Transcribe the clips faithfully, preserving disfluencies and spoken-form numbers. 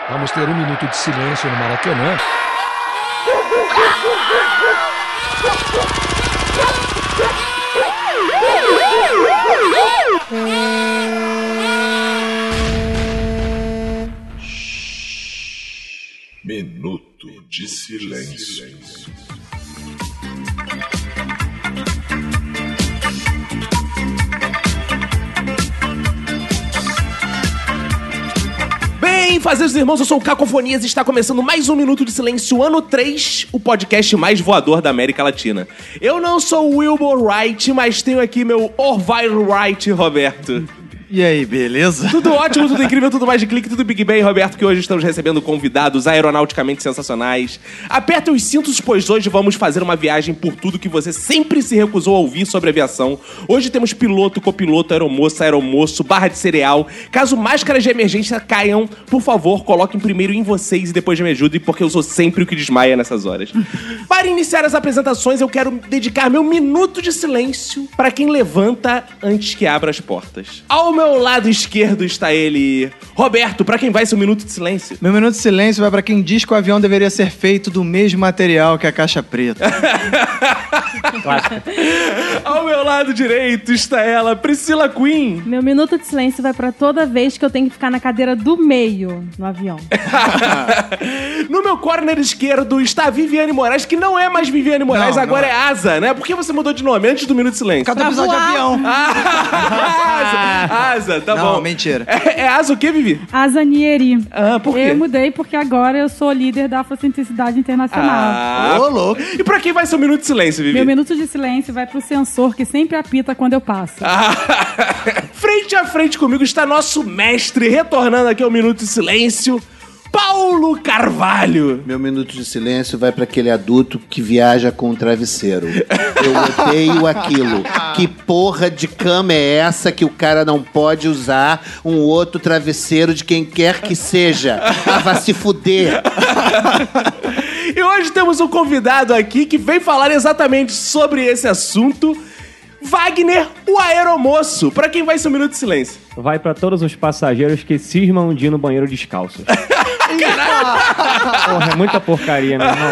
Vamos ter um minuto de silêncio no Maracanã. Minuto de silêncio. Bem, fazejos irmãos, eu sou o Cacofonias e está começando mais um Minuto de Silêncio, ano três, o podcast mais voador da América Latina. Eu não sou o Wilbur Wright, mas tenho aqui meu Orville Wright, Roberto. E aí, beleza? Tudo ótimo, tudo incrível, tudo mais de clique, tudo Big Bang, Roberto, que hoje estamos recebendo convidados aeronauticamente sensacionais. Aperta os cintos, pois hoje vamos fazer uma viagem por tudo que você sempre se recusou a ouvir sobre aviação. Hoje temos piloto, copiloto, aeromoça, aeromoço, barra de cereal. Caso máscaras de emergência caiam, por favor, coloquem primeiro em vocês e depois me ajudem, porque eu sou sempre o que desmaia nessas horas. Para iniciar as apresentações, eu quero dedicar meu minuto de silêncio para quem levanta antes que abra as portas. Ao meu lado esquerdo está ele, Roberto, pra quem vai ser um minuto de silêncio? Meu minuto de silêncio vai pra quem diz que o avião deveria ser feito do mesmo material que a caixa preta. Ao meu lado direito está ela, Priscila Queen. Meu minuto de silêncio vai pra toda vez que eu tenho que ficar na cadeira do meio no avião. No meu corner esquerdo está a Viviane Moraes, que não é mais Viviane Moraes, Não, agora não é Asa, né? Por que você mudou de nome antes do minuto de silêncio? Cada episódio de avião. Ah, Asa, Asa, tá Não, bom. mentira. É, é Asa o quê, Vivi? Asa Nieri. Ah, por quê? Eu mudei porque agora eu sou líder da Afrocentricidade Internacional. Ah, Ô, louco. E pra quem vai ser um minuto de silêncio, Vivi? Meu minuto de silêncio vai pro sensor que sempre apita quando eu passo. Ah, frente a frente comigo está nosso mestre, retornando aqui ao Minuto de Silêncio, Paulo Carvalho. Meu minuto de silêncio vai para aquele adulto que viaja com um travesseiro. Eu odeio aquilo. Que porra de cama é essa que o cara não pode usar um outro travesseiro de quem quer que seja? Ah, vai se fuder. E hoje temos um convidado aqui que vem falar exatamente sobre esse assunto, Wagner, o aeromoço. Pra quem vai ser um minuto de silêncio? Vai pra todos os passageiros que cismam de ir no banheiro descalços. Porra, é muita porcaria, meu irmão.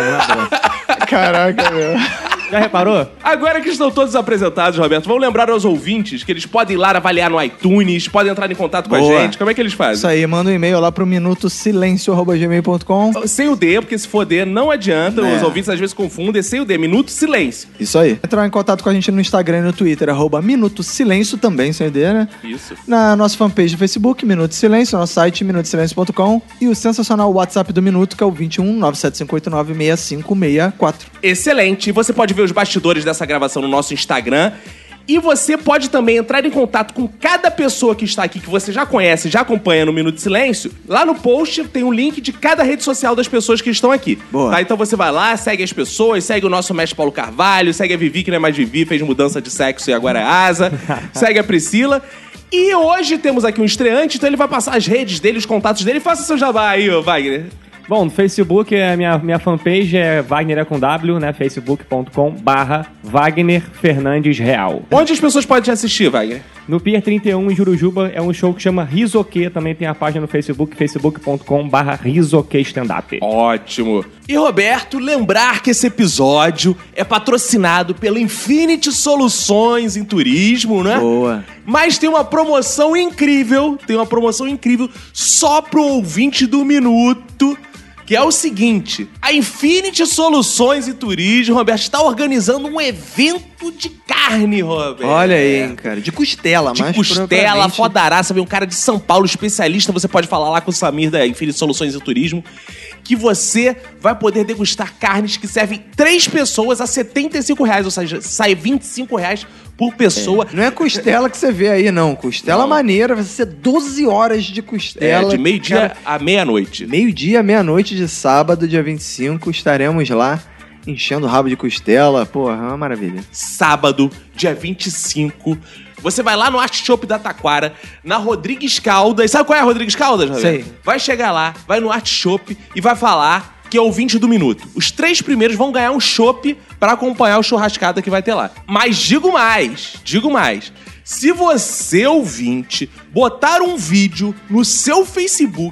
Caraca, meu. Já reparou? Agora que estão todos apresentados, Roberto, vamos lembrar aos ouvintes que eles podem ir lá avaliar no iTunes, podem entrar em contato com Boa. a gente. Como é que eles fazem? Isso aí, manda um e-mail lá pro minuto silêncio arroba gmail ponto com. Sem o D, porque se for D não adianta, É. os ouvintes às vezes confundem. Sem o D, Minuto Silêncio. Isso aí. Entrar em contato com a gente no Instagram e no Twitter, arroba Minuto Silêncio, também sem D, né? Isso. Na nossa fanpage do Facebook, Minuto Silêncio, nosso site minuto silêncio ponto com e o sensacional WhatsApp do Minuto, que é o vinte e um, nove sete cinco oito nove, seis cinco seis quatro. Excelente. Você pode ver os bastidores dessa gravação no nosso Instagram. E você pode também entrar em contato com cada pessoa que está aqui, que você já conhece, já acompanha no Minuto de Silêncio. Lá no post tem um link de cada rede social das pessoas que estão aqui. Boa. Tá? Então você vai lá, segue as pessoas, segue o nosso mestre Paulo Carvalho, segue a Vivi, que não é mais Vivi, fez mudança de sexo e agora é Asa. Segue a Priscila. E hoje temos aqui um estreante, então ele vai passar as redes dele, os contatos dele. Faça seu jabá aí, ô Wagner. Bom, no Facebook, a minha, minha fanpage é Wagner é com W, né? facebook ponto com barra Wagner Fernandes Real. Onde as pessoas podem te assistir, Wagner? No Pier trinta e um, em Jurujuba, é um show que chama Risoque. Também tem a página no Facebook, facebook ponto com barra Risoque Stand-Up. Ótimo. E, Roberto, lembrar que esse episódio é patrocinado pela Infinity Soluções em Turismo, né? Boa. Mas tem uma promoção incrível, tem uma promoção incrível só pro ouvinte do Minuto, que é o seguinte: a Infinity Soluções e Turismo, Roberto, está organizando um evento de carne, Roberto. Olha aí, hein, cara. De costela, De mas costela, propriamente- fodaraça, vem um cara de São Paulo, especialista, você pode falar lá com o Samir da Infinity Soluções e Turismo, que você vai poder degustar carnes que servem três pessoas a setenta e cinco reais, ou seja, sai vinte e cinco reais por pessoa. Não é costela que você vê aí, não. Costela Não. maneira, vai ser doze horas de É, costela. de meio-dia Cara, à meia-noite. meio-dia, meia-noite de sábado, dia vinte e cinco, estaremos lá enchendo o rabo de costela. Porra, é uma maravilha. Sábado, dia vinte e cinco. Você vai lá no Art Shop da Taquara, na Rodrigues Caldas. Sabe qual é a Rodrigues Caldas, Roberto? Sei. Vai chegar lá, vai no Art Shop e vai falar que é o ouvinte do Minuto. Os três primeiros vão ganhar um chopp pra acompanhar o churrascada que vai ter lá. Mas digo mais, digo mais. Se você, ouvinte, botar um vídeo no seu Facebook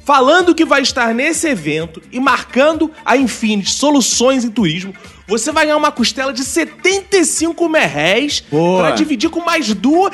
falando que vai estar nesse evento e marcando a Infinity Soluções em Turismo, você vai ganhar uma costela de setenta e cinco merréis pra dividir com mais duas...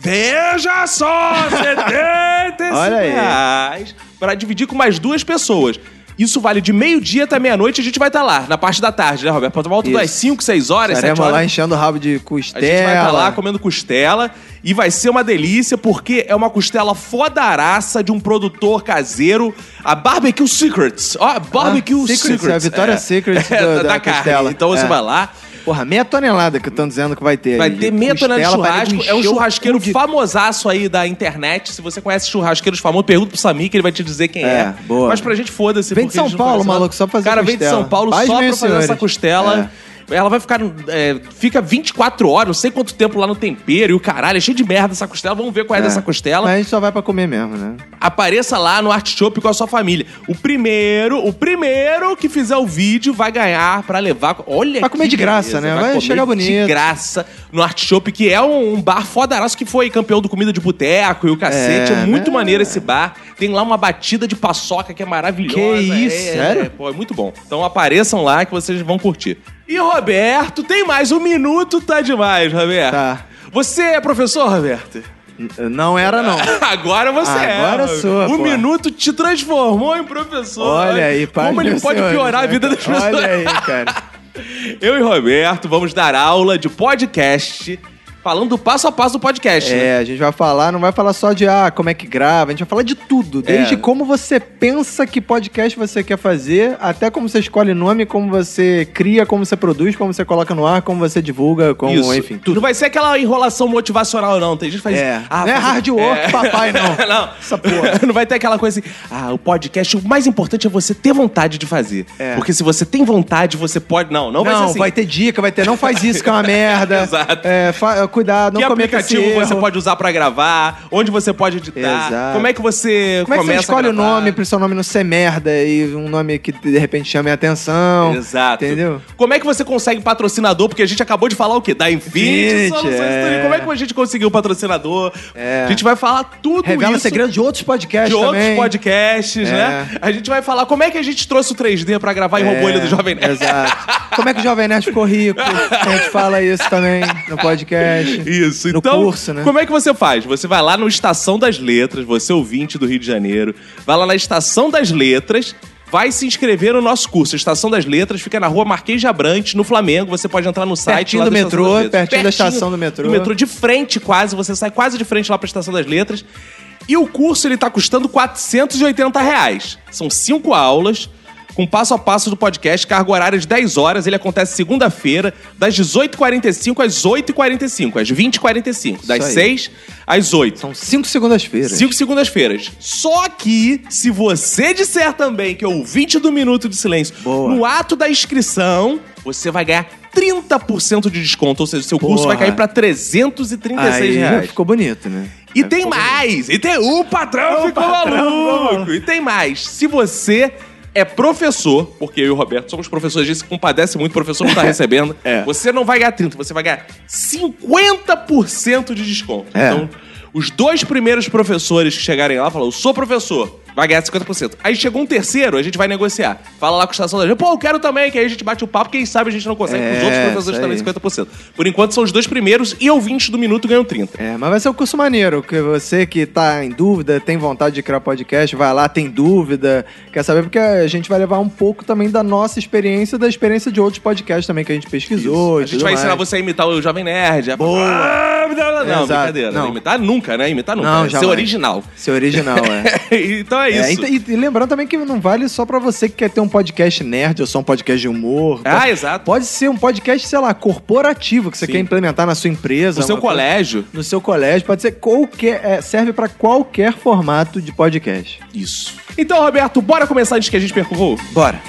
Veja só! setenta e cinco Olha aí. reais pra dividir com mais duas pessoas. Isso vale de meio-dia até meia-noite, a gente vai estar lá, na parte da tarde, né, Roberto? Por volta Isso. das cinco, seis horas, sete Estaremos horas. lá enchendo o rabo de A costela. gente vai estar lá comendo costela e vai ser uma delícia porque é uma costela fodaraça de um produtor caseiro, a Barbecue Secrets. Ó, Barbecue Ah, Secrets, Secrets. é a Vitória Secrets do- da, da carne. costela. Então você É. vai lá, Porra, meia tonelada que estão dizendo que vai ter. vai aí. ter meia tonelada de Costela pra churrasco. nego É um encher o churrasqueiro cu de- famosaço aí da internet. Se você conhece churrasqueiros famosos, pergunta pro Samir que ele vai te dizer quem é. É, boa. Mas pra gente foda-se. Vem de porque São a gente não Paulo, conhece nada. maluco, só pra fazer Cara, vem de costela. São Paulo Paz só bem, pra fazer senhores. essa costela. Ela vai ficar. é, fica vinte e quatro horas, não sei quanto tempo lá no tempero e o caralho. É cheio de merda essa costela. Vamos ver qual é, dessa costela. Mas a gente só vai pra comer mesmo, né? Apareça lá no Art Shop com a sua família. O primeiro, o primeiro que fizer o vídeo vai ganhar pra levar. Olha Vai comer que de graça, beleza, né? Vai comer chegar de bonito. graça no Art Shop, que é um, um bar fodaraço que foi campeão do Comida de Boteco e o cacete. É, É, muito né? maneiro esse bar. Tem lá uma batida de paçoca que é maravilhosa. Que isso, é, sério? É, pô, é muito bom. Então apareçam lá que vocês vão curtir. E Roberto, tem mais. Um minuto tá demais, Roberto. Tá. Você é professor, Roberto? N- Não era, não. Agora você é. Agora sou, O pô. minuto te transformou em professor. Olha aí, pai. Como ele meus pode senhores, piorar a né, vida cara? das pessoas. Olha aí, cara. Eu e Roberto vamos dar aula de podcast, falando do passo a passo do podcast. né? É, a gente vai falar, não vai falar só de ah, como é que grava, a gente vai falar de tudo. Desde É. como você pensa que podcast você quer fazer, até como você escolhe nome, como você cria, como você produz, como você coloca no ar, como você divulga, como, Isso. enfim, Não tudo. vai ser aquela enrolação motivacional, não. Tem gente que faz É. ah, Não é fazer- hard work, papai, não. não. Essa porra. Não vai ter aquela coisa assim, ah, o podcast, o mais importante é você ter vontade de fazer. É. Porque se você tem vontade, você pode... Não, não, vai ser Não, assim. vai ter dica, vai ter, não faz isso que é uma merda. Exato. É, fa- cuidado, não Que cometa esse aplicativo erro. você pode usar pra gravar? Onde você pode editar? Exato. Como é que você Como é que você começa escolhe a o gravar? nome pro seu nome não ser merda e um nome que de repente chame a atenção? Exato. Entendeu? Como é que você consegue patrocinador? Porque a gente acabou de falar o quê? Da Infinity Infinity, Soluções é. Turismo. Como é que a gente conseguiu patrocinador? É. A gente vai falar tudo Revela isso segredo de outros podcasts de outros também. podcasts, É. né? A gente vai falar como é que a gente trouxe o três D pra gravar em É, Robolho do Jovem Nerd. Exato. Como é que o Jovem Nerd ficou rico? A gente fala isso também no podcast. Isso, No então, curso, né? como é que você faz? Você vai lá no Estação das Letras, você ouvinte do Rio de Janeiro, vai lá na Estação das Letras, vai se inscrever no nosso curso. A Estação das Letras fica na rua Marquês de Abrantes, no Flamengo. Você pode entrar no site Pertinho lá do da Estação metrô, das Letras. pertinho da estação do metrô. Do metrô, de frente quase, você sai quase de frente lá pra Estação das Letras. E o curso, ele tá custando quatrocentos e oitenta reais. São cinco aulas, com passo a passo do podcast, carga horária de dez horas. Ele acontece segunda-feira, das dezoito e quarenta e cinco às oito e quarenta e cinco, às vinte e quarenta e cinco, das aí. seis às oito. São cinco segundas-feiras. Cinco segundas-feiras. Só que, se você disser também que é ouvinte do Minuto de Silêncio, Boa. no ato da inscrição, você vai ganhar trinta por cento de desconto. Ou seja, seu curso Porra. vai cair pra trezentos e trinta e seis Aí reais. ficou bonito, né? E tem mais! E tem o patrão ficou maluco! E tem mais! Se você é professor, porque eu e o Roberto somos professores, a gente se compadece muito, o professor não tá recebendo, É. você não vai ganhar trinta, você vai ganhar cinquenta por cento de desconto. É. Então, os dois primeiros professores que chegarem lá falam, eu sou professor, vai ganhar cinquenta por cento. Aí chegou um terceiro, a gente vai negociar. Fala lá com a estação da gente, pô, eu quero também, que aí a gente bate o papo, quem sabe a gente não consegue com os É, outros isso professores aí. também cinquenta por cento. Por enquanto são os dois primeiros e ouvintes do Minuto ganham trinta. É, mas vai ser um curso maneiro, que você que tá em dúvida, tem vontade de criar podcast, vai lá, tem dúvida, quer saber, porque a gente vai levar um pouco também da nossa experiência, da experiência de outros podcasts também que a gente pesquisou. A gente vai ensinar você a imitar o Jovem Nerd. A... Boa. Ah, não, não, Exato. brincadeira. Não. Imitar nunca, né? Imitar nunca. Não, é ser jamais. original. Ser original, é. Então é É, isso. e, e lembrando também que não vale só pra você que quer ter um podcast nerd ou só um podcast de humor. Ah, Pode- exato. Pode ser um podcast, sei lá, corporativo, que você Sim. quer implementar na sua empresa. No seu uma coisa- colégio. No seu colégio. Pode ser qualquer... é, serve pra qualquer formato de podcast. Isso. Então, Roberto, bora começar antes que a gente perca o voo? Bora.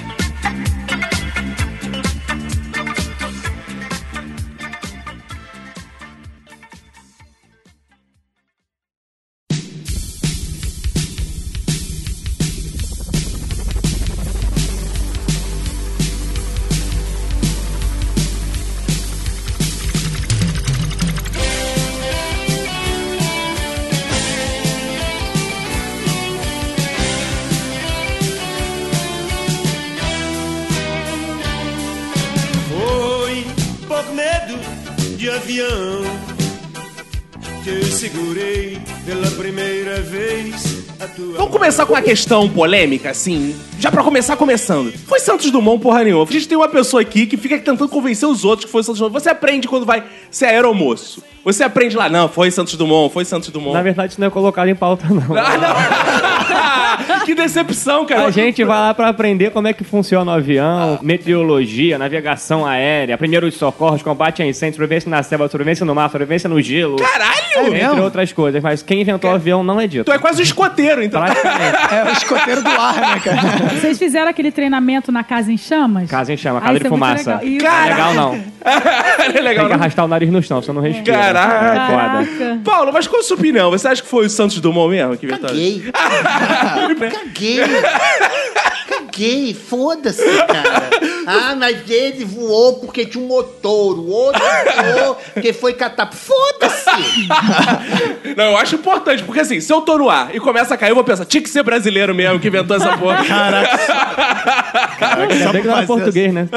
avião que eu segurei pela primeira vez a tua Vamos começar com uma questão polêmica, assim, já pra começar começando. Foi Santos Dumont porra nenhuma. A gente tem uma pessoa aqui que fica tentando convencer os outros que foi Santos Dumont. Você aprende quando vai ser aeromoço. Você aprende lá, não, foi Santos Dumont, foi Santos Dumont. Na verdade, isso não é colocado em pauta, não. Ah, não. Que decepção, cara. A gente vai lá pra aprender como é que funciona o avião, meteorologia, navegação aérea, primeiros socorros, combate a incêndio, sobrevivência na selva, sobrevivência no mar, sobrevivência no gelo. Caralho! Entre mesmo? outras coisas. Mas quem inventou o avião não é dito. Tu é quase um escoteiro, então. Praticamente. É o escoteiro do ar, né, cara? Vocês fizeram aquele treinamento na Casa em Chamas? Casa em chama, Ah, casa isso de é muito fumaça. legal. Isso. Não é legal, não. Não é Tem legal, que não? arrastar o nariz no chão, você não respira. Caraca. É foda. Caraca. Paulo, mas qual a sua opinião? Você acha que foi o Santos Dumont mesmo que inventou? Caguei. Caguei. Caguei. Foda-se, cara. Ah, mas ele voou porque tinha um motor. O outro voou porque foi catar. Foda-se. Não, eu acho importante, porque assim, se eu tô no ar e começa a cair, eu vou pensar, tinha que ser brasileiro mesmo que inventou essa porra. Ainda bem que não era português, né?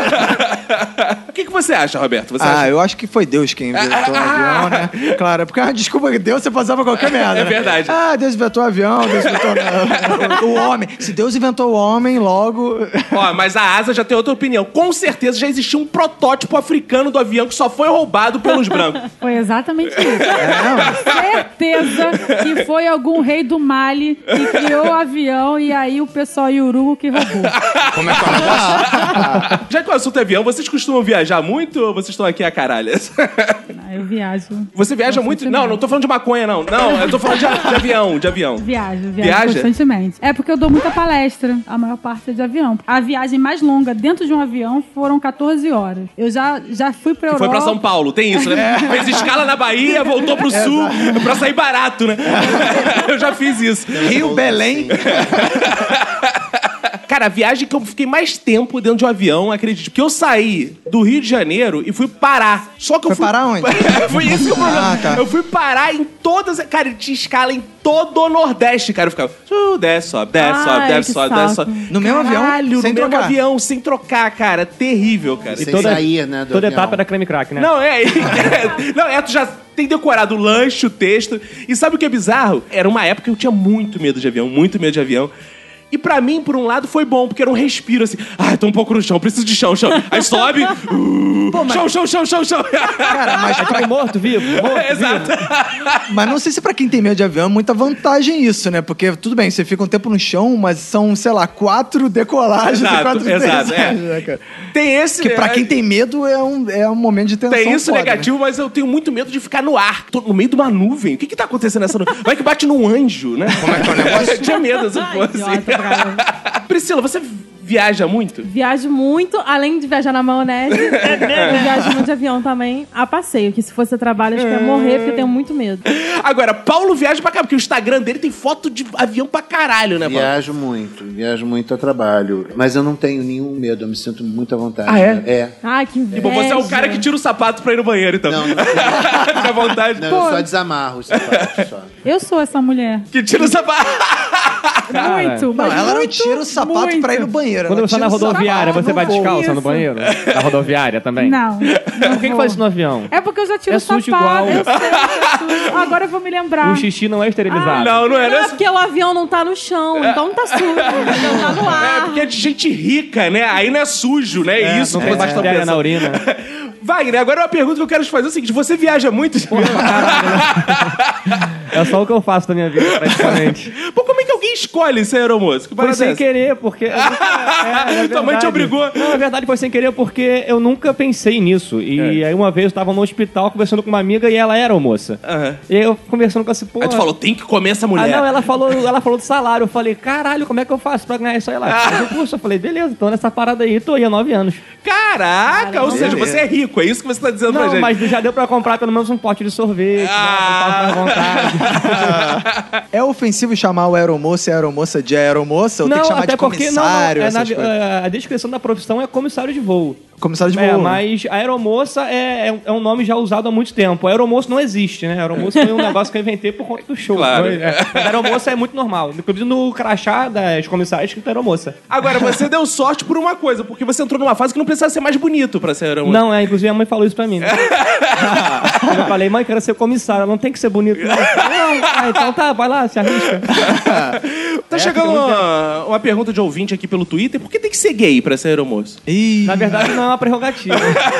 O que, que você acha, Roberto? Você Ah, acha? eu acho que foi Deus quem inventou o avião, né? Claro, porque, ah, desculpa, que Deus você passava qualquer merda. É né? verdade. Ah, Deus inventou o avião, Deus inventou o homem. Se Deus inventou o homem, logo... Ó, mas a Asa já tem outra opinião. Com certeza já existia um protótipo africano do avião que só foi roubado pelos brancos. Foi exatamente isso. É, não, Certeza que foi algum rei do Mali que criou o avião e aí o pessoal Iurugo que roubou. como é que é o negócio? Já que o assunto é avião, vocês costumam viajar muito ou vocês estão aqui a caralhas? Ah, eu viajo. Você viaja muito? Constantemente. Não, não tô falando de maconha, não. Não, eu tô falando de, de avião, de avião. Viajo, viajo Viaja? constantemente. É porque eu dou muita palestra, a maior parte é de avião. A viagem mais longa dentro de um avião foram catorze horas. Eu já, já fui pra Que Europa. foi pra São Paulo, tem isso, né? Fez escala na Bahia, voltou pro sul, pra sair barato, né? Eu já fiz isso. Rio, Belém... Cara, a viagem que eu fiquei mais tempo dentro de um avião, acredito, que eu saí do Rio de Janeiro e fui parar. Só que eu Foi fui... parar onde? Foi isso que eu problema. Ah, tá. Eu fui parar em todas... Cara, tinha escala em todo o Nordeste, cara. Eu ficava... Uh, desce, sobe, desce, Ai, sobe, desce, que sobe, saco. desce, sobe. No mesmo avião? Caralho, Sem no mesmo trocar? avião, sem trocar, cara. Terrível, cara. Sem toda- sair, né, do Toda avião. etapa era creme crack, né? Não, é, é. Não, é, tu já tem decorado o lanche, o texto. E sabe o que é bizarro? Era uma época que eu tinha muito medo de avião, muito medo de avião. E pra mim, por um lado, foi bom, porque era um respiro assim. Ah, tô um pouco no chão, preciso de chão, chão. Aí sobe. Uh, Pô, mas- Chão, chão, chão, chão, chão. Cara, mas, É tipo morto, vivo, morto, É, exato. mas não sei se pra quem tem medo de avião é muita vantagem isso, né? Porque, tudo bem, você fica um tempo no chão, mas são, sei lá, quatro decolagens Exato, e quatro exato, é. despejagens, né, cara? Tem esse... Que pra né, quem tem medo é um, é um momento de tensão Tem isso foda, negativo, mas eu tenho muito medo de ficar no ar. Tô no meio de uma nuvem. O que que tá acontecendo nessa nuvem? Vai que bate num anjo, né? Como é que é o negócio? Eu tinha medo dessa porra assim. Idiota, cara. Priscila, você viaja muito? Viajo muito, além de viajar na maionese, eu viajo muito de avião também, a passeio, que se fosse trabalho, acho que ia morrer, porque eu tenho muito medo. Agora, Paulo viaja pra cá, porque o Instagram dele tem foto de avião pra caralho, né, Paulo? Viajo muito, viajo muito a trabalho. Mas eu não tenho nenhum medo, eu me sinto muito à vontade. Ah, é? né? É. Ai, que inveja. Bom, você é o cara que tira o sapato pra ir no banheiro, então. Não, não, Fica à vontade. não, Pô. eu só desamarro os sapatos só. Eu sou essa mulher. Que tira o sapato. Cara, Muito, Não, mas ela não muito, tira o sapato muito. pra ir no banheiro. Quando ela você tá tira na o sapato rodoviária, você no vai voo. descalça no Isso. banheiro? Na rodoviária também? Não. Por que, que faz isso no avião? É porque eu já tiro É o sujo sapato. igual. Eu sei que é sujo. Agora eu vou me lembrar. O xixi não é esterilizado. Não, não é. Não Não, é é porque o avião não tá no chão, então não tá sujo, então tá no É ar. porque é de gente rica, né? Aí não é sujo, né? É isso Não que tem vocês estão bactéria na pensando. urina. Wagner, agora uma pergunta que eu quero te fazer é o seguinte: você viaja muito? É só o que eu faço da minha vida, praticamente. Pô, como é que alguém escolhe ser aeromoço? Que Foi parada é sem essa? querer, porque... eu nunca- é, é Tua mãe te verdade. obrigou? Não, na verdade foi sem querer porque eu nunca pensei nisso. E É. aí uma vez eu tava no hospital conversando com uma amiga e ela era almoça. Aham. E aí eu conversando com essa porra... Aí tu falou, tem que comer essa Ah, mulher. não, ela falou, ela falou do salário. Eu falei, caralho, como é que eu faço pra ganhar isso aí lá? Faz o curso. Eu falei, beleza, tô nessa parada aí, tô aí há nove anos. Caraca, ou seja, você é rico, é isso que você tá dizendo pra Não, gente. mas já deu pra comprar pelo menos um pote de sorvete, Ah. né? Um pote à vontade. É ofensivo chamar o aeromoço aeromoça e aeromoça de aeromoça? Ou Não, tem que chamar até de porque não, comissário? não, é na- essas coisas? a descrição da profissão é comissário de voo. Comissário de É, voo. mas aeromoça é, é, é um nome já usado há muito tempo. Aeromoço não existe, né? Aeromoço foi um negócio que eu inventei por conta do show. Claro. Foi, é. Mas aeromoça é muito normal. Inclusive no crachá das comissárias escrito aeromoça. Agora, você deu sorte por uma coisa, porque você entrou numa fase que não precisava ser mais bonito pra ser aeromoça. Não, é, inclusive a mãe falou isso pra mim. Né? Eu falei, mãe, quero ser comissária, não tem que ser bonito. Não, não. Ah, então tá, vai lá, se arrisca. Tá É, chegando fica muito uma, uma pergunta de ouvinte aqui pelo Twitter. Por que tem que ser gay pra ser aeromoço? Ih, Na verdade, não é uma prerrogativa.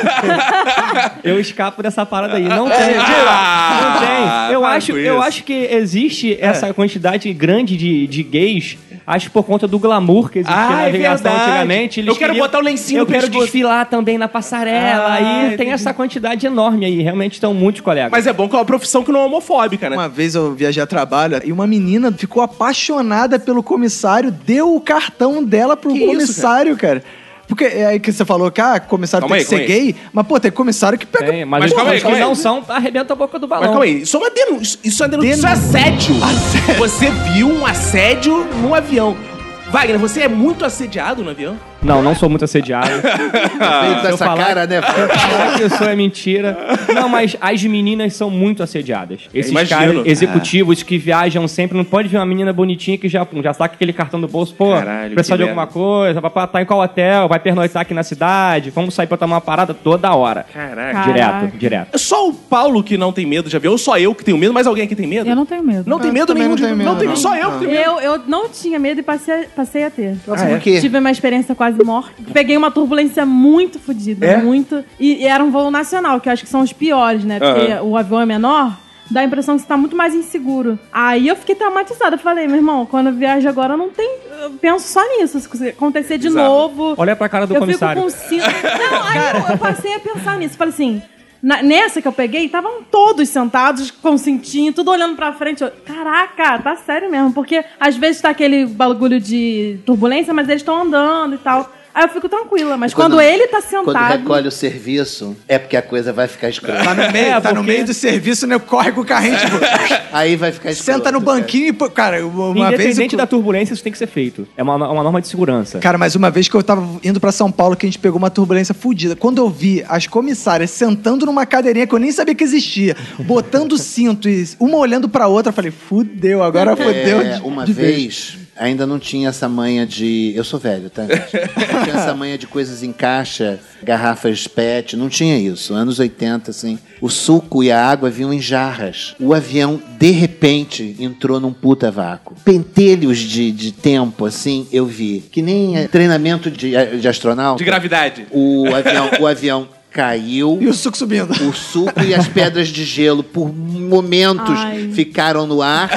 Eu escapo dessa parada aí. Não tem. Ah, Não tem. Eu para acho, com eu isso. acho que existe essa quantidade grande de, de gays, acho por conta do glamour que existia Ah, na é navegação verdade. antigamente. Eles Eu quero queriam- botar o lencinho Eu no quero pescoço. desfilar também na passarela. Ah, aí entendi. tem essa quantidade enorme aí. Realmente estão muitos colegas. Mas é bom que é uma profissão que não é homofóbica, né? uma vez eu viajei a trabalho e uma menina ficou apaixonada pelo comissário, deu o cartão dela pro Que isso, comissário, cara. Porque é aí que você falou que ah, comissário Calma tem aí, que ser calma aí. gay, mas pô, tem comissário que pega. Tem, mas, Mas os calma aí, que calma aí. não são, arrebenta a boca do balão. Mas calma aí, isso é uma denúncia. Isso é, denúncia. Isso é assédio. Você viu um assédio no avião. Wagner, você é muito assediado no avião? Não, não sou muito assediado. Veio com eu essa falar- cara, né? Falar que isso é mentira. Não, mas as meninas são muito assediadas. Esses Imagino. caras executivos que viajam sempre, não pode ver uma menina bonitinha que já, já saca aquele cartão do bolso, pô, Caralho, precisa que de alguma coisa, papá, tá em qual hotel, vai pernoitar aqui na cidade, vamos sair pra tomar uma parada toda hora. Caraca. Direto, Caraca. direto. É só o Paulo que não tem medo de avião, ou só eu que tenho medo, mas alguém aqui tem medo? Eu não tenho medo. Não tem Eu medo também nenhum não de tenho Não medo, tem não. só eu que tenho medo. Eu, eu não tinha medo e passei, passei a ter. Nossa, por quê? Tive uma experiência quase morta. Peguei uma turbulência muito fodida, É? muito. E, e era um voo nacional, que eu acho que são os piores, né? Porque Aham. o avião é menor, dá a impressão que você tá muito mais inseguro. Aí eu fiquei traumatizada. Eu falei, meu irmão, quando eu viajo agora, não tem... Eu penso só nisso. Se acontecer de Exato. novo... Olha pra cara do eu comissário. fico com cinto... Não, aí eu, eu passei a pensar nisso. Falei assim... na- nessa que eu peguei, estavam todos sentados com cintinho, tudo olhando pra frente. Eu, caraca, tá sério mesmo. Porque às vezes tá aquele bagulho de turbulência, mas eles estão andando e tal. Aí eu fico tranquila. Mas quando, Quando- ele tá Quando sentado... recolhe o serviço, é porque a coisa vai ficar escrota. Tá no meio, É, tá no porque- meio do serviço, né? Corre com o carrinho, tipo, Aí vai ficar escroto. senta no banquinho e, pô, cara, uma vez. Independente eu- da turbulência, isso tem que ser feito. É uma, uma norma de segurança. Cara, mas uma vez que eu tava indo pra São Paulo, que a gente pegou uma turbulência fodida. Quando eu vi as comissárias sentando numa cadeirinha que eu nem sabia que existia, botando o cinto e uma olhando pra outra, eu falei, fudeu, agora fudeu. É, de- uma de vez, ainda não tinha essa manha de... Eu sou velho, tá, gente? Não tinha essa manha de coisas em caixa, garrafas pet, não tinha isso. Anos oitenta, assim. O suco e a água vinham em jarras. O avião, de repente, entrou num puta vácuo. Pentelhos de, de tempo, assim, eu vi. Que nem é, treinamento de, de astronauta. De gravidade. O avião, o avião caiu. E o suco subindo. O suco e as pedras de gelo, por momentos, Ai. ficaram no ar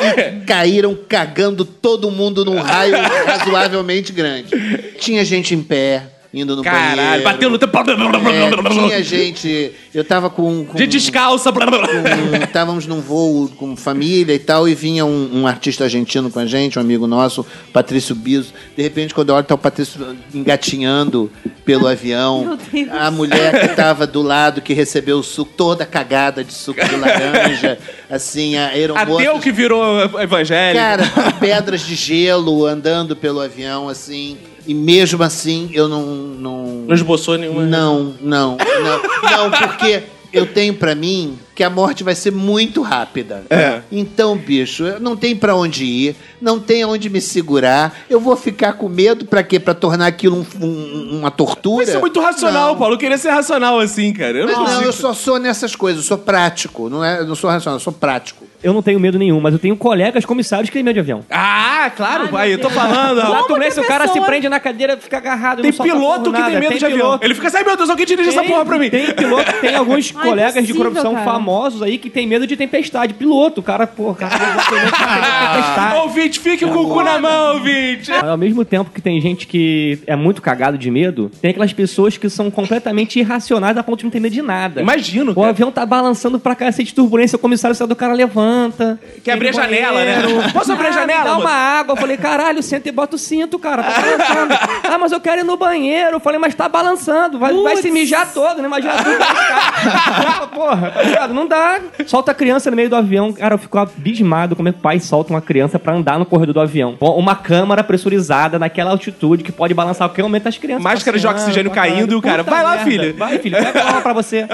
e caíram cagando todo mundo num raio razoavelmente grande. Tinha gente em pé, indo no Caralho, banheiro. bateu no tempo. É, tinha gente... Eu tava com... com De descalça. com- Estávamos num voo com família e tal, e vinha um, um artista argentino com a gente, um amigo nosso, Patrício Biso. De repente, quando eu olho, tá o Patrício engatinhando pelo avião. Meu Deus. A mulher que estava do lado, que recebeu o suco, toda cagada de suco de laranja. Assim, a aeromoça... Ateu que virou evangélico. Cara, com pedras de gelo andando pelo avião, assim. E mesmo assim, eu não... Não, Não esboçou nenhuma. não, não, não. Não, porque eu tenho pra mim que a morte vai ser muito rápida. É. Então, bicho, eu não tem pra onde ir, não tem onde me segurar. Eu vou ficar com medo pra quê? Pra tornar aquilo um- um- uma tortura? Isso é muito racional, Não. Paulo. Eu queria ser racional assim, cara. Eu Mas não, não, consigo. eu só sou nessas coisas, eu sou prático. Não, é, eu não sou racional, eu sou prático. Eu não tenho medo nenhum, mas eu tenho colegas comissários que têm medo de avião. Ah, claro, Ai, pai. meu Eu tô Deus. falando. ó. Na Como turbulência, que o cara se pessoa- prende na cadeira, fica agarrado. Tem não solta piloto porra que tem nada. medo de avião. piloto. Ele fica assim, ai meu Deus, alguém dirige essa Tem- porra pra mim. Tem piloto, tem alguns Ai, colegas de impossível, corrupção cara. famosos aí que tem medo de tempestade. Piloto, o cara, pô, o cara levou tem medo de tempestade. Ouvinte, fique com o cu na mão, ouvinte. Mas ao mesmo tempo que tem gente que é muito cagado de medo, tem aquelas pessoas que são completamente irracionais a ponto de não ter medo de nada. Imagino, O cara. avião tá balançando pra cacete de turbulência, o comissário sai do cara, levanta. Quer abrir a Tem no janela, né? banheiro. Posso abrir a Ah, janela, me dá moço? uma água. Eu falei, caralho, senta e bota o cinto, cara. Tá balançando. Ah, mas eu quero ir no banheiro. Eu falei, mas tá balançando. Vai, vai se mijar todo, né? Imagina tudo. Porra, tá ligado? Não dá. Solta a criança no meio do avião. Cara, eu fico abismado como é que o pai solta uma criança pra andar no corredor do avião. Uma câmara pressurizada naquela altitude que pode balançar a qualquer momento as crianças. Máscara de oxigênio caindo e o cara, vai lá, filho. Vai, filho, pega uma pra você.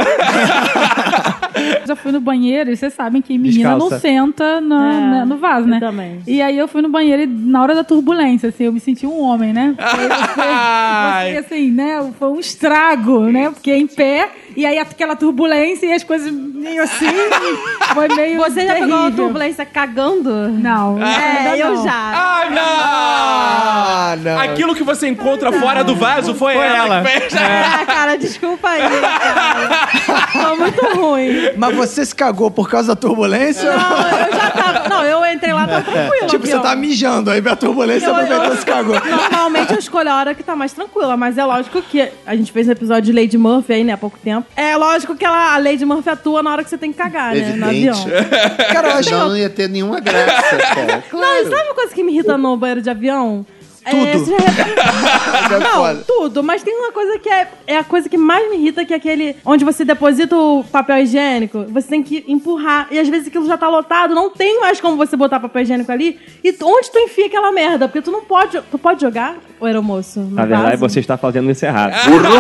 Já fui no banheiro e vocês sabem que menina Descalça. não senta no, É, na- no vaso, né? eu também. E aí eu fui no banheiro e na hora da turbulência, assim, eu me senti um homem, né? Foi, foi, foi, assim, né? Foi um estrago, né? Porque em pé, e aí aquela turbulência e as coisas meio assim, foi meio Você já pegou uma terrível. turbulência cagando? Não. É, ainda eu não. já. Ah, não! Ah, não. Aquilo que você encontra fora do vaso foi, Foi ela. ela. que fez. É, cara, desculpa aí, cara. Foi muito ruim. Mas você se cagou por causa da turbulência? Não, eu já tava... Não, eu entrei lá, tava tranquilo. Tipo, você avião. tá mijando, aí veio a turbulência, Eu- aproveitou eu- e se cagou. Normalmente eu escolho a hora que tá mais tranquila, mas é lógico que a gente fez um episódio de Lady Murphy aí, né, há pouco tempo. É lógico que ela, a Lady Murphy atua na hora que você tem que cagar, né, no avião. Evidente. Cara, eu acho Senão não ia ter nenhuma graça, cara. Não, e sabe uma coisa que me irrita no banheiro de avião? Tudo. É, você já repara- É Não, foda. tudo, mas tem uma coisa que é, é a coisa que mais me irrita, que é aquele onde você deposita o papel higiênico, você tem que empurrar, e às vezes aquilo já tá lotado, não tem mais como você botar papel higiênico ali, e tu- onde tu enfia aquela merda? Porque tu não pode, tu pode jogar, ou era o moço? Na verdade, você está fazendo isso errado.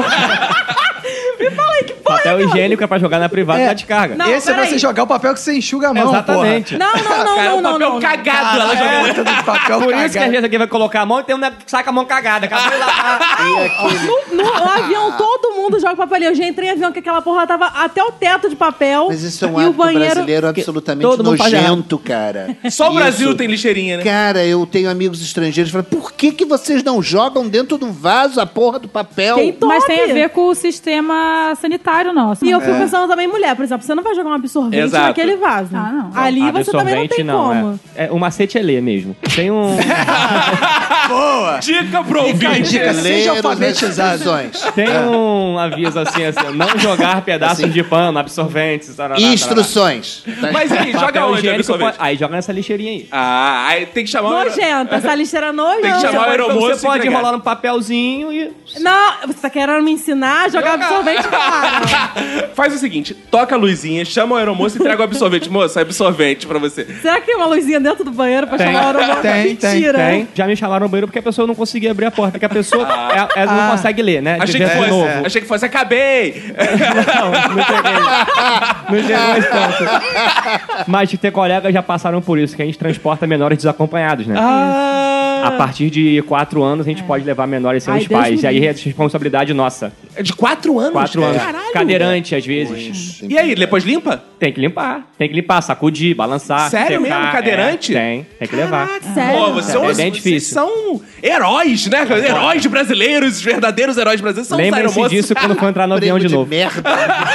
Me fala aí, que porra Papel é aquela? higiênico é pra jogar na privada É. e na descarga. Não, Esse é pra peraí. você jogar o papel que você enxuga a mão, Exatamente. Não, não, não, Cara, não, o não, papel não, não. cagado. porra. Ela jogou. Caralho, tudo papel Por isso que às cagado. vezes alguém vai colocar a mão e tem um né, saca a mão cagada. Acabou de lavar. E aquele... No, no avião, todo mundo joga papel ali. Eu já entrei em avião que aquela porra tava até o teto de papel. Mas isso é um e o hábito banheiro... brasileiro absolutamente todo mundo faz nojento, cara. Só o Brasil Isso. tem lixeirinha, né? Cara, eu tenho amigos estrangeiros que falam, por que, que vocês não jogam dentro do vaso a porra do papel? Tem top. Mas tem a ver com o sistema sanitário nosso. E eu né? fico pensando também, mulher, por exemplo, você não vai jogar um absorvente Exato. naquele vaso. Ah, não. Ali você também não Absorvente, tem não, como. É. É, o macete é ler mesmo. Tem um... Boa! Dica pro Fica a ouvinte. dica, seja Ler as alfabetizado. instruções. Tem um aviso assim, assim, não jogar pedaços Assim. de pano, absorventes. tarará, tarará. Instruções. Mas aí, joga Papel onde, higiênico, absorvente? pode- aí joga nessa lixeirinha aí. Ah, aí tem que chamar o... Nojenta, essa lixeira nojenta. Tem que chamar o Você aeromoço pode, você pode e entregar. enrolar um papelzinho e... Não, você tá querendo me ensinar a jogar absorvente, cara. Faz o seguinte, toca a luzinha, chama o aeromoço e entrega o absorvente. Moça, é absorvente pra você. Será que tem uma luzinha dentro do banheiro pra Tem. chamar o aeromoço? Tem, tem, Mentira. Tem. Já me chamaram no banheiro porque a pessoa não conseguia abrir a porta. Porque a pessoa ela, ela não consegue ler, né? De Achei que, vento fosse, novo. achei que fosse, acabei. Não, não cheguei. Não cheguei nesse ponto. Mas ter colegas já passaram por isso, que a gente transporta menores desacompanhados, né? Ah, A partir de quatro anos, a gente pode levar menores sem Ai, os Deus pais. me E aí livre. é responsabilidade nossa. é de quatro anos? Quatro É. anos. Caralho. Cadeirante, às vezes. E aí, depois limpa? Tem que limpar. Tem que limpar, sacudir, balançar. Sério secar, mesmo? Cadeirante? É, tem. Tem que levar. Sério? Pô, vocês, É são, bem vocês difícil. são heróis, né? Heróis brasileiros, os verdadeiros heróis brasileiros são os Lembrem-se aeromoços. disso quando for entrar no avião Prêmio de novo. merda.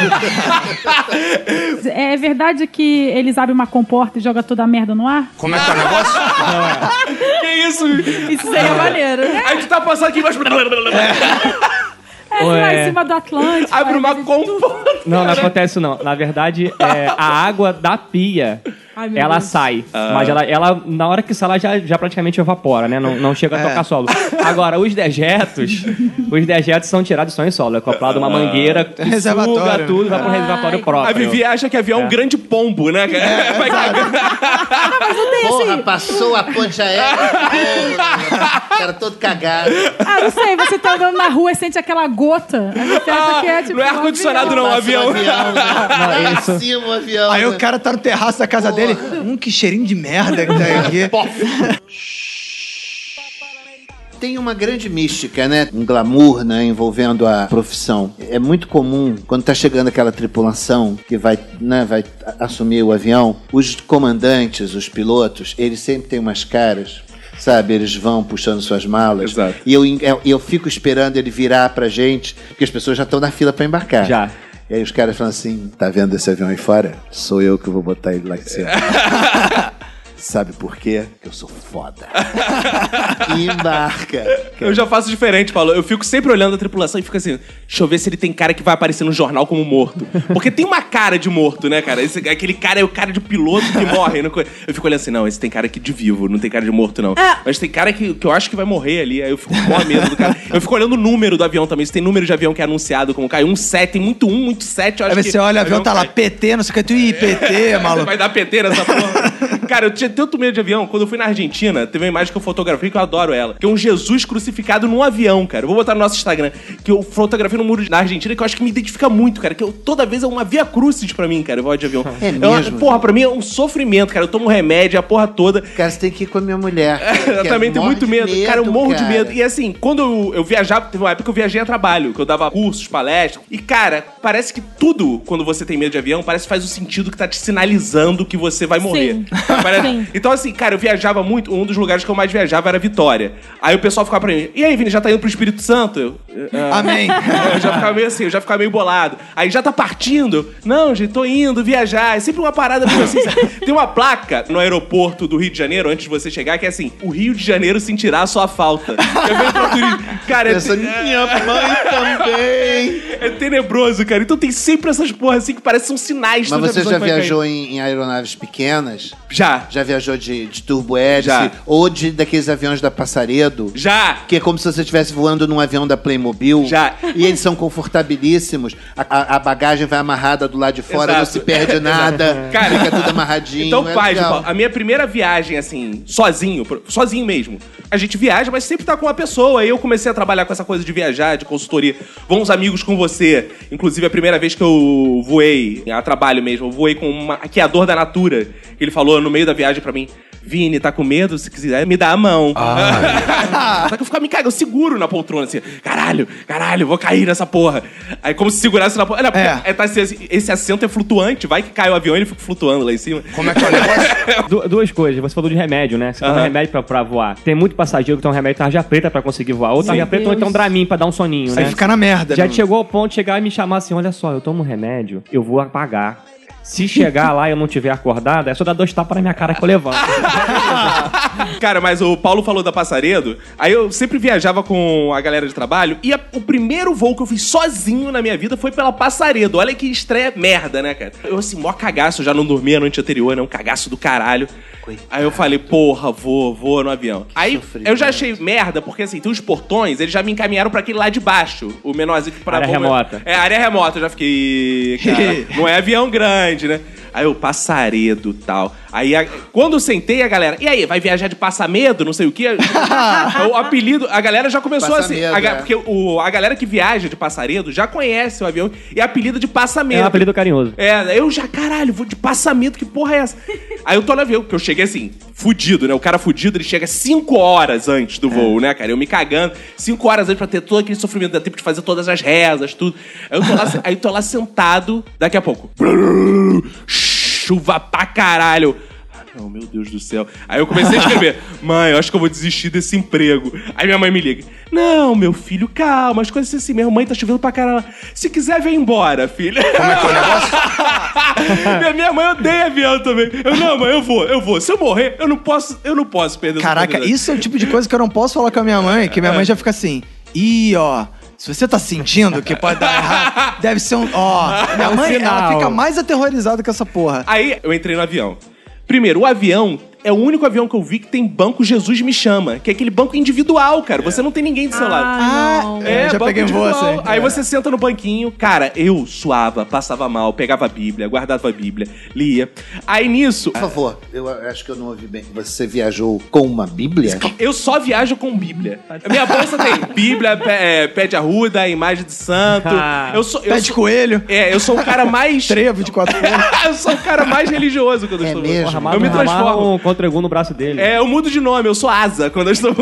É verdade que eles abrem uma comporta e jogam toda a merda no ar? Como é que é o negócio? Que isso? Isso seria maneiro. Aí tu tá passando aqui embaixo. É, lá Ué. em cima do Atlântico. Abre aí uma eles- comporta. Não, não acontece isso não. Na verdade, é, a água da pia, Ai, meu ela Deus. sai. Mas ela, ela, na hora que sai, ela já, já praticamente evapora, né? Não, não chega a tocar solo. Agora, os dejetos, os dejetos são tirados só em solo. É acoplado uma mangueira que Reservatório. suga tudo, vai pro Ai. reservatório A próprio. Vivi acha que avião é um grande pombo, né? Vai cagar. Porra, passou a ponte aérea. Porra, cara todo cagado. Ah, não sei, você tá andando na rua e sente aquela gota. Aí você acha que é tipo. Não é um ar-condicionado, avião. não, Passa avião. o avião, né? Lá em isso. cima o avião. Aí né? o cara tá no terraço da casa dele. Hum, que cheirinho de merda que tá aqui. Tem uma grande mística, né? Um glamour, né? Envolvendo a profissão. É muito comum, quando tá chegando aquela tripulação que vai, né, vai assumir o avião, os comandantes, os pilotos, eles sempre têm umas caras, sabe? Eles vão puxando suas malas. Exato. E eu, eu, eu fico esperando ele virar pra gente, porque as pessoas já estão na fila pra embarcar. Já. E aí os caras falam assim, tá vendo esse avião aí fora? Sou eu que vou botar ele lá em cima. Sabe por quê? Porque eu sou foda. E embarca. Eu já faço diferente, Paulo. Eu fico sempre olhando a tripulação e fico assim, deixa eu ver se ele tem cara que vai aparecer no jornal como morto. Porque tem uma cara de morto, né, cara? Esse, aquele cara é o cara de piloto que morre. Não... Eu fico olhando assim, não, esse tem cara aqui de vivo, não tem cara de morto, não. É. Mas tem cara que, que eu acho que vai morrer ali. Aí eu fico com medo do cara. Eu fico olhando o número do avião também. Se tem número de avião que é anunciado como cai. Um sete, tem muito um, muito sete. Eu acho Aí que você olha, o avião tá cai. lá, P T, não sei o que. Tu, ih, P T, maluco. Vai dar P T nessa porra. Cara, eu tinha tanto medo de avião. Quando eu fui na Argentina, teve uma imagem que eu fotografei que eu adoro ela. Que é um Jesus crucificado num avião, cara. Eu vou botar no nosso Instagram. Que eu fotografei no muro na Argentina, que eu acho que me identifica muito, cara. Que eu, toda vez é uma via crucis pra mim, cara. Eu vou de avião. É eu, mesmo? Porra, pra mim é um sofrimento, cara. Eu tomo remédio, a porra toda. Cara, você tem que ir com a minha mulher. Eu que também é tenho morre muito medo. de Cara, eu morro cara. de medo. E assim, quando eu, eu viajava, teve uma época que eu viajei a trabalho, que eu dava cursos, palestras. E, cara, parece que tudo, quando você tem medo de avião, parece que faz o sentido que tá te sinalizando que você vai morrer. Sim. Parece... Sim. Então, assim, cara, eu viajava muito. Um dos lugares que eu mais viajava era Vitória. Aí o pessoal ficava pra mim, e aí, Vini, já tá indo pro Espírito Santo? Eu, ah, Amém. eu já ficava meio assim, eu já ficava meio bolado. Aí já tá partindo? Não, gente, tô indo viajar. É sempre uma parada meio assim. Sabe? Tem uma placa no aeroporto do Rio de Janeiro, antes de você chegar, que é assim, o Rio de Janeiro sentirá a sua falta. Eu venho pra turismo. Cara, é, Essa minha mãe também. é tenebroso, cara. Então tem sempre essas porras assim que parecem são sinais. Mas toda você visão já que vai cair. viajou em, em aeronaves pequenas? Já. Já viajou de, de turbo-hélice? Já. Ou de daqueles aviões da Passaredo? Já. Que é como se você estivesse voando num avião da Playmobil. Já. E eles são confortabilíssimos. A, a- a bagagem vai amarrada do lado de fora, Exato. não se perde nada. Cara, fica tudo amarradinho. Então é faz, legal. Paulo. A minha primeira viagem, assim, sozinho, pro- sozinho mesmo. A gente viaja, mas sempre tá com uma pessoa. Aí eu comecei a trabalhar com essa coisa de viajar, de consultoria. Vão uns amigos com você. Inclusive, a primeira vez que eu voei, a trabalho mesmo, eu voei com um maquiador da Natura. Que ele falou no meio da viagem pra mim, Vini, tá com medo? Se quiser, me dá a mão. Só que eu ficava me cagando, eu seguro na poltrona, assim. Caralho, caralho, vou cair nessa porra. Aí como se segurasse na porra. Olha, É. é, tá, esse, esse assento é flutuante, vai que cai o avião e ele fica flutuando lá em cima. Como é que é o negócio? Du- duas coisas. Você falou de remédio, né? Você toma Aham. remédio pra, pra voar. Tem muito passageiro que toma remédio tarja preta pra conseguir voar. Ou tarja preta ou então Dramin pra dar um soninho, Aí né? fica na merda, Já né? chegou ao ponto de chegar e me chamar assim, olha só, eu tomo remédio, eu vou apagar. Se chegar lá e eu não tiver acordado, é só dar dois tapas na minha cara que eu levanto. Cara, mas o Paulo falou da Passaredo, aí eu sempre viajava com a galera de trabalho, e a- o primeiro voo que eu fiz sozinho na minha vida foi pela Passaredo. Olha que estreia merda, né, cara? Eu, assim, mó cagaço, eu já não dormia a noite anterior, né? Um cagaço do caralho. Aí eu falei, porra, vou, vou no avião. Aí eu já achei merda, porque assim, tem os portões, eles já me encaminharam pra aquele lá de baixo, o menorzinho que pra Área remota. É, área remota, eu já fiquei, cara, não é avião grande, né? Aí eu, Passaredo e tal. Aí, a- quando eu sentei, a galera, e aí, vai viajar de Passamedo, não sei o quê? O apelido, a galera já começou assim. Passamedo, a ga- é. Porque o, a galera que viaja de Passaredo já conhece o avião e é apelido de Passamedo. É um apelido carinhoso. É, eu já, caralho, vou de Passamedo, que porra é essa? Aí eu tô no avião, porque eu cheguei assim, fudido, né? O cara fudido, ele chega cinco horas antes do voo, né, cara? Eu me cagando, cinco horas antes pra ter todo aquele sofrimento, dá tempo de fazer todas as rezas, tudo. Aí eu tô lá, aí eu tô lá sentado, daqui a pouco. Chuva pra caralho. Ah, não, meu Deus do céu. Aí eu comecei a escrever, mãe, eu acho que eu vou desistir desse emprego. Aí minha mãe me liga, não, meu filho, calma, as coisas são assim mesmo, mãe, tá chovendo pra caralho. Se quiser, vem embora, filha. Como é que é o negócio? minha, minha mãe odeia avião também. Eu, não, mãe, eu vou, eu vou. Se eu morrer, eu não posso, eu não posso perder essa Caraca, oportunidade. isso é o tipo de coisa que eu não posso falar com a minha mãe, que minha É. mãe já fica assim, ih, ó... Se você tá sentindo que pode dar errado, deve ser um... Ó, minha um mãe, ela sinal. fica mais aterrorizada que essa porra. Aí eu entrei no avião. Primeiro, o avião é o único avião que eu vi que tem banco Jesus Me Chama, que é aquele banco individual, cara. Você não tem ninguém do seu lado. Ah, não. É, já banco peguei em individual. você, hein? Aí É. você senta no banquinho. Cara, eu suava, passava mal, pegava a Bíblia, guardava a Bíblia, lia. Aí nisso, Por favor, eu acho que eu não ouvi bem. Você viajou com uma Bíblia? eu só viajo com Bíblia. A minha bolsa tem Bíblia, pé, é, pé de arruda, imagem de santo. Eu sou, eu Pé de sou, coelho, é, eu sou o cara mais... trevo de quatro folhas. eu sou o cara mais religioso quando eu É estou mesmo? Porra, Eu me amarra transformo. um contra-egu no braço dele. É, eu mudo de nome, eu sou Asa quando eu estou.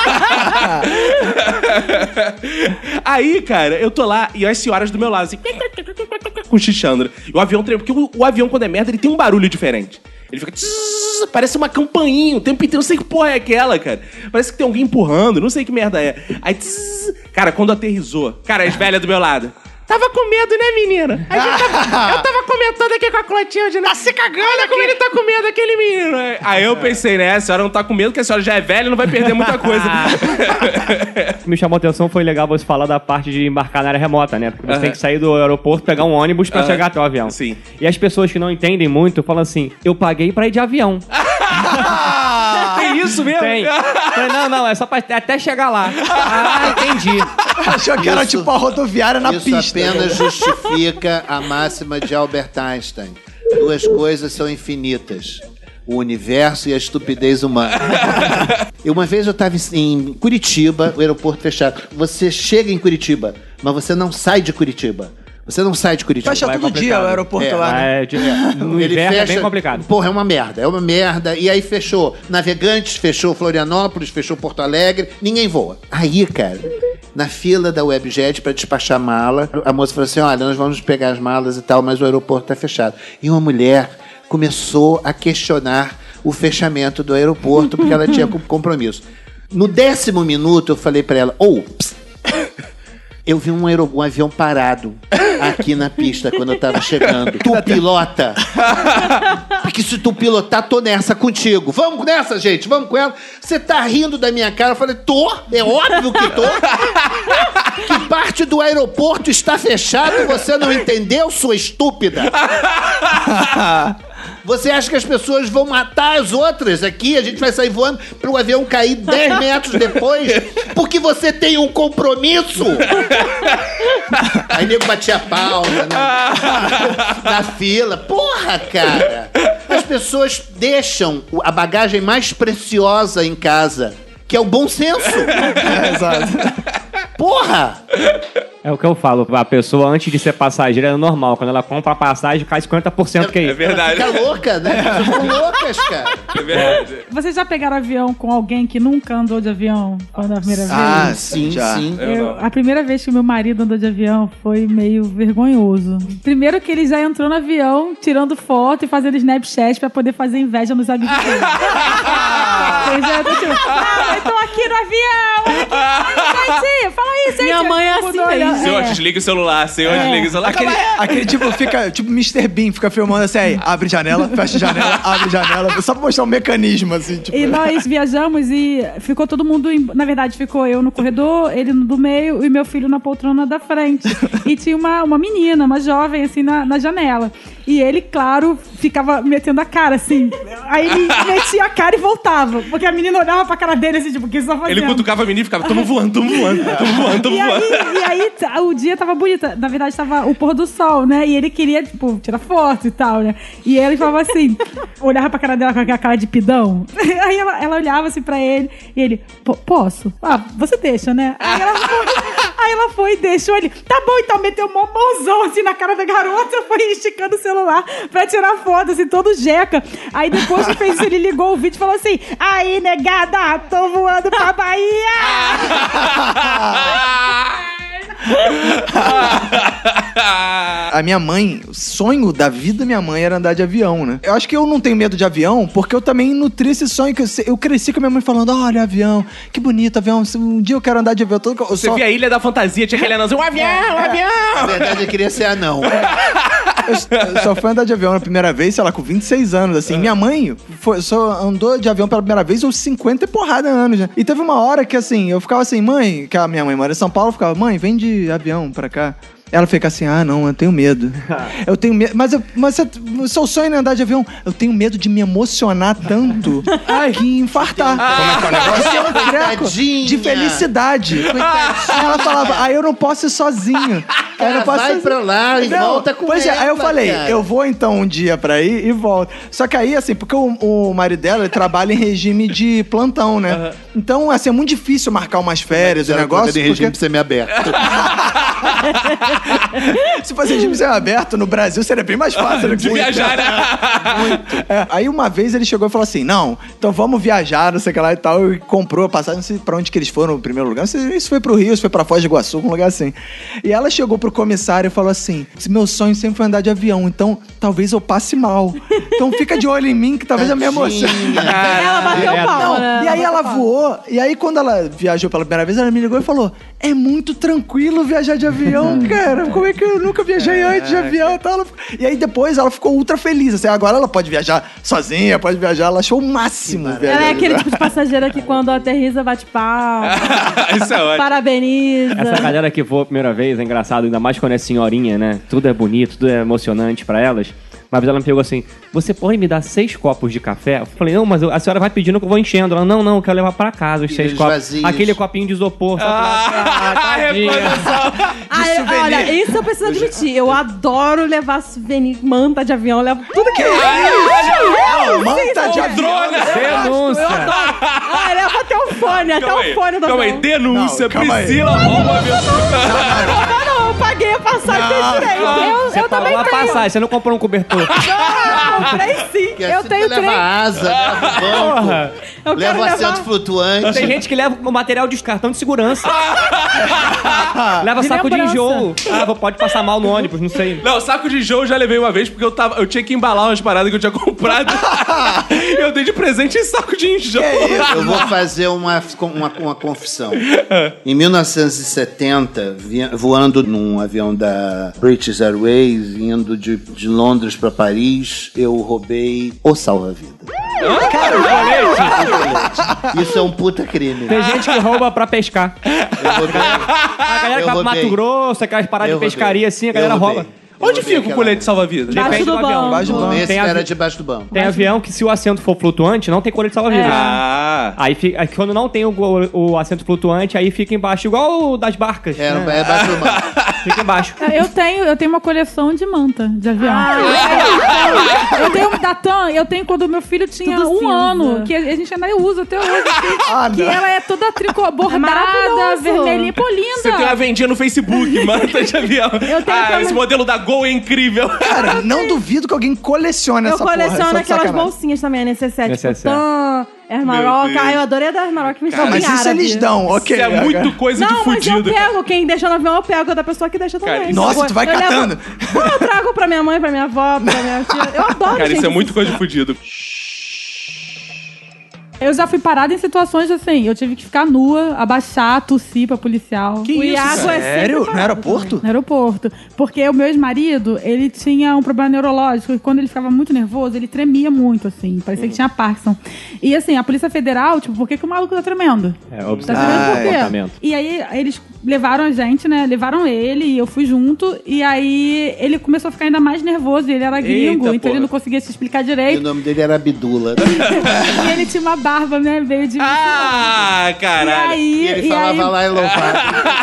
Aí, cara, eu tô lá e as senhoras do meu lado, assim, com xixandra. E o avião treme, porque o, o avião, quando é merda, ele tem um barulho diferente. Ele fica. tss, Parece uma campainha o tempo inteiro. Não sei que porra é aquela, cara. Parece que tem alguém empurrando, não sei que merda é. Aí, tss, cara, quando aterrizou, cara, as velhas do meu lado. Tava com medo, né, menina? A gente tava, eu tava comentando aqui com a Clotilde, né? Tá se cagando Olha como ele tá com medo, aquele menino. Aí eu pensei, né, a senhora não tá com medo, porque a senhora já é velha e não vai perder muita coisa. O que me chamou a atenção foi legal você falar da parte de embarcar na área remota, né? Porque você Uhum. tem que sair do aeroporto, pegar um ônibus pra Uhum. chegar até o avião. Sim. E as pessoas que não entendem muito falam assim, eu paguei pra ir de avião. Tem isso mesmo? Tem. Falei, não, não, é só pra até chegar lá. Ah, entendi. Achou que era Isso- tipo a rodoviária na Isso pista. apenas justifica a máxima de Albert Einstein. Duas coisas são infinitas. O universo e a estupidez humana. E uma vez eu estava em Curitiba, o aeroporto fechado. Você chega em Curitiba, mas você não sai de Curitiba. Você não sai de Curitiba. Fecha Lá é todo dia complicado. o aeroporto É, lá, né? É, de- no inverno é bem complicado. Porra, é uma merda, é uma merda. E aí fechou Navegantes, fechou Florianópolis, fechou Porto Alegre, ninguém voa. Aí, cara, na fila da Webjet pra despachar mala, a moça falou assim, olha, nós vamos pegar as malas e tal, mas o aeroporto tá fechado. E uma mulher começou a questionar o fechamento do aeroporto, porque ela tinha com- compromisso. No décimo minuto, eu falei pra ela, ou... Oh, eu vi um, aero- um avião parado aqui na pista quando eu tava chegando. Tu pilota? Porque se tu pilotar, tô nessa contigo. Vamos nessa, gente, vamos com ela. Você tá rindo da minha cara? Eu falei, tô, é óbvio que tô. Que parte do aeroporto está fechada e você não entendeu, sua estúpida? Você acha que as pessoas vão matar as outras aqui? A gente vai sair voando para o avião cair dez metros depois? Porque você tem um compromisso? Aí nego batia palma na, na fila. Porra, cara! As pessoas deixam a bagagem mais preciosa em casa, que é o bom senso. É, exato. Porra! É o que eu falo, a pessoa antes de ser passageira é normal. Quando ela compra a passagem, cai cinquenta por cento que é É isso. verdade. Fica louca, né? As pessoas ficam loucas, cara. É verdade. Vocês já pegaram avião com alguém que nunca andou de avião quando a primeira Ah, vez? Sim, Já. sim. Eu- a primeira vez que o meu marido andou de avião foi meio vergonhoso. Primeiro que ele já entrou no avião tirando foto e fazendo Snapchat pra poder fazer inveja nos amigos dele. Ele já entrou tipo, ah, eu tô aqui no avião, olha aqui, olha, gente, fala aí, gente. Minha mãe é Todo assim mundo olhando. mesmo. Senhor, É. desliga o celular, senhor, desliga o celular. Aquele, aquele tipo fica, tipo mister Bean, fica filmando assim, aí, abre janela, fecha janela, abre janela, só pra mostrar um mecanismo, assim, tipo... E nós viajamos e ficou todo mundo... Em, na verdade, ficou eu no corredor, ele no do meio e meu filho na poltrona da frente. E tinha uma, uma menina, uma jovem, assim, na, na janela. E ele, claro, ficava metendo a cara, assim. Aí ele metia a cara e voltava. Porque a menina olhava pra cara dele, assim, tipo, o que você tá fazendo? Ele cutucava a menina e ficava, tamo voando, tamo voando, tamo voando, tamo E voando. aí, e aí t- o dia tava bonito. Na verdade, tava o pôr do sol, né? E ele queria, tipo, tirar foto e tal, né? E ele falava assim, olhava pra cara dela com aquela cara de pidão. Aí ela, ela olhava assim pra ele e ele, "Pô, posso? Ah, você deixa, né? Aí ela foi, aí ela foi e deixou ele. Tá bom, então, meteu um mãozão assim na cara da garota, foi esticando o celular pra tirar foto, assim, todo jeca. Aí depois que fez isso, ele ligou o vídeo e falou assim, aí, negada, tô voando pra Bahia! A minha mãe, o sonho da vida da minha mãe era andar de avião, né? Eu acho que eu não tenho medo de avião porque eu também nutri esse sonho. Que eu, se- eu cresci com a minha mãe falando, olha, avião, que bonito avião, se um dia eu quero andar de avião. Todo, eu Você só, via a Ilha da Fantasia, tinha aquele anãozinho, um avião, um avião. Na verdade, eu queria ser anão. eu, eu só fui andar de avião na primeira vez, sei lá, com vinte e seis anos, assim. Minha mãe foi, só andou de avião pela primeira vez aos cinquenta e porrada anos, né? E teve uma hora que, assim, eu ficava assim, mãe, que a minha mãe mora em São Paulo, eu ficava, mãe, vem de avião pra cá. Ela fica assim, ah, não, eu tenho medo. Eu tenho medo. Mas, eu, mas você- o seu sonho é andar de avião. Eu tenho medo de me emocionar tanto que infartar. Como é que é o negócio? É um treco Coitadinha. de felicidade. Aí ela falava, ah, eu não posso ir sozinho. Aí eu não posso vai ir- pra lá e Não, volta com pois é, aí eu ela, falei, cara. eu vou então um dia pra ir e volto. Só que aí, assim, porque o, o marido dela, ele trabalha em regime de plantão, né? Então, assim, é muito difícil marcar umas férias, o Era negócio. de regime porque- semi-aberto. Se fosse regime semi-aberto no Brasil, seria bem mais fácil. né? De viajar, né? É, aí uma vez ele chegou e falou assim, não, então vamos viajar, não sei o que lá e tal, e comprou a passagem, não sei pra onde que eles foram no primeiro lugar, não sei, isso foi pro Rio, isso foi pra Foz do Iguaçu, um lugar assim. E ela chegou pro comissário e falou assim, meu sonho sempre foi andar de avião, então talvez eu passe mal. Então fica de olho em mim, que talvez eu me emocione. Ela bateu É, o pau, Não, né? e aí ela bateu o pau. voou, e aí quando ela viajou pela primeira vez, ela me ligou e falou, é muito tranquilo viajar de avião. avião, cara. Como é que eu nunca viajei antes de avião e tal? E aí depois ela ficou ultra feliz. Assim, agora ela pode viajar sozinha, pode viajar. Ela achou o máximo. Ela é aquele tipo de passageira que quando aterriza bate palma. Isso é ótimo. Parabeniza. Essa galera que voa a primeira vez é engraçado, ainda mais quando é senhorinha, né? Tudo é bonito, tudo é emocionante pra elas. Uma vez ela me pegou assim, você pode me dar seis copos de café? Eu falei, não, mas eu, a senhora vai pedindo que eu vou enchendo. Ela, não, não, eu quero levar pra casa os seis eles copos. vazios. Aquele copinho de isopor. Só Ah, pra... ah, tadinha. Ah, eu- olha, isso eu preciso admitir. Eu adoro levar souvenir, manta de avião, eu levo tudo que eu Não, manta de Ô, avião. drona! Denúncia. Ah, leva até o fone, até Calma o aí, fone do calma aí. avião. Denúncia, Não, calma aí. Priscila rouba avião. Não, não, eu paguei a passagem tem direito. Eu, Você eu também pagou a tenho. passagem, você não comprou um cobertor. Não, comprei sim. Que Eu assim tenho tu leva três. asa, leva banco, Porra. Eu leva quero o assento levar. flutuante. Tem gente que leva o material de cartão de segurança. Leva De saco de lembrança. enjoo. Ah, pode passar mal no ônibus, não sei. Não, saco de jogo eu já levei uma vez porque eu, tava, eu tinha que embalar umas paradas que eu tinha comprado. Eu dei de presente em saco de enjoo. Eu vou fazer uma, uma, uma confissão. Em mil novecentos e setenta, via- voando num avião da British Airways, indo de, de Londres pra Paris, eu roubei o salva-vida. Isso é um puta crime. Tem gente que rouba pra pescar. Eu roubei. A galera Eu que vai pro roubei. Mato Grosso, aquelas paradas Eu de pescaria roubei. assim, a Eu galera roubei. rouba. Eu Onde roubei fica o aquela- colete salva-vidas? Embaixo Depende do do avião. banco. Embaixo do banco. Esse Tem era avi- debaixo do banco. Tem avião que se o assento for flutuante, não tem colete salva-vidas. Ah. Aí, fica, aí quando não tem o, o assento flutuante, aí fica embaixo, igual o das barcas. Era né? é debaixo do banco. Fica embaixo. Eu tenho, eu tenho uma coleção de manta de avião. Eu tenho um da TAM, eu tenho quando meu filho tinha Tudo um cinza. ano, que a gente ainda usa até hoje. Assim, Ah, que não. ela é toda tricô, bordada, maravilhoso. vermelhinha, pô, linda. Você tem uma vendinha no Facebook, manta de avião. Eu tenho ah, também. esse modelo da Gol é incrível. Cara, não duvido que alguém colecione Eu essa porra. coleciono só de aquelas sacanagem. bolsinhas também, a N C sete. N C sete. Tan, Hermaroc. Ah, eu adorei a da Hermaroc vestida Não, mas em isso árabe. eles dão, ok. Isso é muito coisa Não, de mas eu fudido. pego. Quem deixa no avião, eu pego. Da pessoa que deixa também. Cara, nossa, tu vai Eu levo- catando. Não, eu trago pra minha mãe, pra minha avó, pra minha tia. Eu adoro, Cara, gente. isso é muito coisa de fudido. Eu já fui parada em situações assim, eu tive que ficar nua, abaixar, tossir pra policial. O Iago é Sério? sempre No aeroporto? No aeroporto. Porque o meu ex-marido, ele tinha um problema neurológico e quando ele ficava muito nervoso, ele tremia muito, assim. Parecia que tinha Parkinson. E assim, a Polícia Federal, tipo, por que, que o maluco tá tremendo? É, Tá observar tremendo Ah, por quê? comportamento. E aí, eles levaram a gente, né? Levaram ele e eu fui junto. E aí, ele começou a ficar ainda mais nervoso. Ele era gringo, Eita, então ele porra. não conseguia se explicar E o direito. nome dele era Abdullah. E ele tinha uma barba, né? Veio de... Ah, E caralho. aí, E ele e falava aí, lá em louvado.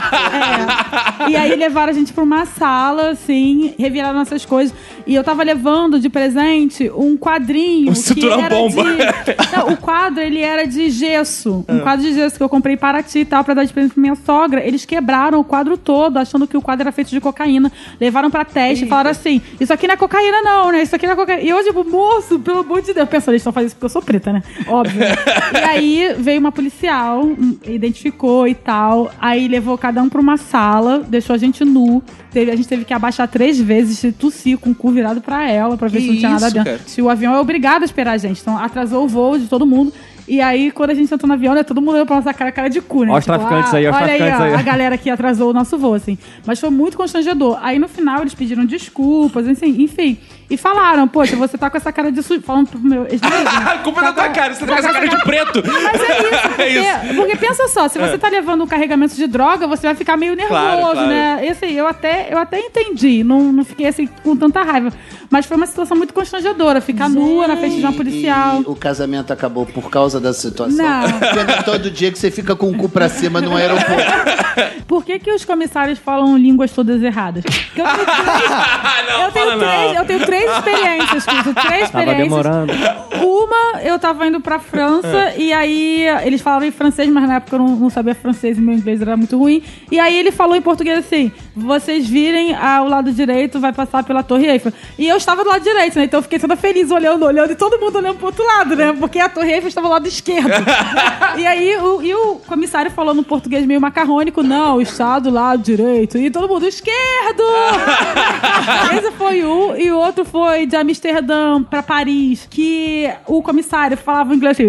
é. E aí levaram a gente pra uma sala, assim, reviraram nossas coisas. E eu tava levando de presente um quadrinho. Um que cinturão era bomba. de... Não, o quadro, ele era de gesso. Um quadro de gesso que eu comprei para ti e tal, pra dar de presente pra minha sogra. Eles quebraram o quadro todo, achando que o quadro era feito de cocaína. Levaram pra teste e falaram assim: isso aqui não é cocaína, não, né? Isso aqui não é cocaína. E eu, tipo, moço, pelo amor de Deus. Pensando, eles estão fazendo isso porque eu sou preta, né? Óbvio. E aí veio uma policial, hum, identificou e tal. Aí levou cada um pra uma sala, deixou a gente nu. Teve, a gente teve que abaixar três vezes e tossir com o cu virado pra ela, pra ver Que se não tinha nada isso, dentro. cara? Se o avião é obrigado a esperar a gente. Então atrasou o voo de todo mundo. E aí, quando a gente entrou no avião, né, todo mundo olhou pra nossa cara, cara de cu, né? Ó os traficantes aí, ó os olha traficantes ó, aí. a galera que atrasou o nosso voo, assim. Mas foi muito constrangedor. Aí, no final, eles pediram desculpas, assim, enfim. E falaram, poxa, você tá com essa cara de sujo. Falando pro meu ex-marido. A culpa é da tua cara, você tá com essa cara de preto. Mas é isso, porque, É isso. porque pensa só, se você tá levando um carregamento de droga, você vai ficar meio nervoso, Claro, claro. né? E assim, eu até, eu até entendi, não, não fiquei assim com tanta raiva. Mas foi uma situação muito constrangedora, ficar nua na frente de uma policial. E o casamento acabou por causa da situação. Não. Porque não é todo dia que você fica com o cu pra cima no aeroporto. Por que, que os comissários falam línguas todas erradas? Porque eu tenho três, não, eu tenho fala três, não. eu tenho três experiências, Cristo, três Tava experiências. demorando. Uma, eu tava indo pra França É. e aí eles falaram em francês, mas na época eu não, não sabia francês e meu inglês era muito ruim. E aí ele falou em português assim: vocês virem ao lado direito, vai passar pela Torre Eiffel. E eu estava do lado direito, né? Então eu fiquei toda feliz olhando, olhando, e todo mundo olhando pro outro lado, né? Porque a Torre Eiffel estava do lado esquerdo. E aí o, e o comissário falou no português meio macarrônico: não, está do lado direito. E todo mundo, esquerdo! Esse foi um. E o outro foi de Amsterdã pra Paris, que o, o comissário falava em inglês assim.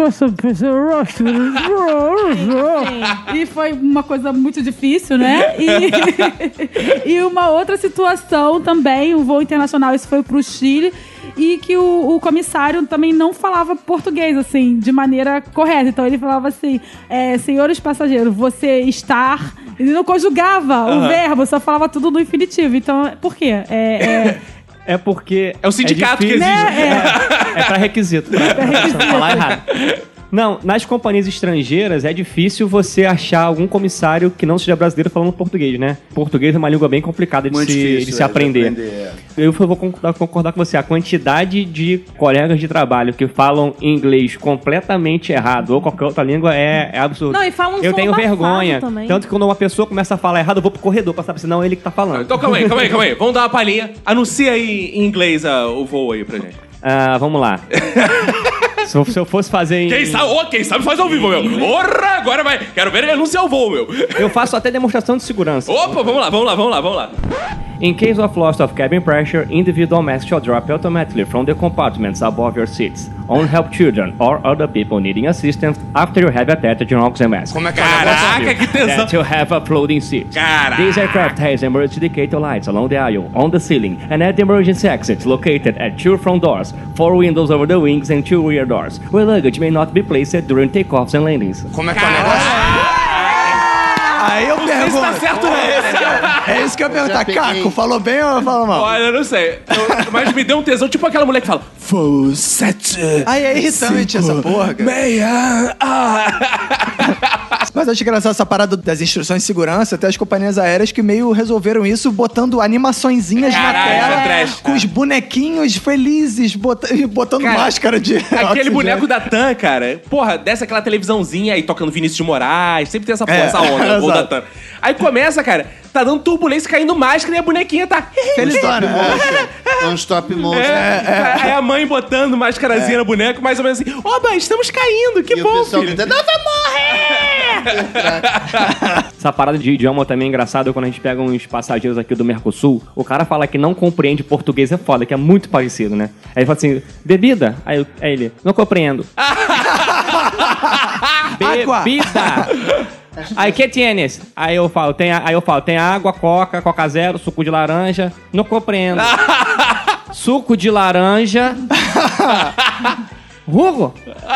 E foi uma coisa muito difícil, né? E, e uma outra situação também, um voo internacional, isso foi pro Chile, e que o, o comissário também não falava português, assim, de maneira correta. Então ele falava assim, é, senhores passageiros, você estar... Ele não conjugava uhum. o verbo, só falava tudo no infinitivo. Então, por quê? É... é... É porque... É o sindicato é que exige. Né? É, é pré-requisito. Pra, pra requisito. falar errado. Não, nas companhias estrangeiras é difícil você achar algum comissário que não seja brasileiro falando português, né? Português é uma língua bem complicada de, se, difícil, de se é, aprender. De aprender é. Eu vou concordar, concordar com você. A quantidade de colegas de trabalho que falam inglês completamente errado ou qualquer outra língua é, é absurdo. Não, e falam Eu tenho vergonha. Também. Tanto que quando uma pessoa começa a falar errado, eu vou pro corredor pra saber se não é ele que tá falando. Então calma aí, calma aí, calma aí. Vamos dar uma palhinha. Anuncia aí em inglês uh, o voo aí pra gente. Ah, vamos lá. Se eu, se eu fosse fazer em... Quem sabe, oh, quem sabe faz ao vivo, meu. Porra, agora vai. Quero ver ele anunciar o voo, meu. Eu faço até demonstração de segurança. Opa, vamos lá, vamos lá, vamos lá, vamos lá. In case of loss of cabin pressure, individual masks shall drop automatically from the compartments above your seats. Only help children or other people needing assistance after you have attached your oxygen mask. Como é que é? Caraca, que tesão. That you have a floating seat. Caraca. This aircraft has emergency indicator lights along the aisle, on the ceiling, and at the emergency exits located at two front doors, four windows over the wings, and two rear doors, where luggage may not be placed during takeoffs and landings. Como é que é o negócio? Aí eu pergunto. Isso tá certo, é, é isso que eu ia perguntar. Caco, falou bem ou falou mal? Olha, eu não sei. Eu, mas me deu um tesão, tipo aquela mulher que fala... Voo sete... Aí é irritante essa porra, cara. Meia... Ah. Mas eu acho engraçado essa parada das instruções de segurança, até as companhias aéreas que meio resolveram isso botando animaçõezinhas na tela, trash, com os bonequinhos felizes, bot... botando cara, máscara de aquele oxigênio. boneco da TAM, cara, porra, desce aquela televisãozinha aí tocando Vinícius de Moraes, sempre tem essa, porra, É, essa onda, o voo da TAM. Aí começa, cara, tá dando turbulência, caindo máscara e a bonequinha tá... Felizona. É um stop motion. É, é. Aí a mãe botando máscarazinha é. no boneco, mais ou menos assim, ó, oh, mãe, estamos caindo, que e bom, o pessoal filho. Gritando, não vai morrer! Essa parada de idioma também é engraçada quando a gente pega uns passageiros aqui do Mercosul, o cara fala que não compreende português, é foda, que é muito parecido, né? Aí ele fala assim, bebida? Aí, eu, aí ele, não compreendo. Bebida! Aí, que tienes? Aí eu falo, tem, aí eu falo, tem água, coca, coca zero, suco de laranja. Não compreendo. Suco de laranja. Hugo?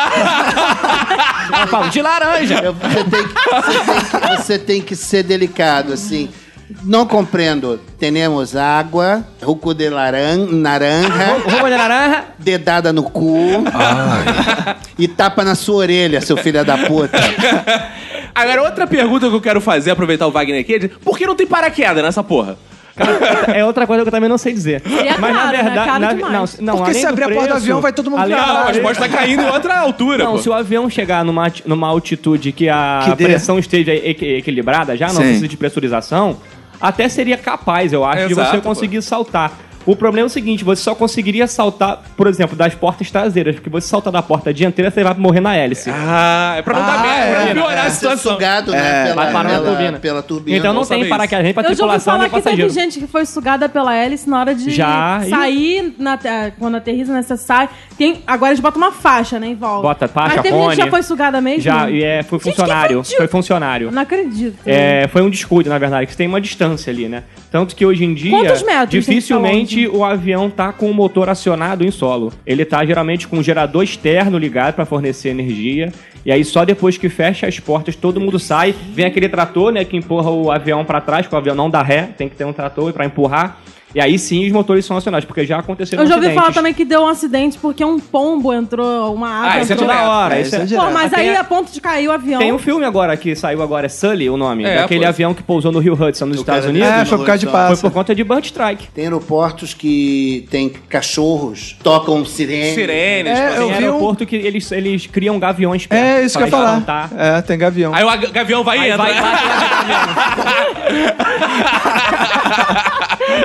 Eu falo, de laranja. Eu, você, tem que, você, tem que, você tem que ser delicado, assim. Não compreendo. Temos água, ruco de laran, naranja. Ruco de laranja. Dedada no cu. Ai. E tapa na sua orelha, seu filho da puta. Agora, outra pergunta que eu quero fazer, aproveitar o Wagner aqui, é por que não tem paraquedas nessa porra? Cara, é outra coisa que eu também não sei dizer. Seria Mas caro, na verdade, né? Caro na, demais. não, não, Porque se abrir a porta do avião, vai todo mundo além, Não, mas pode estar caindo em outra altura, Não, pô. se o avião chegar numa, numa altitude que a Que dê. pressão esteja equ- equilibrada, já não Sim. precisa de pressurização, até seria capaz, eu acho, de Exato, você conseguir saltar. O problema é o seguinte, você só conseguiria saltar, por exemplo, das portas traseiras, porque você salta da porta dianteira, você vai morrer na hélice. Ah, é pra não Ah, dar merda, é, pra não piorar Vai a ser situação. sugado, né? É, Pela, vai parar na pela, turbina. pela turbina. Então não Bom tem saber paraquedas nem pra Eu já ouvi tripulação falar nem que passageiro. teve gente que foi sugada pela hélice na hora de Já, e- sair, na, eh, quando aterriza, né, você sai. Tem, agora eles botam uma faixa, né, em volta. Bota faixa, Mas teve gente cone. que já foi sugada mesmo? Já, e é, foi Gente, que funcionário. infantil. Foi funcionário. Não acredito. É, foi um descuido, na verdade, que você tem uma distância ali, né? Tanto que hoje em dia, Quantos metros tem que dificilmente ficar longe? o avião tá com o motor acionado em solo. Ele tá geralmente com um gerador externo ligado para fornecer energia. E aí só depois que fecha as portas, todo mundo sai. Vem aquele trator, né, que empurra o avião para trás, porque o avião não dá ré, tem que ter um trator para empurrar. E aí sim os motores são acionados, porque já aconteceram Eu já ouvi acidentes. falar também que deu um acidente porque um pombo entrou, uma ave Ah, isso é entrou. direto. Toda hora. É, isso isso é é- direto. Pô, mas Tem aí a- a ponto de cair o avião. Tem um filme agora que saiu agora, é Sully, o nome, É, daquele pô. avião que pousou no Rio Hudson, nos Eu Estados quero- Unidos. É, foi por causa de Foi pássaro. por conta de Bird Strike. Tem aeroportos que tem cachorros, tocam sirene. Sirenes, É, tipo eu assim. Tem vi um- aeroporto que eles, eles criam gaviões perto. É isso que eu ia pra falar. espantar. É, tem gavião. Aí o ag- gavião vai e Aí entra. vai, vai, vai, vai, vai.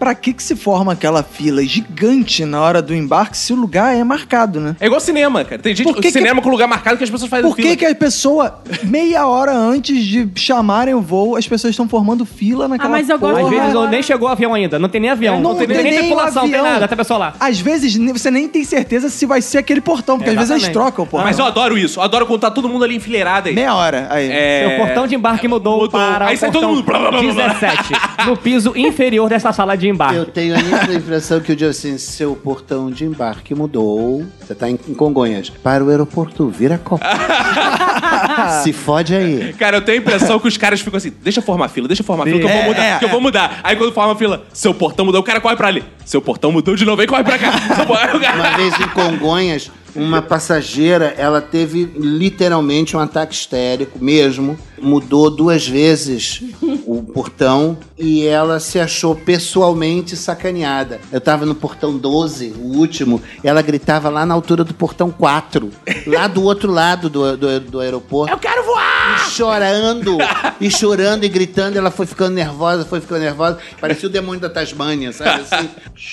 pra que que se forma aquela fila gigante na hora do embarque se o lugar é marcado, né? É igual cinema, cara. Tem gente Por que que- cinema com lugar marcado que as pessoas fazem Por que fila. que a pessoa, meia hora antes de chamarem o voo, as pessoas estão formando fila naquela Ah, mas eu gosto- Às porra? vezes nem chegou o avião ainda, não tem nem avião, Não não, tem, tem nem nem tripulação, não tem avião. nada, até a pessoa lá. Às vezes ne- você nem tem certeza se vai ser aquele portão, porque às vezes eles Exatamente. trocam o portão. Mas eu adoro isso. Eu adoro quando tá todo mundo ali enfileirado aí. Meia hora. Aí. É... Seu portão de embarque mudou, Mudou. para Aí o sai todo portão mundo, blá, blá, blá, blá. dezessete, no piso inferior dessa sala de embarque. Eu tenho a nítida impressão que o dia assim, seu portão de embarque mudou. Você tá em em Congonhas. Para o aeroporto, vira copa. Se fode aí. Cara, eu tenho a impressão que os caras ficam assim, deixa eu formar fila, deixa eu formar fila, que eu vou É, mudar, é, que eu é. vou mudar. Aí quando forma a fila, seu portão mudou, o cara corre pra ali. Seu portão mudou de novo, aí corre pra cá. Seu por- aí o cara- Uma vez em Congonhas, uma passageira, ela teve literalmente um ataque histérico mesmo. Mudou duas vezes o portão e ela se achou pessoalmente sacaneada. Eu tava no portão doze, o último, e ela gritava lá na altura do portão quatro, lá do outro lado do, do, do aeroporto. Eu quero voar! E chorando, e chorando e gritando, ela foi ficando nervosa, foi ficando nervosa. Parecia o demônio da Tasmânia, sabe assim?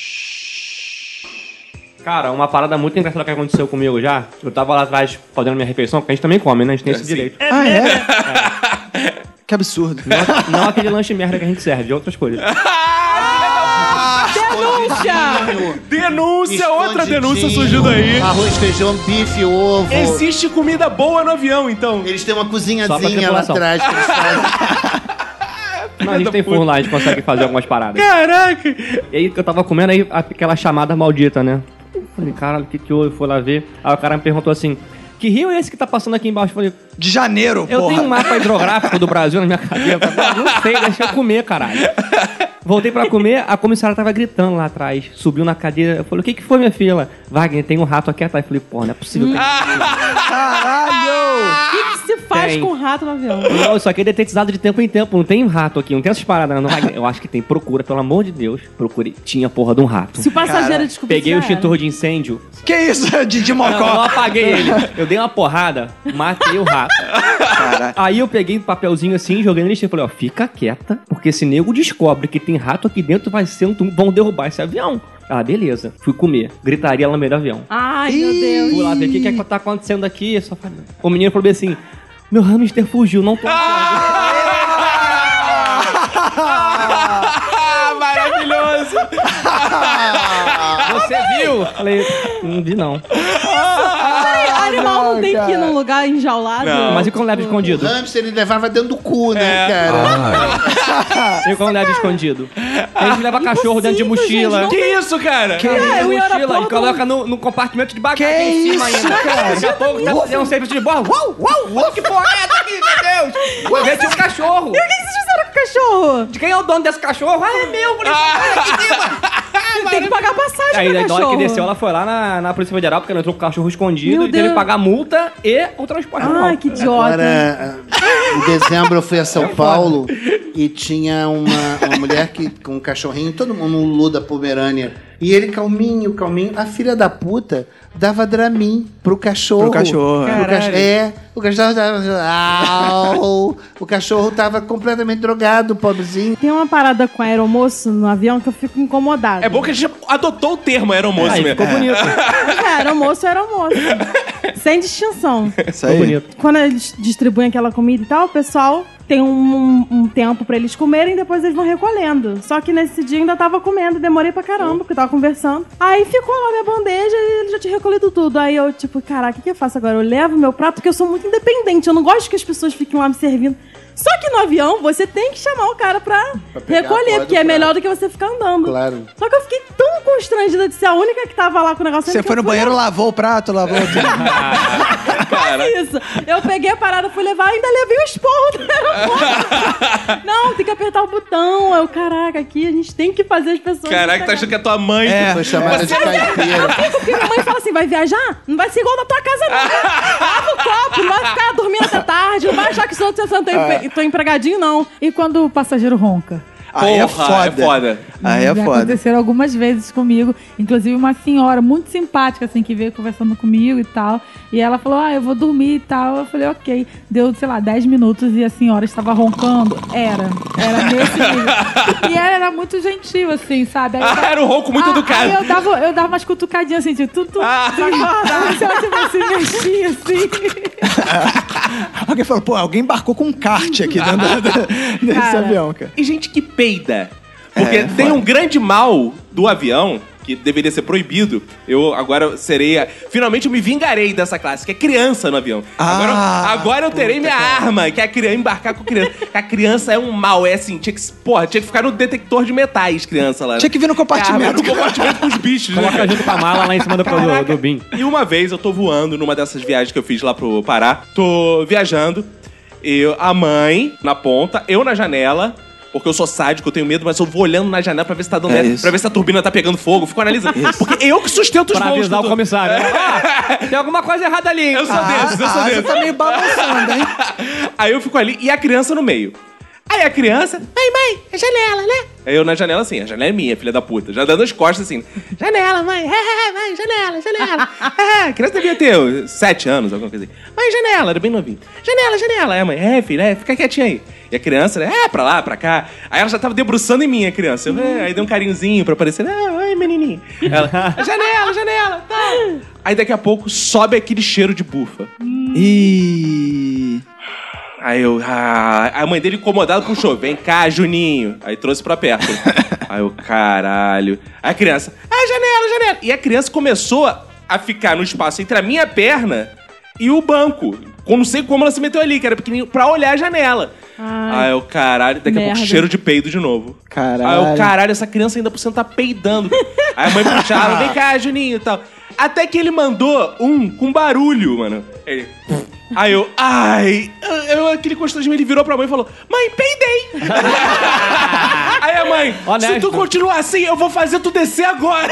Cara, uma parada muito engraçada que aconteceu comigo já. Eu tava lá atrás fazendo minha refeição, porque a gente também come, né? A gente tem esse sim. direito. Ah, é? Que absurdo. Não, não aquele lanche merda que a gente serve, de outras coisas. Denúncia! Denúncia, outra Escondidinho, denúncia surgindo aí. Arroz, feijão, bife, ovo. Existe comida boa no avião, então. Eles têm uma Só pra cozinhazinha lá tripulação. atrás que eles fazem. Não, a gente tem forno lá, a gente consegue fazer algumas paradas. Caraca! E aí eu tava comendo aí aquela chamada maldita, né? Eu falei, caralho, o que que houve? Fui lá ver. Aí o cara me perguntou assim, que rio é esse que tá passando aqui embaixo? Eu falei, De janeiro, eu porra. tenho um mapa hidrográfico do Brasil na minha cadeira. Eu falei, não sei, deixa eu comer, caralho. Voltei pra comer, a comissária tava gritando lá atrás. Subiu na cadeira. Eu falei, o que que foi, minha filha? Ela, Wagner, tem um rato aqui atrás. Eu falei, pô, não é possível. Caralho! O que, que se faz Tem. com rato no avião? Não, isso aqui é detetizado de tempo em tempo. Não tem rato aqui, não tem essas paradas. Não. Wagner, eu acho que tem. Procura, pelo amor de Deus. Procure. Tinha porra de um rato. Se o passageiro descobrir, Peguei o já era. extintor de incêndio. Que isso, Didi Não, não Mocó? apaguei ele. Eu dei uma porrada, matei o rato. Caralho. Aí eu peguei um papelzinho assim, joguei na lista e falei, ó, fica quieta, porque se nego descobre que tem rato aqui dentro, vai ser um tum... vão derrubar esse avião. Ah, beleza. Fui comer. Gritaria lá no meio do avião. Ai, meu Deus. Fui lá ver o que, que tá acontecendo aqui. Eu só falei... O menino falou bem assim, meu hamster fugiu, não tô Ah, maravilhoso! Você viu? Falei, não vi não. Ai, animal não tem que ir num lugar enjaulado. Não. Mas e quando leva O escondido? hamster ele levava dentro do cu, né, cara? E quando leva escondido? A gente leva cachorro dentro de Impossível, mochila. gente, Que isso, cara? Que É, eu ia na mochila porra e do- coloca no, no compartimento de bagagem Que em cima isso, ainda. cara? Daqui a pouco tá fazendo um serviço de bordo. Uau, uau, uau, que porra é essa aqui, meu Deus? Vou ver tinha um cachorro. O que vocês fizeram com o cachorro? De quem é o dono desse cachorro? Ah, é meu, por isso. Tem que pagar passagem Aí, pro na hora cachorro. que desceu, ela foi lá na, na Polícia Federal, porque ela entrou com o cachorro escondido Meu e teve Deus. que pagar multa e o transporte Ai, normal. que idiota. Agora, em dezembro eu fui a São Paulo e tinha uma, uma mulher que, com um cachorrinho, todo mundo, um Lulu da Pomerânia. E ele calminho, calminho. A filha da puta dava Dramin pro cachorro. Pro cachorro, Pro é. cach- É, o cachorro tava... Au! O cachorro tava completamente drogado, pobrezinho. Tem uma parada com aeromoço no avião que eu fico incomodada. É bom que a gente adotou o termo aeromoço Aí, mesmo. ficou bonito. Mas é, aeromoço é aeromoço. Sem distinção. Isso Ficou aí. bonito. Quando eles distribuem aquela comida e tal, o pessoal tem um, um, um tempo pra eles comerem e depois eles vão recolhendo. Só que nesse dia eu ainda tava comendo, demorei pra caramba, porque eu tava conversando. Aí ficou lá minha bandeja e ele já tinha recolhido tudo. Aí eu, tipo, caraca, o que, que eu faço agora? Eu levo meu prato, porque eu sou muito independente. Eu não gosto que as pessoas fiquem lá me servindo. Só que no avião, você tem que chamar o cara pra, Pra pegar a recolher, porra porque do é melhor prato. do que você ficar andando. Claro. Só que eu fiquei tão constrangida de ser a única que tava lá com o negócio. Você que foi eu no fui banheiro, lá- lavou o prato, lavou tudo. Quase isso. Eu peguei a parada, fui levar e ainda levei o esporro do aeroporto. Não, tem que apertar o botão. Eu, caraca, aqui a gente tem que fazer as pessoas... Caraca, tá achando que é tua mãe. É. Foi chamada de Eu caipira. fico porque minha mãe fala assim, vai viajar? Não vai ser igual da tua casa, não. Lava o copo, não vai ficar dormindo até tarde, não vai achar que sou, eu tô, empre- tô empregadinho, não. E quando o passageiro ronca? Aí é Porra, foda. é foda. Aí é Já foda. aconteceram algumas vezes comigo. Inclusive uma senhora muito simpática, assim, que veio conversando comigo e tal. E ela falou, ah, eu vou dormir e tal. Eu falei, ok. Deu, sei lá, dez minutos e a senhora estava roncando. Era. Era nesse nível. E ela era muito gentil, assim, sabe? Aí eu Ah, dava- era um ronco muito Ah, educado. Aí eu dava, eu dava umas cutucadinhas, assim, tipo, tu, tu, Ah. se ela tivesse mexia, assim. Alguém falou, pô, alguém embarcou com um kart aqui dentro da- desse Cara. avião, cara. E gente que peida. Porque É, tem um grande mal do avião, que deveria ser proibido. Eu agora serei... A... Finalmente eu me vingarei dessa classe, que é criança no avião. Ah, agora, agora eu terei minha arma, que é a criança, embarcar com criança. A criança é um mal, é assim, tinha que, porra, tinha que ficar no detector de metais, criança lá. Tinha que vir no compartimento. Ah, no compartimento com os bichos, né? Coloca junto com a mala lá em cima do, do, do bin. E uma vez eu tô voando numa dessas viagens que eu fiz lá pro Pará. Tô viajando, eu, a mãe na ponta, eu na janela. Porque eu sou sádico, eu tenho medo, mas eu vou olhando na janela pra ver se tá dando É merda, isso. pra ver se a turbina tá pegando fogo. Fico analisando. Porque eu que sustento os Pra voos. avisar o Dudu. comissário. né? Ah, tem alguma coisa errada ali, hein? Eu sou Ah, desses, eu sou ah, desses. você tá meio balançando, hein? Aí eu fico ali e a criança no meio. Aí a criança, mãe, mãe, é janela, né? Aí eu na janela assim, a janela é minha, filha da puta. Já dando as costas assim. Janela, mãe, é, é, mãe, janela, janela. É, a criança devia ter sete anos, alguma coisa assim. Mãe, janela, era bem novinho. Janela, janela. Aí a mãe, é, filha, é, fica quietinha aí. E a criança, né, é, pra lá, pra cá. Aí ela já tava debruçando em mim, a criança. Eu, é, aí dei um carinhozinho pra aparecer. Ah, oi, menininho. Ela, janela, janela, tá. Aí daqui a pouco sobe aquele cheiro de bufa. E... Aí eu, ah, a mãe dele incomodada puxou, vem cá, Juninho. Aí trouxe pra perto. Aí eu, caralho. Aí a criança, ah, janela, janela. E a criança começou a ficar no espaço entre a minha perna e o banco. Eu não sei como ela se meteu ali, que era pequenininho, pra olhar a janela. Ai, Aí eu, caralho, daqui a pouco merda. cheiro de peido de novo. Caralho. Aí eu, caralho, essa criança ainda por cima tá peidando. Aí a mãe puxava, vem cá, Juninho e tal. Até que ele mandou um com barulho, mano. Ele... Aí eu, ai, eu, aquele constrangimento, ele virou pra mãe e falou, mãe, peidei. Aí a mãe, Honesto. se tu continuar assim, eu vou fazer tu descer agora.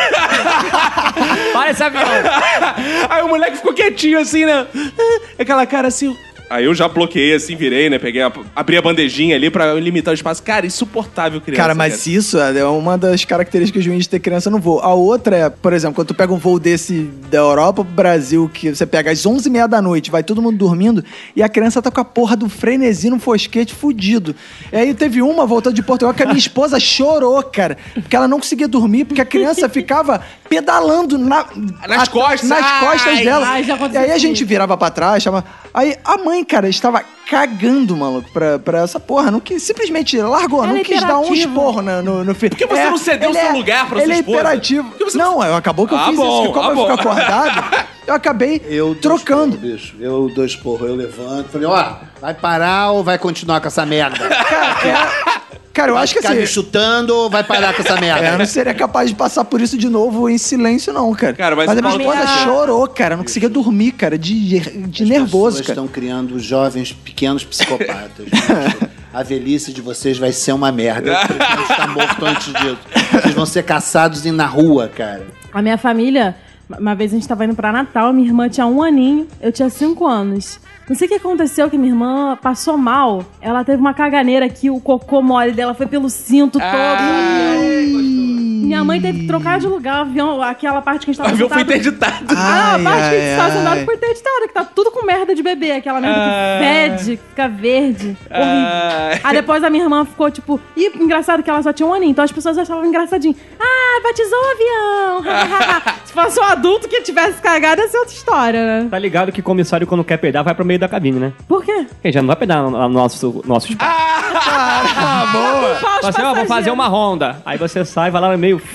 Para esse avião. Aí o moleque ficou quietinho assim, né? Aquela cara assim... Aí eu já bloqueei assim, virei, né? Peguei a, abri a bandejinha ali pra limitar o espaço. Cara, insuportável criança. Cara, mas isso é uma das características ruins de ter criança no voo. A outra é, por exemplo, quando tu pega um voo desse da Europa pro Brasil, que você pega às onze e meia da noite, vai todo mundo dormindo, e a criança tá com a porra do frenesi no fosquete fudido. E aí teve uma voltando de Portugal que a minha esposa chorou, cara, porque ela não conseguia dormir, porque a criança ficava pedalando na, Nas a- costas. nas Ai, costas dela. ai, já e aconteceu aí a comigo. gente virava pra trás, chamava... Aí a mãe, cara, estava cagando, maluco, pra, pra essa porra. Não quis, simplesmente largou, Ela não é quis dar um imperativo. esporro no, no, no filho. Por que você não cedeu seu lugar pra sua Ele é esposa? imperativo. Por que você Não, eu acabou que eu Ah, fiz bom, isso. Porque como ah, eu bom. fico acordado, eu acabei Eu dou trocando. esporro, bicho. Eu dou esporro, eu levanto. Falei, ó, vai parar ou vai continuar com essa merda? Cara, eu Vai acho que ficar assim... me chutando ou vai parar com essa merda? É, eu não seria capaz de passar por isso de novo em silêncio, não, cara. Cara, mas a o minha Paulo esposa tá- chorou, cara. Não conseguia dormir, cara, de, de As nervoso, pessoas cara. estão criando jovens pequenos psicopatas. Gente. A velhice de vocês vai ser uma merda. Eu prefiro estar morto antes disso. Vocês vão ser caçados e na rua, cara. A minha família, uma vez a gente tava indo pra Natal, minha irmã tinha um aninho, eu tinha cinco anos. Não sei o que aconteceu, que minha irmã passou mal. Ela teve uma caganeira que o cocô mole dela foi pelo cinto todo. Minha mãe teve que trocar de lugar o avião, aquela parte que a gente O tava avião foi sentado- interditado. Ah, a Ai, parte que a gente ai, estava sentado ai. foi interditada, que tá tudo com merda de bebê. Aquela merda Ah. que fede, que fica verde. Horrível. Ah. Aí depois a minha irmã ficou tipo... E engraçado que ela só tinha um aninho, então as pessoas achavam engraçadinho. Ah, batizou o avião. Se fosse um adulto que tivesse cagado, ia ser outra história, né? Tá ligado que o comissário, quando quer peidar, vai pro meio da cabine, né? Por quê? Porque já não vai peidar no no nosso, nosso espaço. Ah, boa. Fala os Fala assim, ó, vou fazer passageiros. uma ronda. Aí você sai, vai lá no meio...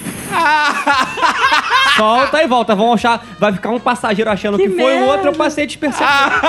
Solta e volta. Vão achar, vai ficar um passageiro achando que, Que foi o merda. outro, eu passei despercebido.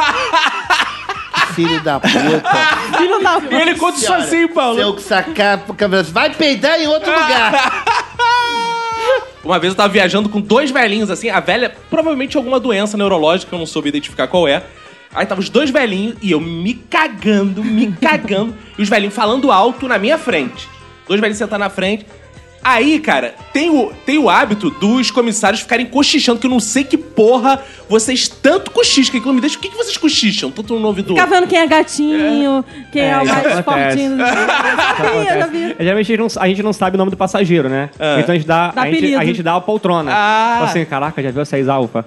Filho da puta. Filho da E ele conta isso assim, Paulo. Se eu sacar pro cabelo, vai peidar em outro lugar. Uma vez eu tava viajando com dois velhinhos, assim, a velha, provavelmente alguma doença neurológica, eu não soube identificar qual é. Aí tava os dois velhinhos e eu me cagando, me cagando, e os velhinhos falando alto na minha frente. Dois velhinhos sentados na frente. Aí, cara, tem o, tem o hábito dos comissários ficarem cochichando, que eu não sei que porra vocês tanto cochicham, que aquilo me deixa... O que, que vocês cochicham? Tanto no ouvido. Ficar vendo quem é gatinho, quem é, É, o isso mais acontece. fortinho. Eu já vi, eu já vi. É, geralmente a gente, não, a gente não sabe o nome do passageiro, né? Ah. Então a gente dá, Dá a gente, apelido. a gente dá a poltrona. Ah. Fala assim, caraca, já viu a seis alfa?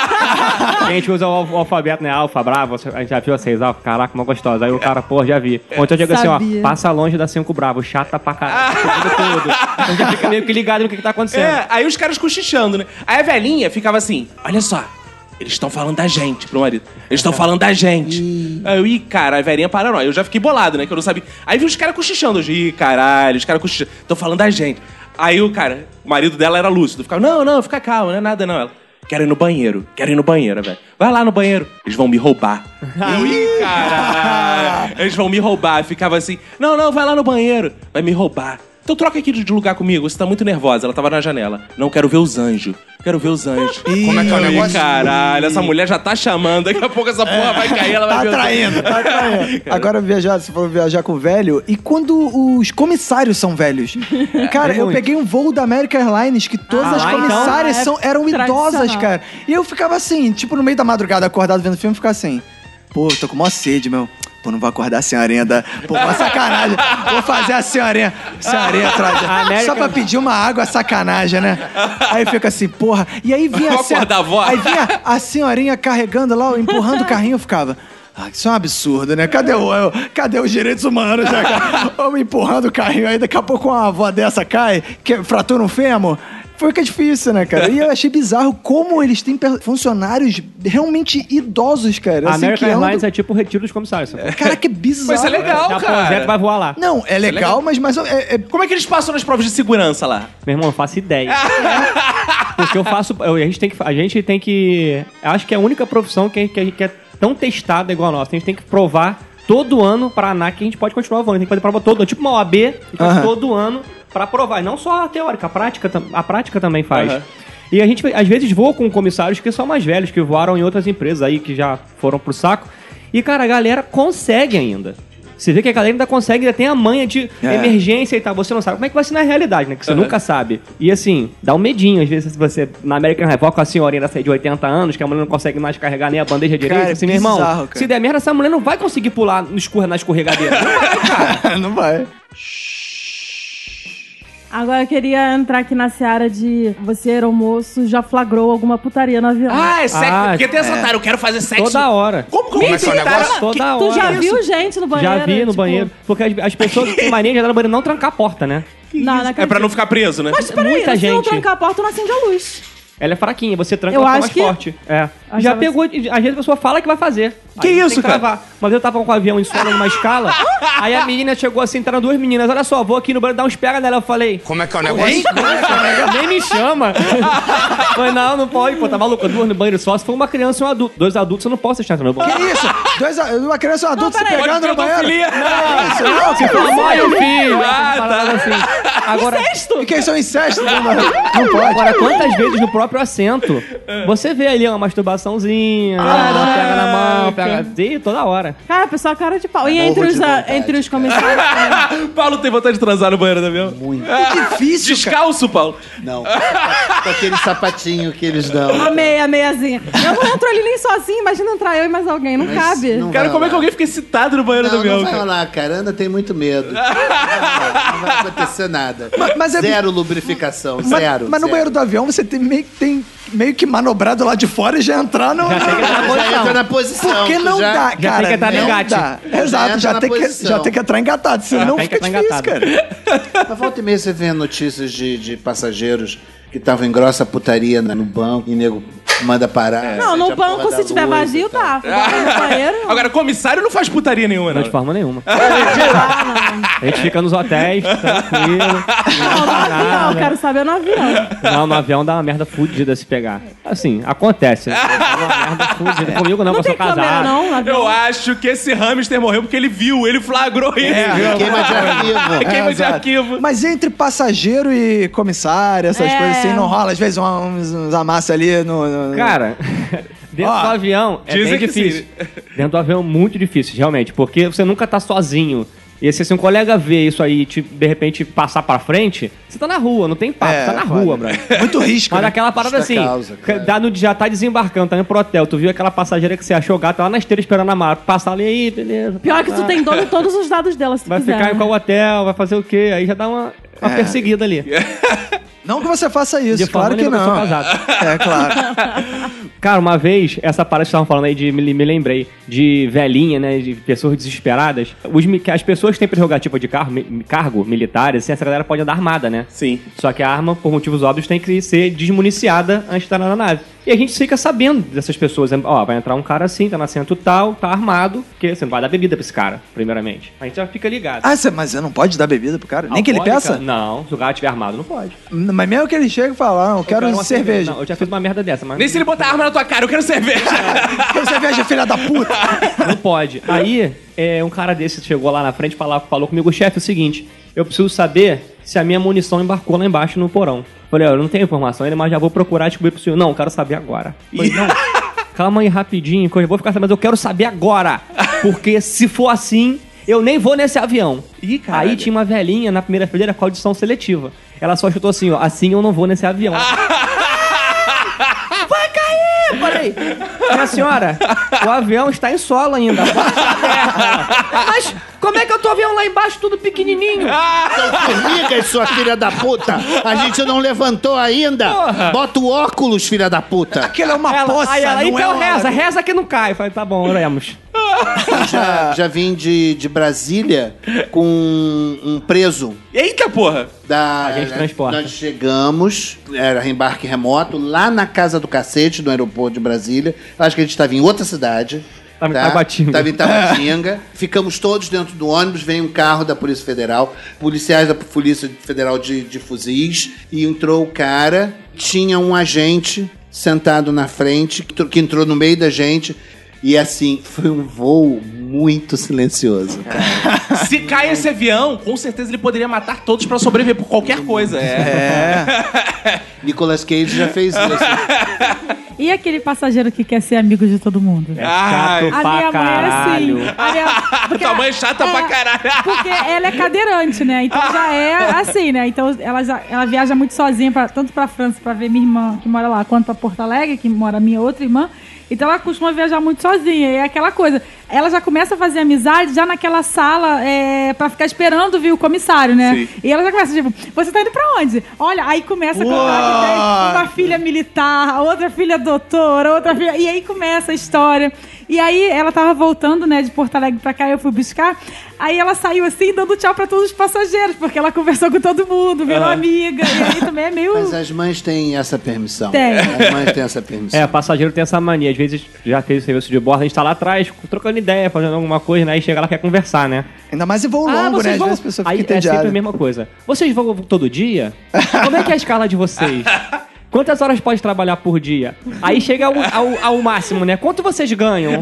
A gente usa o, o alfabeto, né? Alfa, bravo, a gente já viu a seis alfa? Caraca, uma gostosa. Aí o cara, pô, já vi. Ou então chega assim, ó, Sabia. passa longe da cinco bravo, chata pra caralho, tudo, tudo. Então já fica meio que ligado no que, que tá acontecendo. É, aí os caras cochichando, né? Aí a velhinha ficava assim, olha só, eles estão falando da gente, pro marido. Eles estão falando da gente. Aí eu, ih, cara, a velhinha paranoia. Eu já fiquei bolado, né? Que eu não sabia. Aí vi os caras cochichando. Eu, ih, caralho, os caras cochichando. Estão falando da gente. Aí o cara, o marido dela era lúcido. Ficava, não, não, fica calma, não é nada não. Ela, quero ir no banheiro, quero ir no banheiro, velho. Vai lá no banheiro. Eles vão me roubar. Eu, ih, caralho. Eles vão me roubar. Ficava assim, não, não, vai lá no banheiro. Vai me roubar. Então troca aqui de lugar comigo, você tá muito nervosa. Ela tava na janela. Não, quero ver os anjos. Quero ver os anjos. Como é que é o Ih, negócio? caralho, essa mulher já tá chamando. Daqui a pouco essa porra vai cair, ela vai Tá ver os atraindo, tá atraindo. Agora viajar, você falou viajar com o velho. E quando os comissários são velhos? Cara, É eu muito. peguei um voo da American Airlines que todas Ah, as lá, então? comissárias Ah, é são, eram idosas, tradicional. cara. E eu ficava assim, tipo, no meio da madrugada, acordado vendo filme, ficava assim... Pô, tô com mó sede, meu. Pô, não vou acordar a senhorinha da... Pô, uma sacanagem. Vou fazer a senhorinha... Senhorinha atrás. A América- Só pra pedir uma água, sacanagem, né? Aí fica assim, porra... E aí vinha... Vou a sen- acordar a avó. Aí vinha a senhorinha carregando lá, empurrando o carrinho, eu ficava... Ah, isso é um absurdo, né? Cadê, o, eu- cadê os direitos humanos, né, cara? Vamos empurrando o carrinho, aí daqui a pouco uma avó dessa cai, que fratura um fêmur. Foi que é difícil, né, cara? E eu achei bizarro como eles têm per- funcionários realmente idosos, cara. A assim, American que andam- Airlines é tipo o retiro dos comissários. sabe? Cara, que bizarro. Mas isso é legal, Se a cara. aposenta, vai voar lá. Não, é legal, legal. mas, mas é, é- Como é que eles passam nas provas de segurança lá? Meu irmão, eu faço ideia. Porque eu faço. eu- a, gente tem que, a gente tem que. Acho que é a única profissão que, que, que é tão testada igual a nossa. A gente tem que provar todo ano pra ANAC que a gente pode continuar voando. Tem que fazer prova todo ano. Tipo uma O A B, a gente faz Aham. todo ano pra provar. E não só a teórica, a prática, tam- a prática também faz. Aham. E a gente, às vezes, voa com comissários que são mais velhos, que voaram em outras empresas aí, que já foram pro saco. E, cara, a galera consegue ainda. Você vê que a galera ainda consegue, ainda tem a manha de É. emergência e tal. Você não sabe como é que vai ser na realidade, né? Que você nunca sabe. E assim, dá um medinho. Às vezes, se você, na American Revolt, com a senhorinha dessa aí de oitenta anos, que a mulher não consegue mais carregar nem a bandeja direita. Cara, é Assim, meu irmão, bizarro, cara. se der merda, essa mulher não vai conseguir pular no escorre, na escorregadeira. Não vai, cara. não vai. Agora eu queria entrar aqui na seara de você, aeromoço, já flagrou alguma putaria no avião. Ah, é sexo. Ah, Porque tem essa otária, eu quero fazer sexo. Toda hora. Como, como Como é que é o tem negócio? cara- Toda Tu hora. já viu gente no banheiro? Já vi no tipo, banheiro. Porque as, as pessoas têm mania de entrar no banheiro e não trancar a porta, né? Não, não É pra não ficar preso, né? Mas peraí, Muita se não gente. trancar a porta, não acende a luz. Ela é fraquinha, você tranca, Eu ela fica acho mais que- forte. É. Achava Já pegou, às vezes a pessoa fala que vai fazer. Que Aí tem isso, cara? gravar. Uma vez eu tava com o avião em solo numa escala, aí a menina chegou assim, entraram duas meninas, olha só, vou aqui no banheiro dar uns pega nela. Eu falei, Como é que é o negócio? nem me chama. Falei, não, não pode, pô, tá maluco, duas no banheiro só, se for uma criança e um adulto. Dois adultos eu não posso deixar no meu banheiro. Que isso? Dois, uma criança e um adulto se peraí. pegando no banheiro? Pedofilia. Não, isso não, Se for mãe ou filho, Ah, essas paradas assim. Agora, E quem são incestos? Não, não pode. Agora, quantas vezes no próprio assento você vê ali uma masturbaçãozinha, uma pega na mão, pega. Ih, toda hora. Cara, a pessoa cara de pau. E Morro entre os, de ah, vontade, entre os cara. comissários também. Paulo tem vontade de transar no banheiro do avião? Muito. É difícil, cara. Descalço, Paulo. Não. Com aquele sapatinho que eles dão. A meia, a meiazinha. Eu não entro ali nem sozinho, imagina entrar eu e mais alguém. Não Mas cabe. não Cara, vai como é que rolar. alguém fica excitado no banheiro do Não, avião, não vai cara? rolar, cara. Ana tem muito medo. Não vai, não vai acontecer nada. Mas- mas é- Zero lubrificação, Mas, zero. mas no zero. banheiro do avião você tem meio, tem meio que manobrado lá de fora e já entrar no. Já tem que entrar na Já entra posição. na posição. Porque tu não já- dá, já cara. tem que entrar no não engate. dá. Já Exato, entra já na tem, que, posição. já tem que entrar engatado, senão tem que fica entrar difícil, engatado. cara. Mas volta e meia você vê notícias de, de passageiros que estavam em grossa putaria no banco e nego manda parar. Não, no acende a porra banco, da se tiver luz vazio, e tal. tá. Agora no banheiro. Agora, comissário não faz putaria nenhuma, Não não. de forma nenhuma. Ah, não. A gente fica nos hotéis, tranquilo. Não, no avião, eu quero saber no avião. Não, no avião dá uma merda fudida se pegar. Assim, acontece, né? Dá uma merda fudida. Comigo não, Não que eu tem sou câmera, casado. não, no avião. Eu acho que esse hamster morreu porque ele viu, ele flagrou isso. Queima de arquivo. Queima de exato. arquivo. Mas entre passageiro e comissário, essas É. coisas assim, não rola. Às vezes uns, uns amassos ali no. no- Cara, dentro Ó, do avião é dizem bem que difícil. Dentro do avião é muito difícil, realmente, porque você nunca tá sozinho E se, se um colega vê isso aí e te, de repente passar pra frente, você tá na rua, não tem papo, É, tá na foda. rua, brother. Muito risco, Mas né? aquela parada Justa assim, causa, claro. dá no, já tá desembarcando, tá indo pro hotel, tu viu aquela passageira que você achou gata lá na esteira esperando a mala, passar ali, aí, beleza. Pior que tu tem dono de todos os dados dela, se tu Vai quiser. ficar em né? qual hotel, vai fazer o quê? Aí já dá uma, uma perseguida ali. Não que você faça isso, De forma claro que nenhuma, eu não. sou casado. É, claro. Cara, uma vez, essa parada que estavam falando aí, de, me, me lembrei, de velhinha, né, de pessoas desesperadas. Os, mi- as pessoas que têm prerrogativa de carro, mi- cargo militar, assim, essa galera pode andar armada, né? Sim. Só que a arma, por motivos óbvios, tem que ser desmuniciada antes de estar na nave. E a gente fica sabendo dessas pessoas. Ó, vai entrar um cara assim, tá no assento tal, tá armado, porque você não vai dar bebida pra esse cara, primeiramente. A gente já fica ligado. Ah, cê- mas você não pode dar bebida pro cara? Nem que ele Alcoólica? peça? Não, se o cara estiver armado, não pode. Mas mesmo que ele chegue e fale, ah, eu quero uma cerveja. Não, eu já fiz uma merda dessa, mas Nem se ele botar arma na tua cara, eu quero cerveja. Quero cerveja, filha da puta. não pode. Aí, é, um cara desse chegou lá na frente e falou, falou comigo, chefe, é o seguinte, eu preciso saber se a minha munição embarcou lá embaixo no porão. Falei, ó, eu não tenho informação ainda, mas já vou procurar descobrir pro senhor. Não, eu quero saber agora. Falei, não, calma aí rapidinho, que eu já vou ficar sabendo, mas eu quero saber agora. Porque se for assim, eu nem vou nesse avião. Ih, caralho. Aí tinha uma velhinha na primeira fileira com audição seletiva. Ela só chutou assim, ó, assim eu não vou nesse avião. Vai cair! Falei, minha senhora, o avião está em solo ainda. Mas como é que eu tô avião lá embaixo tudo pequenininho? São formigas, sua filha da puta! A gente não levantou ainda! Porra. Bota o óculos, filha da puta! Aquilo é uma Ela- poça, aí ela, não então é uma... reza, reza que não cai. Falei, tá bom, oremos. Já, já vim de, de Brasília com um, um preso. Eita, porra. Da, Agente de transporte. Nós chegamos, era embarque remoto, lá na Casa do Cacete, no aeroporto de Brasília. Acho que a gente estava em outra cidade. Tava em Tabatinga. Tava em Tabatinga. Ficamos todos dentro do ônibus, veio um carro da Polícia Federal, policiais da Polícia Federal de, de fuzis, e entrou o cara, tinha um agente sentado na frente, que, que entrou no meio da gente, e assim, foi um voo muito silencioso. Se cai esse avião, com certeza ele poderia matar todos pra sobreviver por qualquer coisa. É. Nicolas Cage já fez isso. E aquele passageiro que quer ser amigo de todo mundo? É Ai. chato A pra minha mãe é caralho. assim. A minha... porque Tua mãe é chata é, pra caralho. Porque ela é cadeirante, né? Então já é assim, né? Então ela, já, ela viaja muito sozinha, pra, tanto pra França pra ver minha irmã que mora lá, quanto pra Porto Alegre, que mora minha outra irmã. Então ela costuma viajar muito sozinha. E é aquela coisa. Ela já começa a fazer amizade já naquela sala é, pra ficar esperando vir o comissário, né? Sim. E ela já começa, tipo, você tá indo pra onde? Olha, aí começa a contar que tem uma filha militar, outra filha doutora, outra filha... E aí começa a história. E aí ela tava voltando, né, de Porto Alegre pra cá, eu fui buscar. Aí ela saiu assim, dando tchau pra todos os passageiros, porque ela conversou com todo mundo, virou amiga. E aí também é meio... Mas as mães têm essa permissão. Tem. As mães têm essa permissão. É, o passageiro tem essa mania. Às vezes, já fez o serviço de bordo, a gente tá lá atrás, trocando ideia, fazendo alguma coisa, né? E chega lá e quer conversar, né? Ainda mais em voo longo, né? Às vezes a pessoa fica Aí é entediada. sempre a mesma coisa. Vocês vão todo dia? Como é que é a escala de vocês? Quantas horas pode trabalhar por dia? Aí chega ao, ao, ao máximo, né? Quanto vocês ganham?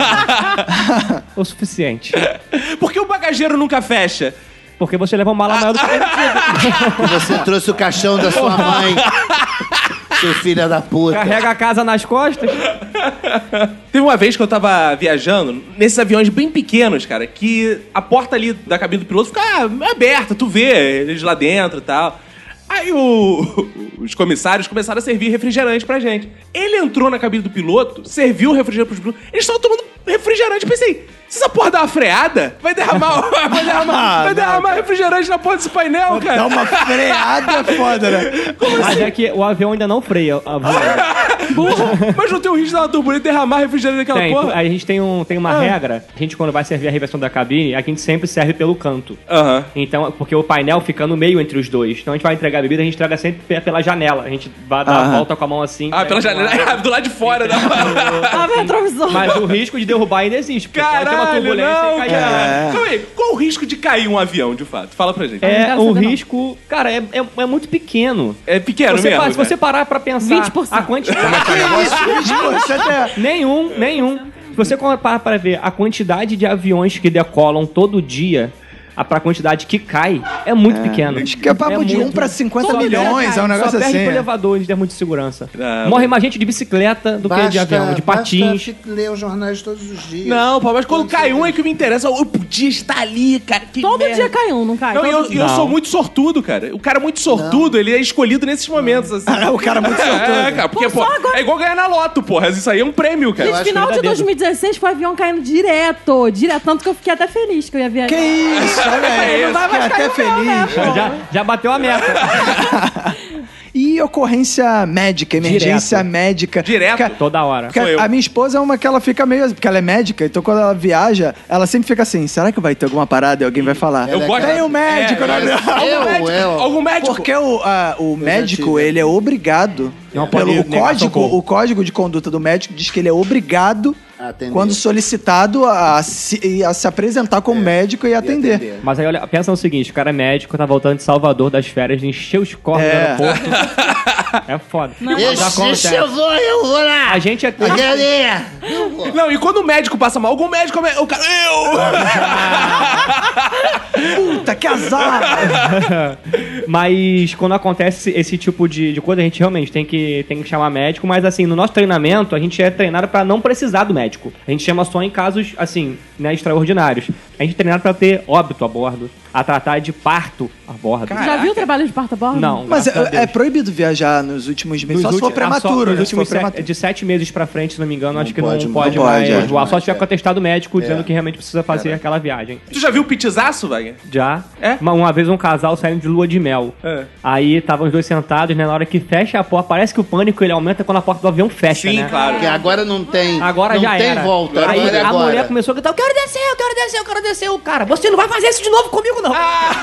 O suficiente. Por que o bagageiro nunca fecha? Porque você leva uma mala maior do que permitido. Você trouxe o caixão da sua mãe. Seu filho da puta. Carrega a casa nas costas. Teve uma vez que eu tava viajando, nesses aviões bem pequenos, cara, que a porta ali da cabine do piloto fica aberta, tu vê eles lá dentro e tal. Aí o, os comissários começaram a servir refrigerante pra gente. Ele entrou na cabine do piloto, serviu o refrigerante pros pilotos, eles estavam tomando refrigerante. Pensei, se essa porra dar uma freada, vai derramar, vai derramar, vai derramar refrigerante na porta desse painel, cara. Dá uma freada foda, né? Mas é que o avião ainda não freia. A Mas não tem o risco de dar uma turbulência e derramar refrigerante naquela tem, porra? a gente tem, um, tem uma Ah. regra. A gente, quando vai servir a refeição da cabine, a gente sempre serve pelo canto. Aham. Então, porque o painel fica no meio entre os dois. Então a gente vai entregar a bebida, a gente entrega sempre pe- pela janela. A gente vai dar a volta com a mão assim. Ah, pela pega janela, um lado. do lado de fora da Ah, meu retrovisor. Mas o risco de derrubar ainda existe. Porque pode ter uma Caralho, turbulência não, e cair. cara. Calma aí, qual o risco de cair um avião, de fato? Fala pra gente. É, quero o saber, não. risco, cara, é, é, é muito pequeno. É pequeno Você mesmo, pa- se né? você parar pra pensar vinte por cento. a quantidade... é nenhum, nenhum. Se você parar pra ver a quantidade de aviões que decolam todo dia, a pra quantidade que cai, é muito pequeno. Acho que é papo de um pra cinquenta Só milhões, perde- é um negócio só perde assim. pro elevador em termos de segurança. Não. Morre mais gente de bicicleta do que de avião, de patins. Basta ler os jornais todos os dias. Não, pô, mas quando cai um é que me interessa. Eu podia estar ali, cara. Que Todo merda. dia cai um, não cai? Não, e eu, Todo e eu Não. sou muito sortudo, cara. O cara muito sortudo, ele é escolhido nesses momentos, assim. Ah, o cara muito sortudo. É, cara, porque, Pô, pô, só agora- é igual ganhar na loto, porra. Isso aí é um prêmio, cara. Gente, acho final de verdadeiro. dois mil e dezesseis foi avião caindo direto. Direto, tanto que eu fiquei até feliz que eu ia viajar. Que isso, olha aí. Não vai mais Fiquei cair até o meu, né, feliz. pô? Já, já bateu a meta. E ocorrência médica, emergência Direto. médica. Direto? Porque- Toda hora. Porque Sou eu. a minha esposa é uma que ela fica meio... Porque ela é médica, então quando ela viaja, ela sempre fica assim, será que vai ter alguma parada e alguém vai falar? Eu gosto- Tem um médico, É, né? mas- Algum Eu, médico? eu. Algum médico? Porque o, a- o médico, tive. ele é obrigado, Não pode pelo o negar código, socorro. o código de conduta do médico diz que ele é obrigado, Atender. quando solicitado, a se, a se apresentar como médico e atender. atender. Mas aí, olha, pensa no seguinte, o cara é médico, tá voltando de Salvador das férias, encheu os cornos É. do aeroporto. É foda. Não, Mas Deixa, acontece. deixa eu vou, eu vou lá. A gente é... Eu quero ir. Não, e quando o médico passa mal, algum médico... O cara... Eu! Puta, que azar! Mas quando acontece esse tipo de, de coisa, a gente realmente tem que, tem que chamar médico. Mas assim, no nosso treinamento, a gente é treinado pra não precisar do médico. A gente chama só em casos, assim, né, extraordinários. A gente é treinado pra ter óbito a bordo, a tratar de parto a bordo. Tu já viu o trabalho de parto a bordo? Não, Mas graças a é, Deus. é proibido viajar nos últimos meses, Nos só se for últimos- ah, prematuro, só- né? nos Se últimos for se- prematuro. de sete meses pra frente, se não me engano, acho que pode, não não pode, pode, mais é. voar. Só se tiver É. com atestado médico dizendo que realmente precisa fazer aquela viagem. Tu já viu o pitizaço, Wagner? Já. É? Uma, uma vez um casal saindo de lua de mel. É. Aí estavam os dois sentados, né? Na hora que fecha a porta, parece que o pânico ele aumenta quando a porta do avião fecha, Sim, né? claro. Porque agora não tem. Agora não já tem era. volta. Aí agora é a agora. mulher começou a gritar: eu quero descer, eu quero descer, eu quero descer. O cara, você não vai fazer isso de novo comigo, não.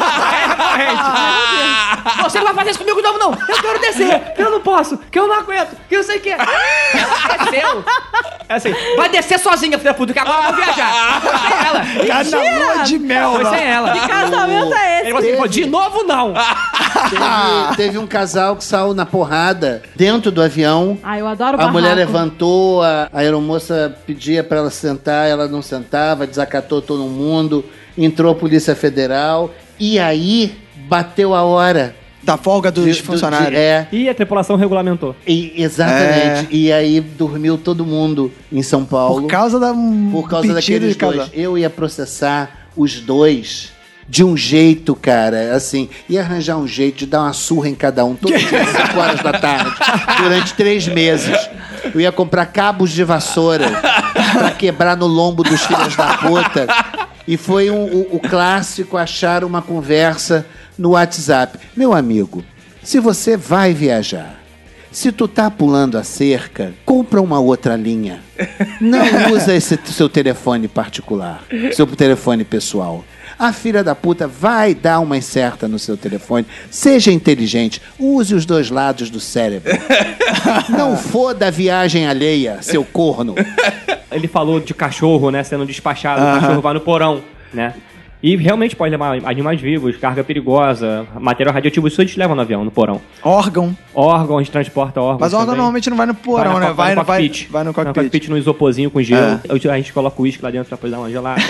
Ah! Você não vai fazer isso comigo de novo, não. Eu quero descer, que eu não posso, que eu não aguento, que eu sei que é. Ela desceu. É assim, vai descer sozinha, filha da puta, que agora eu vou viajar. Foi sem ela. Cara, na lua de mel, Foi lá. sem ela. Que casamento é esse? Ele falou assim, pô, de novo não. Teve, teve um casal que saiu na porrada dentro do avião. Ah, eu adoro A barraco. mulher levantou, a, a aeromoça pedia pra ela sentar, ela não sentava, desacatou todo mundo, entrou a Polícia Federal e aí bateu a hora. Da folga dos de- do- funcionários. de- é, E a tripulação regulamentou. e- exatamente. E aí dormiu todo mundo em São Paulo. Por causa da um Por causa pedido daqueles de casal. dois. Eu ia processar os dois de um jeito, cara, assim, ia arranjar um jeito de dar uma surra em cada um, todos os dias, cinco horas da tarde, durante três meses. Eu ia comprar cabos de vassoura pra quebrar no lombo dos filhos da puta. E foi um- o, o clássico achar uma conversa no WhatsApp. Meu amigo, se você vai viajar, se tu tá pulando a cerca, compra uma outra linha. Não usa esse seu telefone particular, seu telefone pessoal. A filha da puta vai dar uma incerta no seu telefone. Seja inteligente, use os dois lados do cérebro. Não foda a viagem alheia, seu corno. Ele falou de cachorro, né, sendo despachado, o cachorro vai no porão, né? E realmente pode levar animais vivos, carga perigosa, material radioativo, isso a gente leva no avião, no porão. Órgão. Órgão, a gente transporta órgãos Mas órgão também. normalmente não vai no porão, na né? co- Vai, no vai, cockpit. vai no Vai cockpit. no cockpit no isoporzinho com gelo. É. Eu- A gente coloca o uísque lá dentro pra poder dar uma gelada.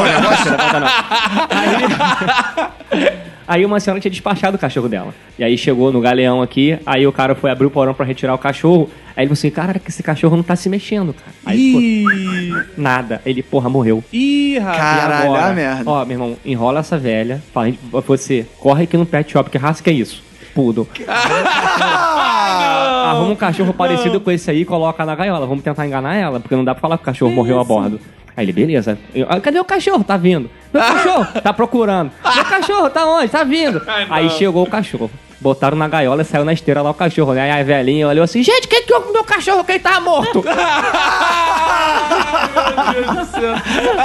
Aí, aí uma senhora tinha despachado o cachorro dela. E aí chegou no galeão aqui, aí o cara foi abrir o porão pra retirar o cachorro. Aí ele falou assim, cara, que esse cachorro não tá se mexendo, cara. Aí ficou, nada. Ele, porra, morreu. Ih, rapaz. Caralho, E agora? a merda. Ó, meu irmão, enrola essa velha. Fala, você, corre aqui no pet shop, que raça que é isso? Poodle. Arruma um cachorro parecido com esse aí e coloca na gaiola. Vamos tentar enganar ela, porque não dá pra falar que o cachorro morreu a bordo. Aí ele, beleza. Eu, ah, cadê o cachorro? Tá vindo. Meu cachorro? Tá procurando. Meu cachorro? Tá onde? Tá vindo. Aí chegou o cachorro. Botaram na gaiola e saiu na esteira lá o cachorro, né? Aí a velhinha olhou assim, gente, quem que houve com meu cachorro que ele tava morto? Meu Deus do céu.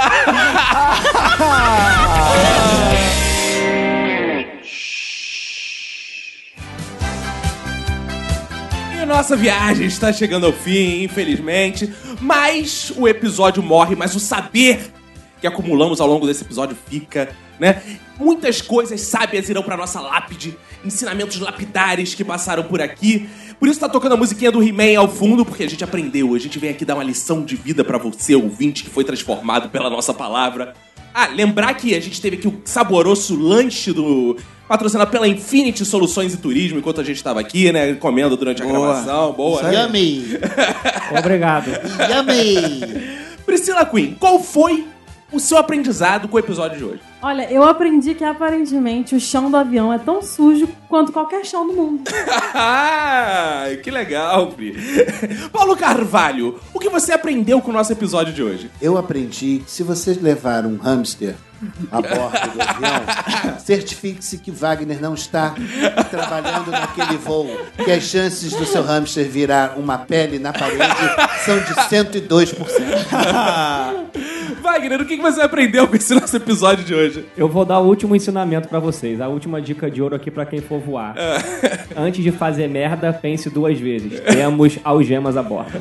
E nossa viagem está chegando ao fim, infelizmente. Mas o episódio morre, mas o saber que acumulamos ao longo desse episódio fica, né? Muitas coisas sábias irão pra nossa lápide, ensinamentos lapidares que passaram por aqui. Por isso tá tocando a musiquinha do He-Man ao fundo, porque a gente aprendeu. A gente vem aqui dar uma lição de vida pra você, ouvinte, que foi transformado pela nossa palavra. Ah, lembrar que a gente teve aqui o saboroso lanche do... patrocinado pela Infinity Soluções e Turismo, enquanto a gente estava aqui, né, comendo durante a Boa. gravação. Boa, né? Yummy! Obrigado. Yummy! Priscila Queen, qual foi o seu aprendizado com o episódio de hoje? Olha, eu aprendi que aparentemente o chão do avião é tão sujo quanto qualquer chão do mundo. Que legal, Pri. Paulo Carvalho, o que você aprendeu com o nosso episódio de hoje? Eu aprendi que se você levar um hamster a bordo do avião, certifique-se que Wagner não está trabalhando naquele voo, que as chances do seu hamster virar uma pele na parede são de cento e dois por cento. Wagner, o que você aprendeu com esse nosso episódio de hoje? Eu vou dar o último ensinamento pra vocês, a última dica de ouro aqui pra quem for voar. Antes de fazer merda, pense duas vezes. Temos algemas a bordo.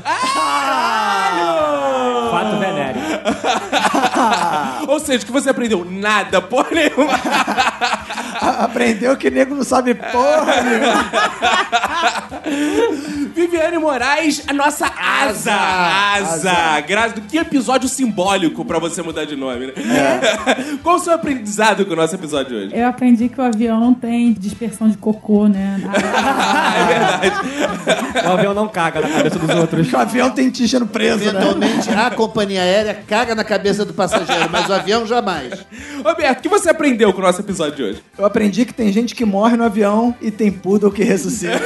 Fato venéreo. Ou seja, que você aprendeu nada, porra nenhuma. Aprendeu que nego não sabe porra nenhuma. Viviane Moraes, a nossa asa. Asa. asa. Graças. Que episódio simbólico pra você mudar de nome, né? É. Qual o seu aprendizado com o nosso episódio de hoje? Eu aprendi que o avião não tem dispersão de cocô, né? É verdade. O avião não caga na cabeça dos outros. O avião tem tígeno preso, né? Eventualmente, a companhia aérea caga na cabeça do passageiro, mas o avião jamais. Roberto, o que você aprendeu com o nosso episódio de hoje? Eu aprendi que tem gente que morre no avião e tem poodle que ressuscita.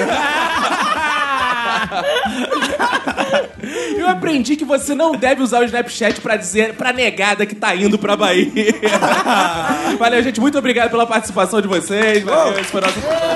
Eu aprendi que você não deve usar o Snapchat pra dizer pra negada que tá indo pra Bahia. Valeu, gente. Muito obrigado pela participação de vocês. Valeu, esse foi o nosso...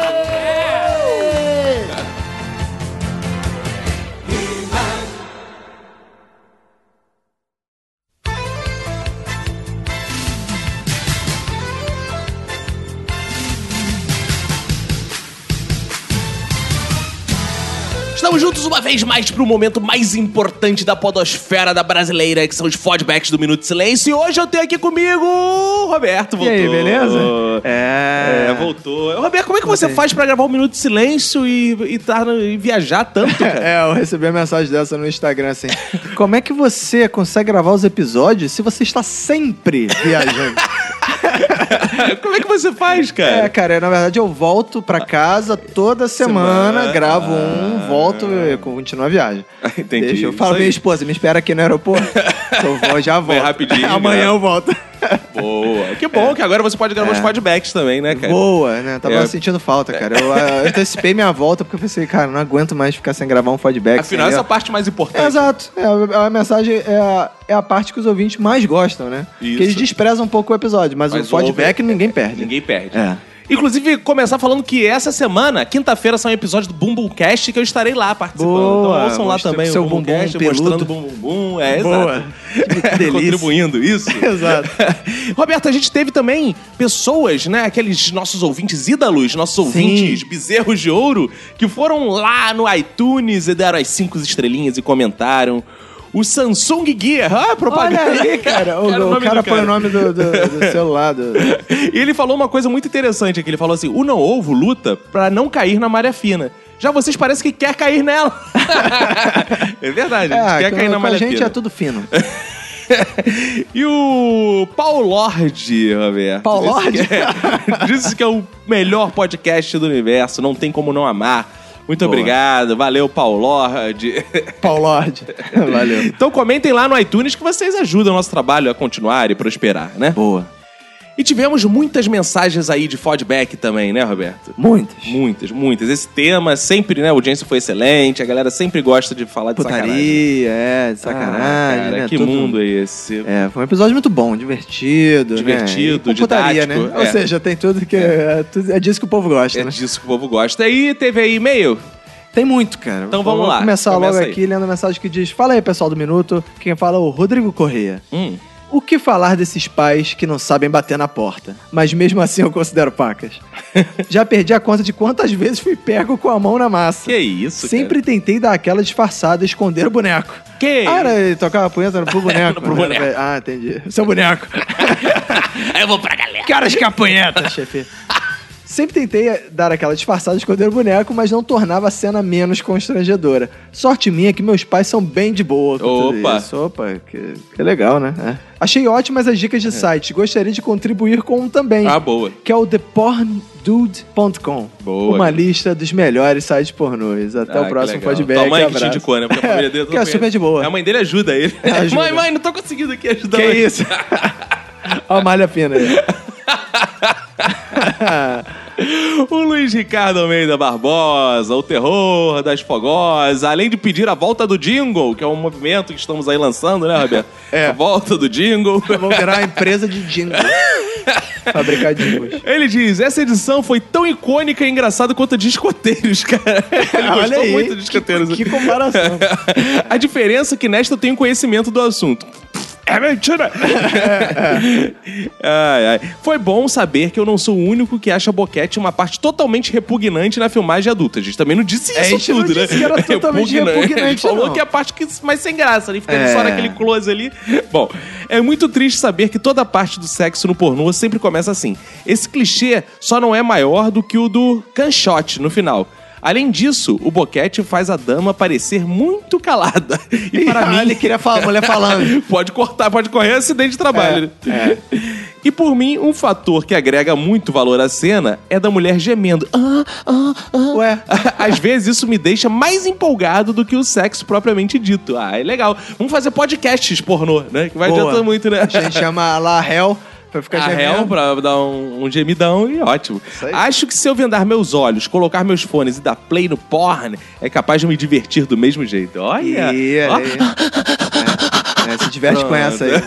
Estamos juntos uma vez mais pro momento mais importante da podosfera da brasileira, que são os fodbacks do Minuto de Silêncio. E hoje eu tenho aqui comigo o Roberto. Voltou. E aí, beleza? É, é voltou. Roberto, como é que você faz pra gravar um Minuto de Silêncio e, e, tá, e viajar tanto, cara? É, eu recebi a mensagem dessa no Instagram, assim. Como é que você consegue gravar os episódios se você está sempre viajando? Como é que você faz, cara? É, cara, na verdade eu volto pra casa toda semana, semana. gravo um, volto e continuo a viagem. Entendi. Deixa eu falo pra minha esposa, me espera aqui no aeroporto. Eu vou, já volto. Vai rapidinho. Amanhã grava. eu volto. Boa. Que bom é. que agora você pode gravar é. os feedbacks também, né, cara? Boa, né? Tava é. sentindo falta, cara. Eu, eu antecipei minha volta porque eu pensei, cara, não aguento mais ficar sem gravar um feedback. Afinal, essa é a parte mais importante. É, exato. É, a, a mensagem é a, é a parte que os ouvintes mais gostam, né? Isso. Que eles desprezam um pouco o episódio, mas, mas o feedback ouve... ninguém perde. Ninguém perde. É. Inclusive, começar falando que essa semana, quinta-feira, são episódios do Bumbumcast que eu estarei lá participando. Boa, então ouçam lá também seu o Bumbumcast, bumbum mostrando o Bumbum. É, Boa. exato. Que delícia. Contribuindo, isso. Exato. Roberto, a gente teve também pessoas, né, aqueles nossos ouvintes ídalos, nossos ouvintes Sim. bezerros de ouro, que foram lá no iTunes e deram as cinco estrelinhas e comentaram. O Samsung Gear. Ah, propaganda. Olha aí, cara. O, cara, o, o cara põe o nome do, do, do celular. Do... E ele falou uma coisa muito interessante aqui. Ele falou assim, o Não Ovo luta pra não cair na malha fina. Já vocês parecem que quer cair nela. É verdade, a gente é, quer cair na malha fina. A gente é tudo fino. E o Paul Lorde, Roberto. Paul Lorde? Disse que, é, disse que é o melhor podcast do universo. Não tem como não amar. Muito Boa. obrigado, valeu, Paul Lorde. Paul Lorde, valeu. Então comentem lá no iTunes que vocês ajudam o nosso trabalho a continuar e prosperar, né? Boa. E tivemos muitas mensagens aí de feedback também, né, Roberto? Muitas. Muitas, muitas. Esse tema sempre, né, a audiência foi excelente, a galera sempre gosta de falar de Putaria, sacanagem. é, de sacanagem, ah, cara, né? Que Tudo... mundo é esse? É, foi um episódio muito bom, divertido, Divertido, né? Putaria, didático. né? Ou é. seja, tem tudo que... É, é disso que o povo gosta, É né? disso que o povo gosta. E teve aí e-mail? Tem muito, cara. Então vamos Vou lá. começar Começa logo aí. aqui lendo a mensagem que diz: fala aí, pessoal do Minuto. Quem fala é o Rodrigo Correia. Hum. O que falar desses pais que não sabem bater na porta? Mas mesmo assim eu considero pacas. Já perdi a conta de quantas vezes fui pego com a mão na massa. Que isso, Sempre cara? tentei dar aquela disfarçada e esconder o boneco. Que? Ah, era tocar a punheta pro boneco. Pro boneco. Ah, entendi. Seu boneco. Aí eu vou pra galera. Caras que a punheta, chefe. Sempre tentei dar aquela disfarçada de esconder o boneco, mas não tornava a cena menos constrangedora. Sorte minha que meus pais são bem de boa com tudo Opa. isso. Opa, que, que legal, né? É. Achei ótimas as dicas de sites. Gostaria de contribuir com um também. Ah, boa. Que é o the porn dude ponto com. Boa. Uma lista dos melhores sites pornôs. Até Ah, o que próximo legal. feedback. Tua mãe que te abraço. indicou, né? Porque a família dele... Que é super de boa. A mãe dele ajuda ele. Ajuda. Mãe, mãe, não tô conseguindo aqui ajudar. Que mãe. isso? Olha a malha fina aí. O Luiz Ricardo Almeida Barbosa, o terror das fogosas, além de pedir a volta do jingle, que é um movimento que estamos aí lançando, né, Roberto? É. A volta do jingle. Vamos virar uma empresa de jingle. Fabricar jingles. Ele diz, essa edição foi tão icônica e engraçada quanto a de escoteiros, cara. Ele Olha gostou aí, muito de escoteiros. Que, que comparação. A diferença é que nesta eu tenho conhecimento do assunto. É mentira! ai, ai. Foi bom saber que eu não sou o único que acha boquete uma parte totalmente repugnante na filmagem adulta. A gente também não disse É, a isso gente não tudo, né? disse que era totalmente repugnante, A gente falou não. que é a parte que mais sem graça, ali, ficando É. só naquele close ali. Bom, é muito triste saber que toda a parte do sexo no pornô sempre começa assim. Esse clichê só não é maior do que o do canchote no final. Além disso, o boquete faz a dama parecer muito calada. E para Ah, mim... ele queria falar, a mulher falando. Pode cortar, pode correr acidente de trabalho. É, é. E por mim, um fator que agrega muito valor à cena é da mulher gemendo. Ah, ah, ah. Ué. Às vezes isso me deixa mais empolgado do que o sexo propriamente dito. Ah, é legal. Vamos fazer podcasts pornô, né? Que vai Boa. adiantando muito, né? A gente chama lá a Hell pra ficar A gemendo. réu pra dar um, um gemidão e ótimo. Isso aí. Acho que se eu vendar meus olhos, colocar meus fones e dar play no porn, é capaz de me divertir do mesmo jeito. Olha! Ih, Ó. aí. É, é, se diverte com essa aí.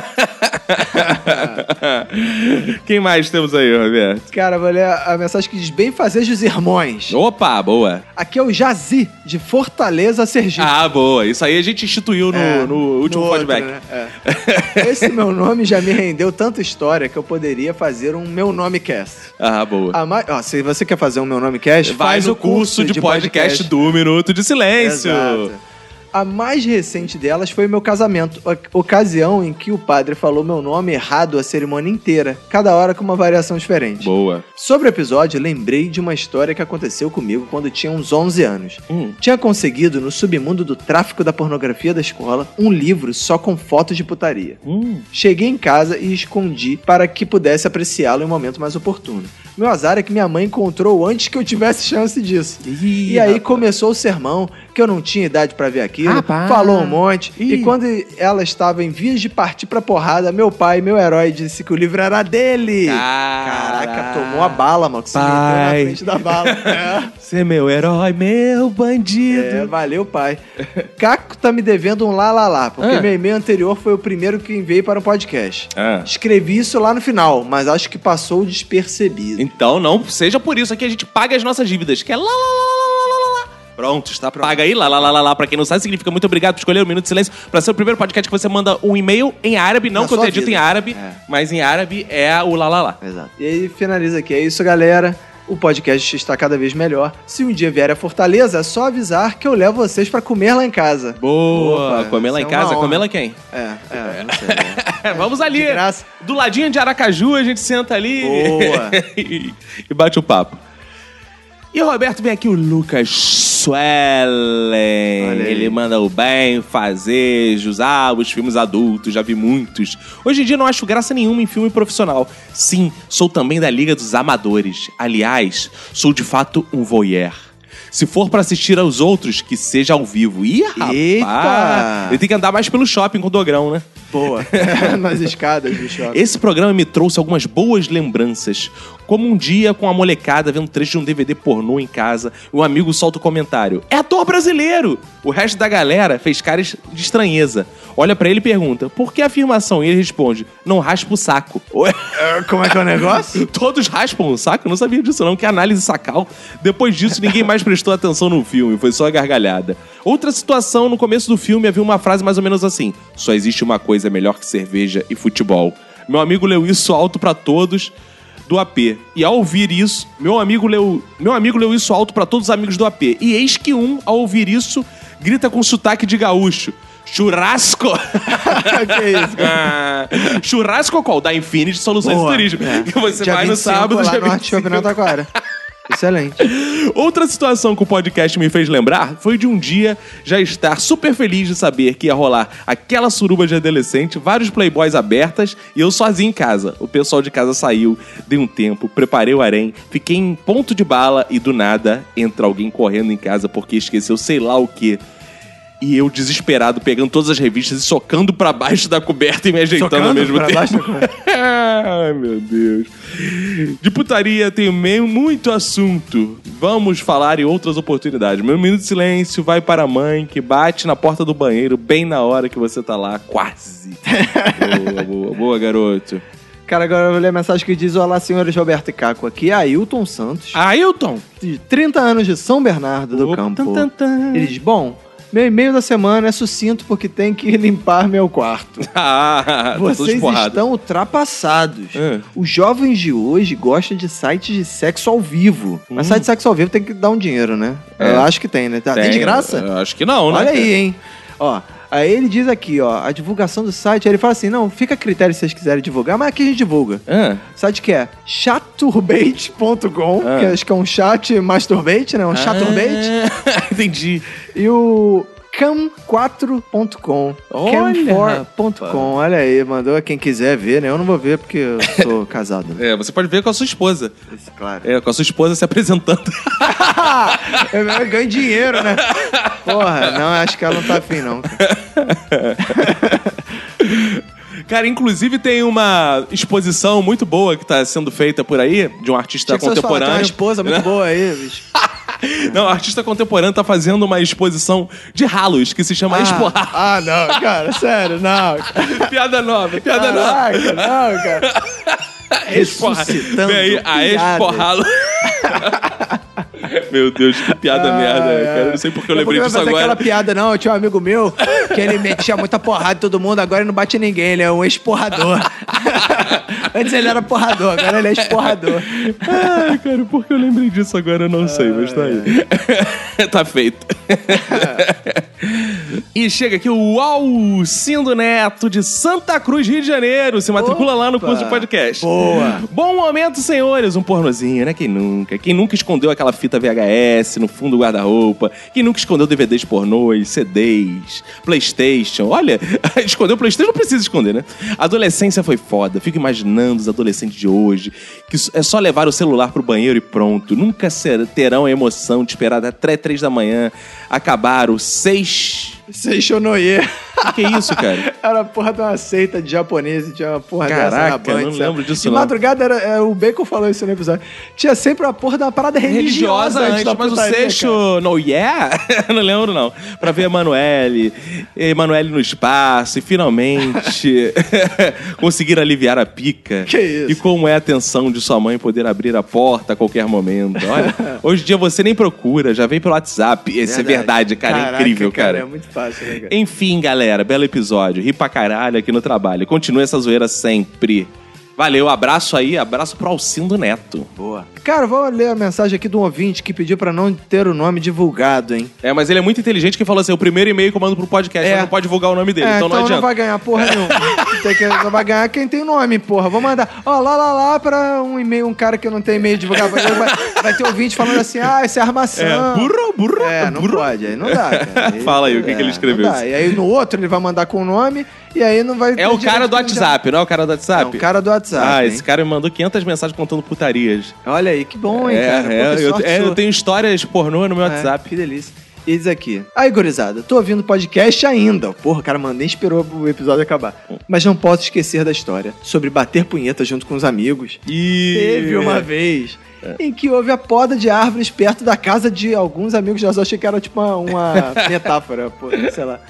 Quem mais temos aí, Roberto? Cara, vou ler a mensagem que diz: bem fazer dos irmãos. Opa, boa. Aqui é o Jazi, de Fortaleza, Sergipe. Ah, boa. Isso aí a gente instituiu no, É, no último no outro, feedback. né? É. Esse meu nome já me rendeu tanta história que eu poderia fazer um meu nome cast. Ah, boa. A mais, ó, se você quer fazer um meu nome cast, Vai faz no o curso de, podcast, do Minuto de Silêncio. Exato. A mais recente delas foi o meu casamento, o- ocasião em que o padre falou meu nome errado a cerimônia inteira, cada hora com uma variação diferente. Boa. Sobre o episódio, lembrei de uma história que aconteceu comigo quando tinha uns onze anos. Hum. Tinha conseguido, no submundo do tráfico da pornografia da escola, um livro só com fotos de putaria. Hum. Cheguei em casa e escondi para que pudesse apreciá-lo em um momento mais oportuno. Meu azar é que minha mãe encontrou antes que eu tivesse chance disso. Ih, e aí rapaz. começou o sermão, que eu não tinha idade pra ver aquilo, Rapaz. falou um monte, Ih. e quando ela estava em vias de partir pra porrada, meu pai, meu herói, disse que o livro era dele. Caraca, tomou a bala, mano, que se meteu na Pai. frente da bala. É. Você é meu herói, meu bandido. É, valeu, pai. Caco tá me devendo um lá, lá, lá, porque Ah. meu e-mail anterior foi o primeiro que enviei para o podcast. Ah. Escrevi isso lá no final, mas acho que passou despercebido. Então não seja por isso. Aqui a gente paga as nossas dívidas, que é lá, lá, lá, lá, lá, lá, lá. Pronto, está paga aí, lá, lá, lá, lá, lá. Pra quem não sabe, significa muito obrigado por escolher o Minuto de Silêncio pra ser o primeiro podcast que você manda um e-mail em árabe, não Na que eu sua tenha dito vida. em árabe, É. mas em árabe é o lá, lá, lá. Exato. E aí finaliza aqui. É isso, galera. O podcast está cada vez melhor. Se um dia vier a Fortaleza, é só avisar que eu levo vocês pra comer lá em casa. Boa. Opa, comer lá em isso é uma casa? honra. Comer lá quem? É, é, não sei. Vamos ali. De graça. Do ladinho de Aracaju, a gente senta ali Boa. e, e bate o papo. E o Roberto vem aqui, o Lucas Suellen. Olha aí. Ele manda o bem, fazejos, ah, os filmes adultos, já vi muitos. Hoje em dia não acho graça nenhuma em filme profissional. Sim, sou também da Liga dos Amadores. Aliás, sou de fato um voyeur. Se for pra assistir aos outros, que seja ao vivo. Ih, rapaz! Eita! Ele tem que andar mais pelo shopping com o Dogrão, né? Boa. Nas escadas do shopping. Esse programa me trouxe algumas boas lembranças. Como um dia com a molecada vendo trecho de um D V D pornô em casa, e um amigo solta o comentário: é ator brasileiro! O resto da galera fez caras de estranheza. Olha pra ele e pergunta: por que a afirmação? E ele responde: não raspa o saco. Ué? Como é que é o negócio? Todos raspam o saco? Eu não sabia disso não, que análise sacal. Depois disso, ninguém mais prestou atenção no filme, foi só a gargalhada. Outra situação, no começo do filme havia uma frase mais ou menos assim: só existe uma coisa melhor que cerveja e futebol. Meu amigo leu isso alto pra todos do A P. E ao ouvir isso, meu amigo leu, meu amigo leu isso alto pra todos os amigos do A P. E eis que um, ao ouvir isso, grita com sotaque de gaúcho: Churrasco! Que isso, Ah, churrasco qual? Da Infinity Soluções Boa, de Turismo. é. Que você Dia vai no vinte e cinco sábado, lá dia no Arte vinte e cinco. Shopping na Taquara. Excelente. Outra situação que o podcast me fez lembrar foi de um dia já estar super feliz de saber que ia rolar aquela suruba de adolescente, vários playboys abertas e eu sozinho em casa. O pessoal de casa saiu, dei um tempo, preparei o harém, fiquei em ponto de bala e do nada entra alguém correndo em casa porque esqueceu sei lá o quê. E eu, desesperado, pegando todas as revistas e socando pra baixo da coberta e me ajeitando Socando ao mesmo pra tempo. baixo da coberta? Ai, meu Deus. De putaria tem meio muito assunto. Vamos falar em outras oportunidades. Meu minuto de silêncio vai para a mãe que bate na porta do banheiro bem na hora que você tá lá, quase. Boa, boa, boa, garoto. Cara, agora eu vou ler a mensagem que diz: olá, senhores Roberto e Caco. Aqui é Ailton Santos, Ailton. de trinta anos de São Bernardo do Opa, Campo. tan, tan, tan. Ele diz: bom, meu e-mail da semana é sucinto porque tem que limpar meu quarto. Ah, tá todo Vocês esporrado. estão ultrapassados. É. Os jovens de hoje gostam de sites de sexo ao vivo. Mas Hum. site de sexo ao vivo tem que dar um dinheiro, né? É. Eu acho que tem, né? Tá- Tem, de graça? Eu acho que não, né? Olha aí, hein? Ó, aí ele diz aqui, ó, a divulgação do site, aí ele fala assim, não, fica a critério se vocês quiserem divulgar, mas aqui a gente divulga. Ah. O site que é chaturbate ponto com, Ah. que acho que é um chat masturbate, né? Um chaturbate. Ah, entendi. E o cam quatro ponto com. Olha, cam quatro ponto com. Olha aí, mandou quem quiser ver, né? Eu não vou ver porque eu sou casado. Né? É, você pode ver com a sua esposa. Isso, claro. É, com a sua esposa se apresentando. Eu, eu ganho dinheiro, né? Porra, não, acho que ela não tá afim, não. Cara, inclusive tem uma exposição muito boa que tá sendo feita por aí, de um artista Tinha que vocês falarem, tem contemporâneo. uma esposa muito boa aí, bicho. Não, o artista contemporâneo tá fazendo uma exposição de ralos que se chama Expo Ralo. Ah, não, cara, sério, não. Piada nova, piada nova. Caraca, não, cara. Expo Ressuscitando Vem aí, a Expo piadas. Ralo. Meu Deus, que piada merda, cara. Eu não sei porque eu lembrei disso agora. aquela piada, não. Eu tinha um amigo meu que ele metia muita porrada em todo mundo, agora ele não bate em ninguém, ele é um esporrador. Antes ele era porrador, agora ele é esporrador. Ai, cara, por que eu lembrei disso agora eu não sei, mas tá aí. Tá feito. E chega aqui o Alcindo Neto de Santa Cruz, Rio de Janeiro. Se matricula lá no curso de podcast. Boa. Bom momento, senhores. Um pornozinho, né? Quem nunca? Quem nunca escondeu aquela fita V H S no fundo do guarda-roupa? Quem nunca escondeu D V Ds pornôs, C Ds, PlayStation? Olha, esconder o PlayStation não precisa esconder, né? A adolescência foi foda. Fico imaginando os adolescentes de hoje, que é só levar o celular pro banheiro e pronto. Nunca ser, terão a emoção de esperar até três da manhã acabar o seis... Seishonoye. O que é isso, cara? Era a porra de uma seita de japonês, tinha uma porra dessa na Caraca, Band. eu não sabe? lembro disso, De não. madrugada, era, é, o Bacon falou isso no episódio. Tinha sempre uma porra de uma parada religiosa, Religiosa antes, da mas o putaria, sexto no yeah? Não lembro, não. Pra ver Emanuele, Emanuele no espaço e finalmente conseguir aliviar a pica. Que isso? E como é a tensão de sua mãe poder abrir a porta a qualquer momento. Olha, hoje em dia você nem procura, já vem pelo WhatsApp. Isso é verdade, cara. Caraca, É incrível, cara. É muito fácil, né, cara? Enfim, galera, belo episódio. Ri pra caralho aqui no trabalho. Continue essa zoeira sempre. Valeu, abraço aí, abraço pro Alcindo Neto. Boa. Cara, vou ler a mensagem aqui de um ouvinte que pediu pra não ter o nome divulgado, hein? É, mas ele é muito inteligente que falou assim: o primeiro e-mail que eu mando pro podcast, É. mas não pode divulgar o nome dele, É, então, então não adianta. vai ganhar porra nenhuma. Tem que, não vai ganhar quem tem nome, porra. Vou mandar, ó, lá, lá, lá, pra um e-mail, um cara que não tem e-mail divulgado. Vai, vai, vai ter ouvinte falando assim, ah, isso é armação. É, burro, burro, É, não burro. pode, aí não dá, cara. Aí, Fala aí, o que que ele escreveu? não dá. E aí no outro ele vai mandar com o nome, e aí não vai... É o cara do WhatsApp, não é o cara do WhatsApp? Não, o cara do WhatsApp, Ah, hein? esse cara me mandou quinhentas mensagens contando putarias. Olha aí, que bom, hein, É, cara. Pô, é, que eu, sorte é, eu sua. tenho histórias pornô no meu É, WhatsApp. que delícia. E diz aqui. Aí, gurizada, tô ouvindo podcast ainda. Porra, o cara mandou, nem esperou o episódio acabar. Mas não posso esquecer da história sobre bater punheta junto com os amigos. E... Teve uma vez em que houve a poda de árvores perto da casa de alguns amigos. Já achei que era tipo uma, uma metáfora, pô, sei lá.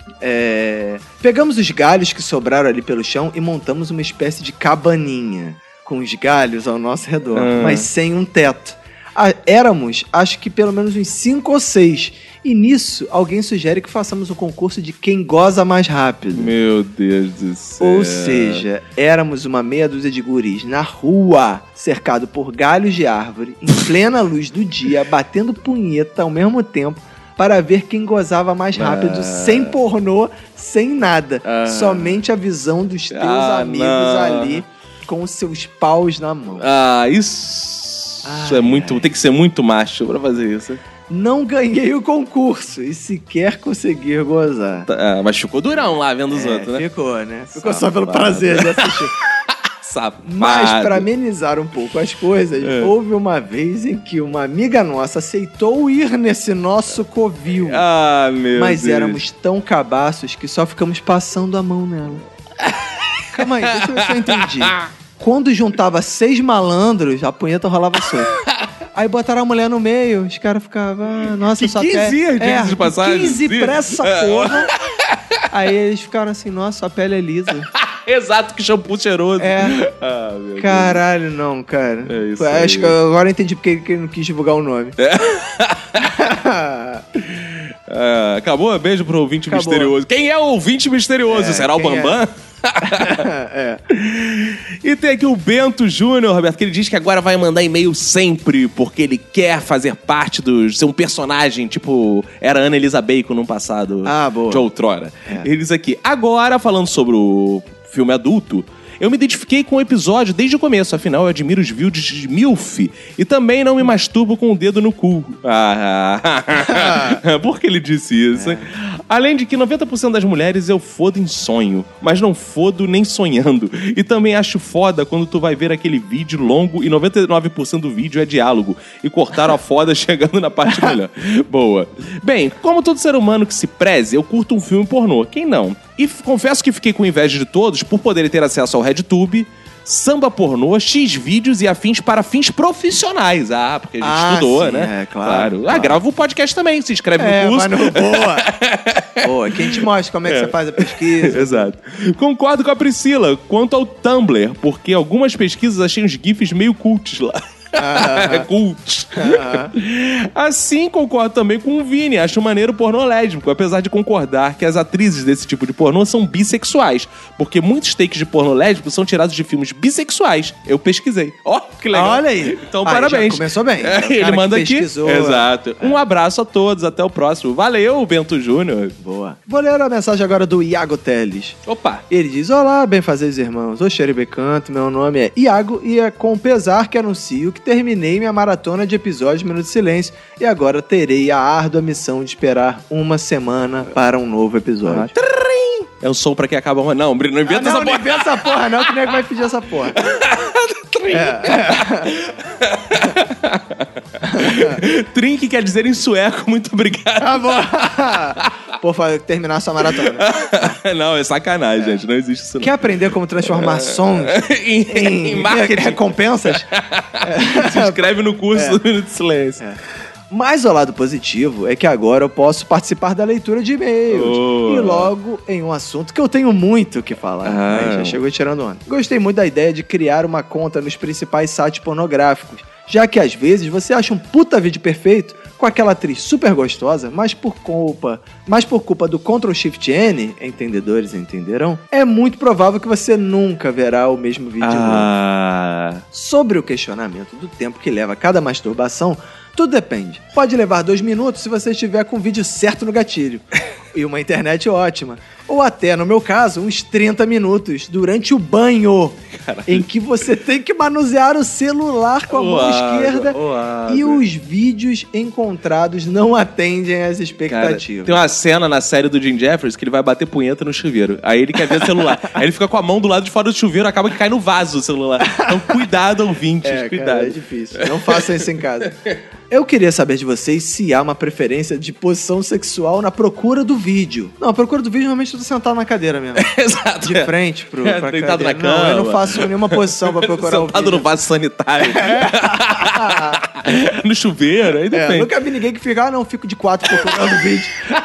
É... Pegamos os galhos que sobraram ali pelo chão e montamos uma espécie de cabaninha com os galhos ao nosso redor, Ah. mas sem um teto. Ah, éramos, acho que pelo menos uns cinco ou seis. E nisso, alguém sugere que façamos um concurso de quem goza mais rápido. Meu Deus do céu. Ou seja, éramos uma meia dúzia de guris na rua, cercado por galhos de árvore, em plena luz do dia, batendo punheta ao mesmo tempo, para ver quem gozava mais rápido, Ah. sem pornô, sem nada. Ah. Somente a visão dos teus Ah, amigos não. ali, com os seus paus na mão. Ah, isso Ai, é muito. Tem que ser muito macho pra fazer isso. Não ganhei o concurso e sequer consegui gozar. Ah, mas ficou durão lá vendo os É, outros, né? ficou, né? Ficou só pelo Safado. prazer de assistir. Safado. Mas, para amenizar um pouco as coisas, É. houve uma vez em que uma amiga nossa aceitou ir nesse nosso covil. Ah, meu mas Deus. éramos tão cabaços que só ficamos passando a mão nela. Calma aí, deixa eu ver se eu entendi. Quando juntava seis malandros, a punheta rolava solta. Aí botaram a mulher no meio, os caras ficavam, ah, nossa, E sua quinze pele... dias, diga-se de passagem. quinze pra essa É. porra. Aí eles ficaram assim, nossa, sua pele é lisa. Exato, que shampoo cheiroso. É. Ah, meu Deus. Caralho, não, cara. É isso Acho aí. que agora eu entendi porque que ele não quis divulgar o nome. Ah, acabou? Beijo pro ouvinte Acabou. misterioso. Quem é o ouvinte misterioso? É, Será o quem Bambam? é. E tem aqui o Bento Júnior, Roberto, que ele diz que agora vai mandar e-mail sempre, porque ele quer fazer parte do... ser um personagem, tipo, era Ana Elisa Bacon no passado. Ah, boa. De outrora. É. Ele diz aqui, agora falando sobre o filme adulto, eu me identifiquei com o episódio desde o começo, afinal eu admiro os vídeos de MILF e também não me masturbo com o dedo no cu. Ah, por que ele disse isso? É. Além de que noventa por cento das mulheres eu fodo em sonho, mas não fodo nem sonhando. E também acho foda quando tu vai ver aquele vídeo longo e noventa e nove por cento do vídeo é diálogo e cortaram a foda chegando na parte melhor. Boa. Bem, como todo ser humano que se preze, eu curto um filme pornô. Quem não? E f- confesso que fiquei com inveja de todos por poderem ter acesso ao RedTube, samba pornô, X-vídeos e afins para fins profissionais. Ah, porque a gente Ah, estudou, sim, né? é, claro, Ah, claro. grava o podcast também, se inscreve É, no curso. mas no... Boa. Boa, quem te mostra como é que você faz a pesquisa. Exato. Concordo com a Priscila quanto ao Tumblr, porque algumas pesquisas achei uns GIFs meio cults lá. Cults. Assim, concordo também com o Vini. Acho maneiro o pornô lésbico, apesar de concordar que as atrizes desse tipo de pornô são bissexuais, porque muitos takes de pornô lésbico são tirados de filmes bissexuais. Eu pesquisei. Ó, que legal. Olha aí. Então, Aí, parabéns. já começou bem. É, É o cara ele que manda aqui. pesquisou. Exato. Um abraço a todos. Até o próximo. Valeu, Bento Júnior. Boa. Vou ler a mensagem agora do Iago Teles. Opa. Ele diz, olá, benfazejos irmãos, ô xeribecanto, meu nome é Iago e é com pesar que anuncio que terminei minha maratona de episódios Minuto de Silêncio e agora terei a árdua missão de esperar uma semana para um novo episódio. É um som pra quem acaba... Não, não inventa Ah, não, essa não porra. inventa essa porra não, que nego vai pedir essa porra. Trink quer dizer em sueco, muito obrigado. Tá bom. Por favor, terminar sua maratona. Não, é sacanagem, gente. Não existe isso não. Quer aprender como transformar sons em, em, em marketing. recompensas? Se inscreve no curso É. do Minuto de Silêncio. Mas o lado positivo é que agora eu posso participar da leitura de e-mails. Oh. E logo em um assunto que eu tenho muito o que falar. Ah. Aí já chegou tirando onda. Gostei muito da ideia de criar uma conta nos principais sites pornográficos, já que às vezes você acha um puta vídeo perfeito com aquela atriz super gostosa, mas por culpa, mas por culpa do control shift N, entendedores entenderão, é muito provável que você nunca verá o mesmo vídeo de novo. Ah. Sobre o questionamento do tempo que leva cada masturbação, tudo depende. Pode levar dois minutos se você estiver com o vídeo certo no gatilho e uma internet ótima. Ou até, no meu caso, uns trinta minutos durante o banho, Caralho. em que você tem que manusear o celular com a mão Ô, esquerda água, ô, água. e os vídeos encontrados não atendem às Cara, expectativas. tem uma cena na série do Jim Jeffries que ele vai bater punheta no chuveiro. Aí ele quer ver o celular. Aí ele fica com a mão do lado de fora do chuveiro, acaba que cai no vaso o celular. Então cuidado, ouvintes, É, cuidado. cara, é difícil. Não façam isso em casa. Eu queria saber de vocês se há uma preferência de posição sexual na procura do vídeo. Não, a procura do vídeo normalmente eu tô sentado na cadeira mesmo. Exato. De frente pro, É, pra deitado cadeira. na cama. Não, eu não faço nenhuma posição pra procurar o Sentado vídeo. no vaso sanitário. No chuveiro, aí É, depende. nunca vi ninguém que fica, ah, não, fico de quatro procurando o vídeo.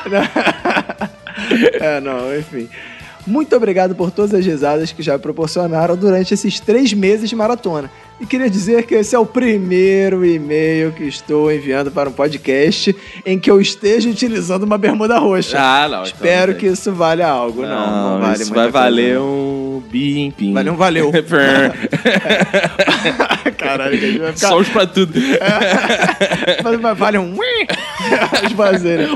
É, não, enfim. Muito obrigado por todas as risadas que já proporcionaram durante esses três meses de maratona. E queria dizer que esse é o primeiro e-mail que estou enviando para um podcast em que eu esteja utilizando uma bermuda roxa. Ah, não. Espero então, que isso valha algo. Não, não, Não, vale isso muita vai coisa, valer não. um bim-pim. Vale um valeu. Caralho, que a gente vai ficar... Sons pra tudo. Mas vai- vale um... As buzeiras.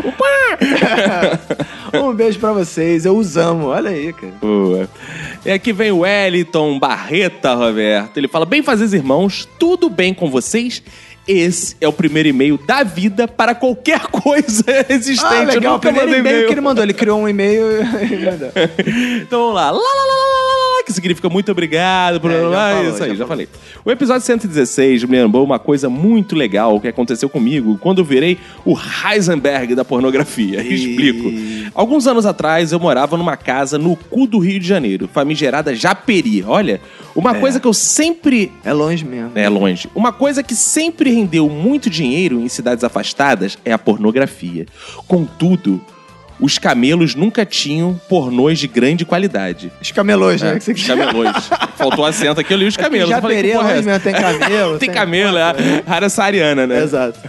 Um beijo pra vocês, eu os amo. Olha aí, cara. Boa. E aqui vem o Wellington Barreta, Roberto. Ele fala, bem fazeres irmãos, tudo bem com vocês? Esse é o primeiro e-mail da vida para qualquer coisa existente. Ah, legal, eu nunca o primeiro mandei e-mail e-mail que ele mandou. Ele criou um e-mail e mandou. Então vamos lá. Lá, lá, lá, lá, lá, que significa muito obrigado. Por É, já lá, falou, isso aí, já já, falou. falei. O episódio cento e dezesseis me lembrou uma coisa muito legal que aconteceu comigo quando eu virei o Heisenberg da pornografia. E... Explico. Alguns anos atrás, eu morava numa casa no cu do Rio de Janeiro, famigerada Japeri. Olha, uma É. coisa que eu sempre... É longe mesmo. É longe. Uma coisa que sempre rendeu muito dinheiro em cidades afastadas é a pornografia. Contudo, os camelos nunca tinham pornôs de grande qualidade. Os camelôs, né? É, que você os camelôs. Faltou acento aqui, eu li os camelos. Já Eu falei, que perei porra é longe essa? mesmo, tem camelo. Tem camelo, é a área saariana, né? Exato.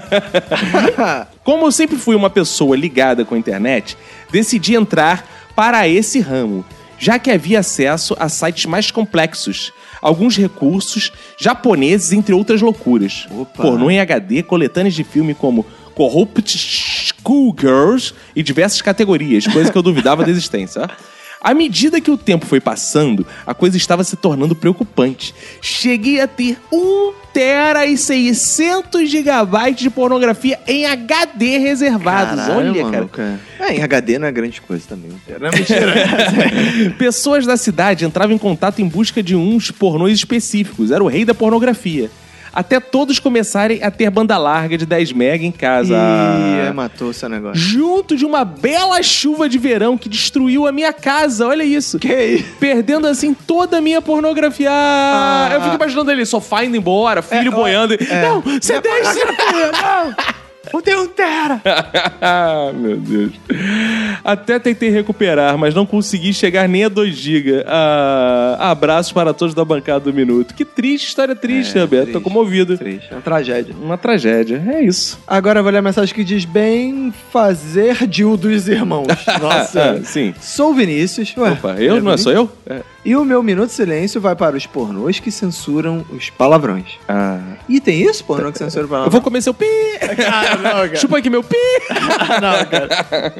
Como eu sempre fui uma pessoa ligada com a internet, decidi entrar para esse ramo, já que havia acesso a sites mais complexos, alguns recursos japoneses, entre outras loucuras. Opa. Pornô em H D, coletâneas de filme como Corrupt Schoolgirls e diversas categorias, coisa que eu duvidava da existência. Ó. À medida que o tempo foi passando, a coisa estava se tornando preocupante. Cheguei a ter um tera e seiscentos gigabytes de pornografia em H D reservados. Caralho, Olha, mano, cara. É, em H D não é grande coisa também. Não é mentira. Pessoas da cidade entravam em contato em busca de uns pornôs específicos. Era o rei da pornografia. Até todos começarem a ter banda larga de dez mega em casa. Ih, aí matou o seu negócio. Junto de uma bela chuva de verão que destruiu a minha casa. Olha isso. Que isso? Perdendo, assim, toda a minha pornografia. Ah, eu fico imaginando ele, sofá indo embora, filho É, boiando. é. Não, você deixa... Não! Não tem um tera! Ah, meu Deus. Até tentei recuperar, mas não consegui chegar nem a dois gigas. Ah, abraços para todos da bancada do Minuto. Que triste, história triste, É, Roberto. triste, Tô comovido. Triste, é uma tragédia. Uma tragédia, é isso. Agora eu vou ler a mensagem que diz bem fazer Dil dos irmãos. Nossa. Ah, sim. Sou o Vinícius. Ué, Opa, eu? é Não é só eu? É. E o meu Minuto de Silêncio vai para os pornôs que censuram os palavrões. Ah. E tem isso, pornô que censura Eu palavrões? vou comer seu pi. Ah, não, cara. Chupa aqui meu pi. Não, cara.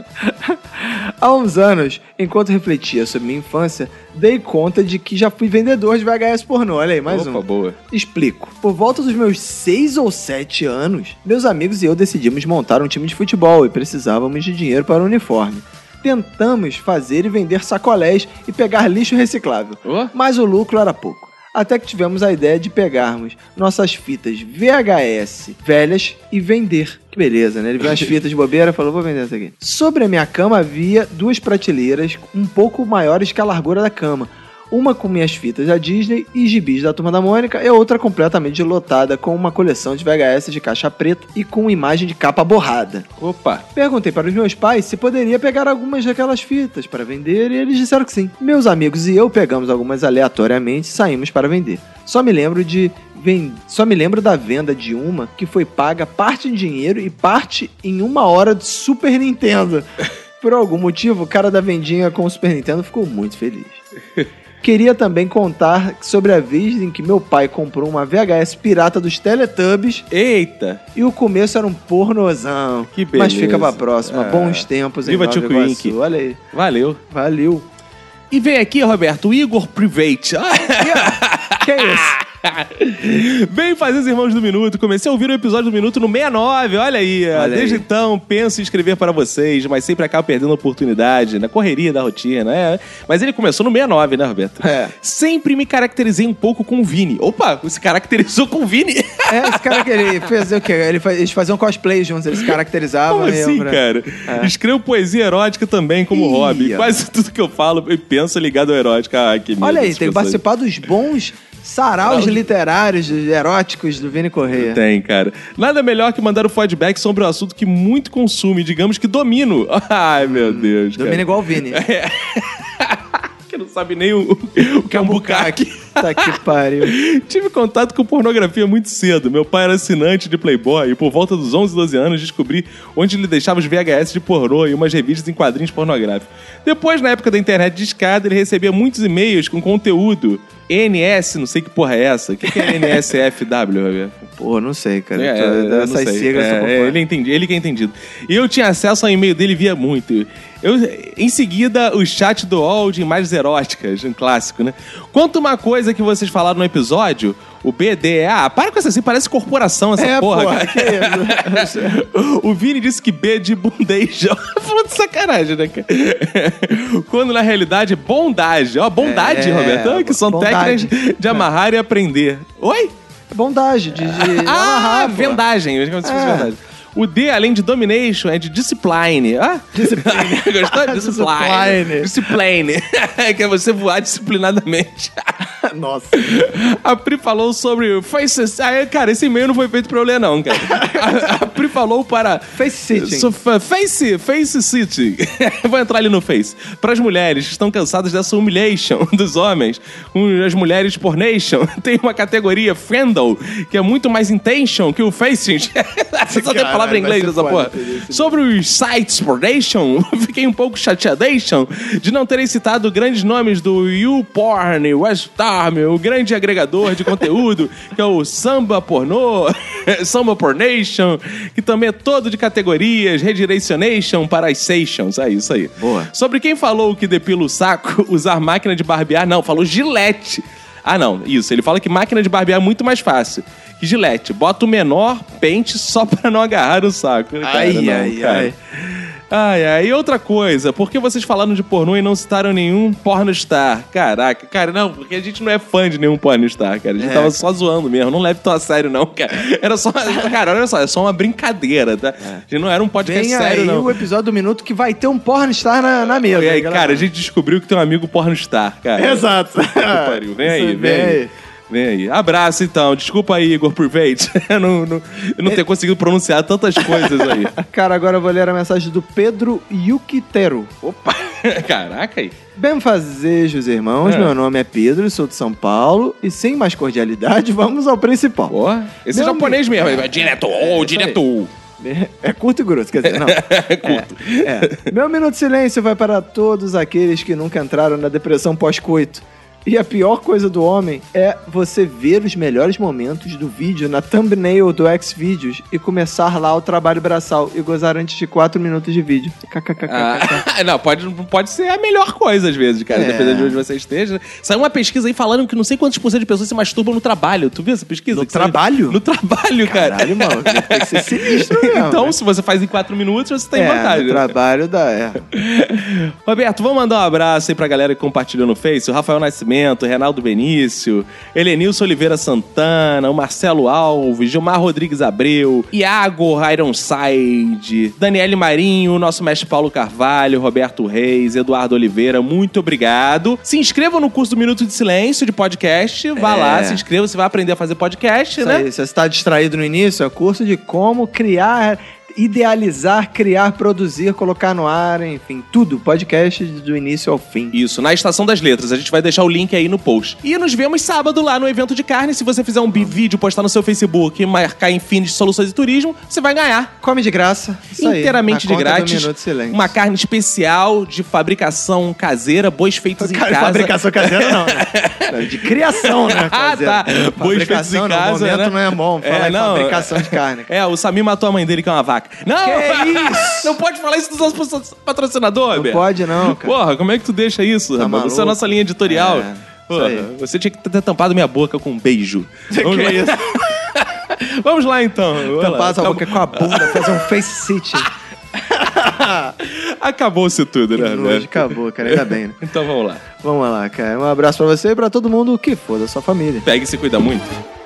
Há uns anos, enquanto refletia sobre minha infância, dei conta de que já fui vendedor de V H S pornô. Olha aí, mais Opa, um. boa. Explico. Por volta dos meus seis ou sete anos, meus amigos e eu decidimos montar um time de futebol e precisávamos de dinheiro para o uniforme. Tentamos fazer e vender sacolés e pegar lixo reciclável, Oh. mas o lucro era pouco. Até que tivemos a ideia de pegarmos nossas fitas V H S velhas e vender. Que beleza, né? Ele viu as fitas de bobeira e falou, vou vender essa aqui. Sobre a minha cama havia duas prateleiras um pouco maiores que a largura da cama. Uma com minhas fitas da Disney e gibis da Turma da Mônica e a outra completamente lotada com uma coleção de V H S de caixa preta e com imagem de capa borrada. Opa. Perguntei para os meus pais se poderia pegar algumas daquelas fitas para vender e eles disseram que sim. Meus amigos e eu pegamos algumas aleatoriamente e saímos para vender. Só me lembro de ven... Só me lembro da venda de uma que foi paga parte em dinheiro e parte em uma hora de Super Nintendo. Por algum motivo, o cara da vendinha com o Super Nintendo ficou muito feliz. Queria também contar sobre a vez em que meu pai comprou uma V H S pirata dos Teletubbies. Eita. E o começo era um pornozão. Que beleza. Mas fica pra próxima. Ah. Bons tempos em Viva Nova Tio Iguaçu. Quink. Olha aí. Valeu. Valeu. E vem aqui, Roberto, o Igor Private. Que é isso? Bem fazer os Irmãos do Minuto. Comecei a ouvir o episódio do Minuto no sessenta e nove. Olha aí. Olha Desde aí. então, penso em escrever para vocês, mas sempre acabo perdendo a oportunidade na correria da rotina. É. Mas ele começou no sessenta e nove, né, Roberto? É. Sempre me caracterizei um pouco com o Vini. Opa, se caracterizou com o Vini. É, esse cara que ele fez o quê? Ele faz, eles faziam cosplay juntos, eles se caracterizavam. Como e assim, eu, pra- cara? É. Escrevo poesia erótica também como Ih, hobby. ó. Quase tudo que eu falo e penso é ligado ao erótico. Ah, que medo Olha aí, dessas tem que pessoas. participar dos bons saraus literários eróticos do Vini Correia. Tem, cara. Nada melhor que mandar o feedback sobre um assunto que muito consumo e digamos que domino. Ai, meu Deus, cara. Domina igual o Vini. Que não sabe nem o, o que é um bucaque. Tá que pariu. Tive contato com pornografia muito cedo. Meu pai era assinante de Playboy e por volta dos onze, doze anos descobri onde ele deixava os V H S de pornô e umas revistas em quadrinhos pornográficos. Depois, na época da internet de escada, ele recebia muitos e-mails com conteúdo N S, não sei que porra é essa. O que, que é N S F W, Roberto? Pô, não sei, cara. É, Tô- eu não Essas sei. siglas É, são por é, fora. ele, entendi, ele que é entendido. E eu tinha acesso ao e-mail dele via muito. Eu, em seguida, o chat do U O L de imagens eróticas, um clássico, né? Conta uma coisa que vocês falaram no episódio, o B D. Ah, para com essa assim, parece corporação essa É, porra, porra, cara. que isso? O Vini disse que B de bundation. Falando de sacanagem, né, cara? Quando na realidade é bondade. Ó, bondade, É, Roberto. Ah, que são bondade. técnicas de amarrar e aprender. Oi? Bondagem, de, de Ah, amarrar, pô. vendagem. Eu como se fosse É. vendagem. O D, além de domination, é de discipline. Ah? Discipline. Gostou? Discipline. Discipline. Discipline. Que é você voar disciplinadamente. Nossa. A Pri falou sobre faces. Ah, cara, esse e-mail não foi feito pra eu ler, não, cara. A, a Pri falou para. Face sitting. So- face, face sitting. Vou entrar ali no Face. Para as mulheres que estão cansadas dessa humiliation dos homens, com as mulheres pornation, tem uma categoria Friendle, que é muito mais intention que o facing. Só tem palavra em vai inglês ser nessa foda porra. entender isso. Sobre os sites pornation, fiquei um pouco chateadation de não terem citado grandes nomes do YouPorn, Westarm, o grande agregador de conteúdo, que é o Samba Pornô, Samba Pornation, que também é todo de categorias, redirectionation para as sessions. É isso aí. Boa. Sobre quem falou que depila o saco, usar máquina de barbear, não, falou Gillette. Ah, não, isso. Ele fala que máquina de barbear é muito mais fácil. Que Gillette, bota o menor pente só pra não agarrar o saco. Cara, Ai, não, ai, cara. ai. Ai, ai. E outra coisa, por que vocês falaram de pornô e não citaram nenhum pornostar? Caraca, cara, não, porque a gente não é fã de nenhum pornostar, cara. A gente É, tava cara. só zoando mesmo. Não leve tão a sério, não, cara. Era só. Cara, olha só, é só uma brincadeira, tá? A gente não era um podcast Vem sério, aí não. o episódio do Minuto que vai ter um pornstar na, na mesa. E aí, galera. cara, a gente descobriu que tem um amigo pornostar, cara. Exato. Que pariu. Vem aí, Isso, vem aí. Vem aí. Abraço, então. Desculpa aí, Igor Purveit. Eu não, não, eu não ter conseguido pronunciar tantas coisas aí. Cara, agora eu vou ler a mensagem do Pedro Yukiteru. Opa! Caraca aí. Bem-fazejos, irmãos. É. Meu nome é Pedro, sou de São Paulo. E sem mais cordialidade, vamos ao principal. Porra, esse é Meu japonês amigo. mesmo. É direto, oh, direto. É curto e grosso, quer dizer, não. É curto. É. Meu minuto de silêncio vai para todos aqueles que nunca entraram na depressão pós-coito. E a pior coisa do homem é você ver os melhores momentos do vídeo na thumbnail do Xvideos e começar lá o trabalho braçal e gozar antes de quatro minutos de vídeo. KKKK. Ah, não, pode, pode ser a melhor coisa às vezes, cara. É. Dependendo de onde você esteja. Saiu uma pesquisa aí falando que não sei quantos por cento de pessoas se masturbam no trabalho. Tu viu essa pesquisa? No Que saiu- trabalho? No trabalho, cara. Caralho, mano, tem que ser sinistro mesmo. Então, né? se você faz em quatro minutos, você tem é, vantagem. no né? trabalho da... É. Roberto, vamos mandar um abraço aí pra galera que compartilhou no Face. O Rafael Nascimento, o Reinaldo Benício, Helenilson Oliveira Santana, o Marcelo Alves, Gilmar Rodrigues Abreu, Iago Ironside, Daniele Marinho, o nosso mestre Paulo Carvalho, Roberto Reis, Eduardo Oliveira, muito obrigado. Se inscreva no curso do Minuto de Silêncio de podcast. Vá É. lá, se inscreva, você vai aprender a fazer podcast, Isso né? aí, se você está distraído no início, é curso de como criar, idealizar, criar, produzir, colocar no ar, enfim, tudo. Podcast do início ao fim. Isso, na Estação das Letras. A gente vai deixar o link aí no post. E nos vemos sábado lá no evento de carne. Se você fizer um bi- vídeo, postar no seu Facebook e marcar em Fines Soluções e Turismo, você vai ganhar. Come de graça. Isso aí, Inteiramente na de conta do grátis. Minuto de Silêncio. Uma carne especial de fabricação caseira, bois feitos em Cara, casa. fabricação caseira não, né? De criação, né? Ah, caseira. tá. Bois feitos em Fabricação, no casa, momento né? não é bom. Fala É, em não. fabricação de carne. É, o Samir matou a mãe dele, que é uma vaca. Não! Que isso? Não pode falar isso dos nossos patrocinadores, Não Beto. pode não, cara. Porra, como é que tu deixa isso, Tá rapaz? Você é a maluco? nossa linha editorial. É, isso Porra, aí. você tinha que ter tampado minha boca com um beijo. Vamos Que lá. isso? Vamos lá, então. Vamos lá. Tampar sua Acabou- boca com a bunda, fazer um face sitting. Acabou-se tudo, né? Que nojo, acabou, cara. Ainda bem, né? Então vamos lá. Vamos lá, cara. Um abraço pra você e pra todo mundo que for da sua família. Pega e se cuida muito.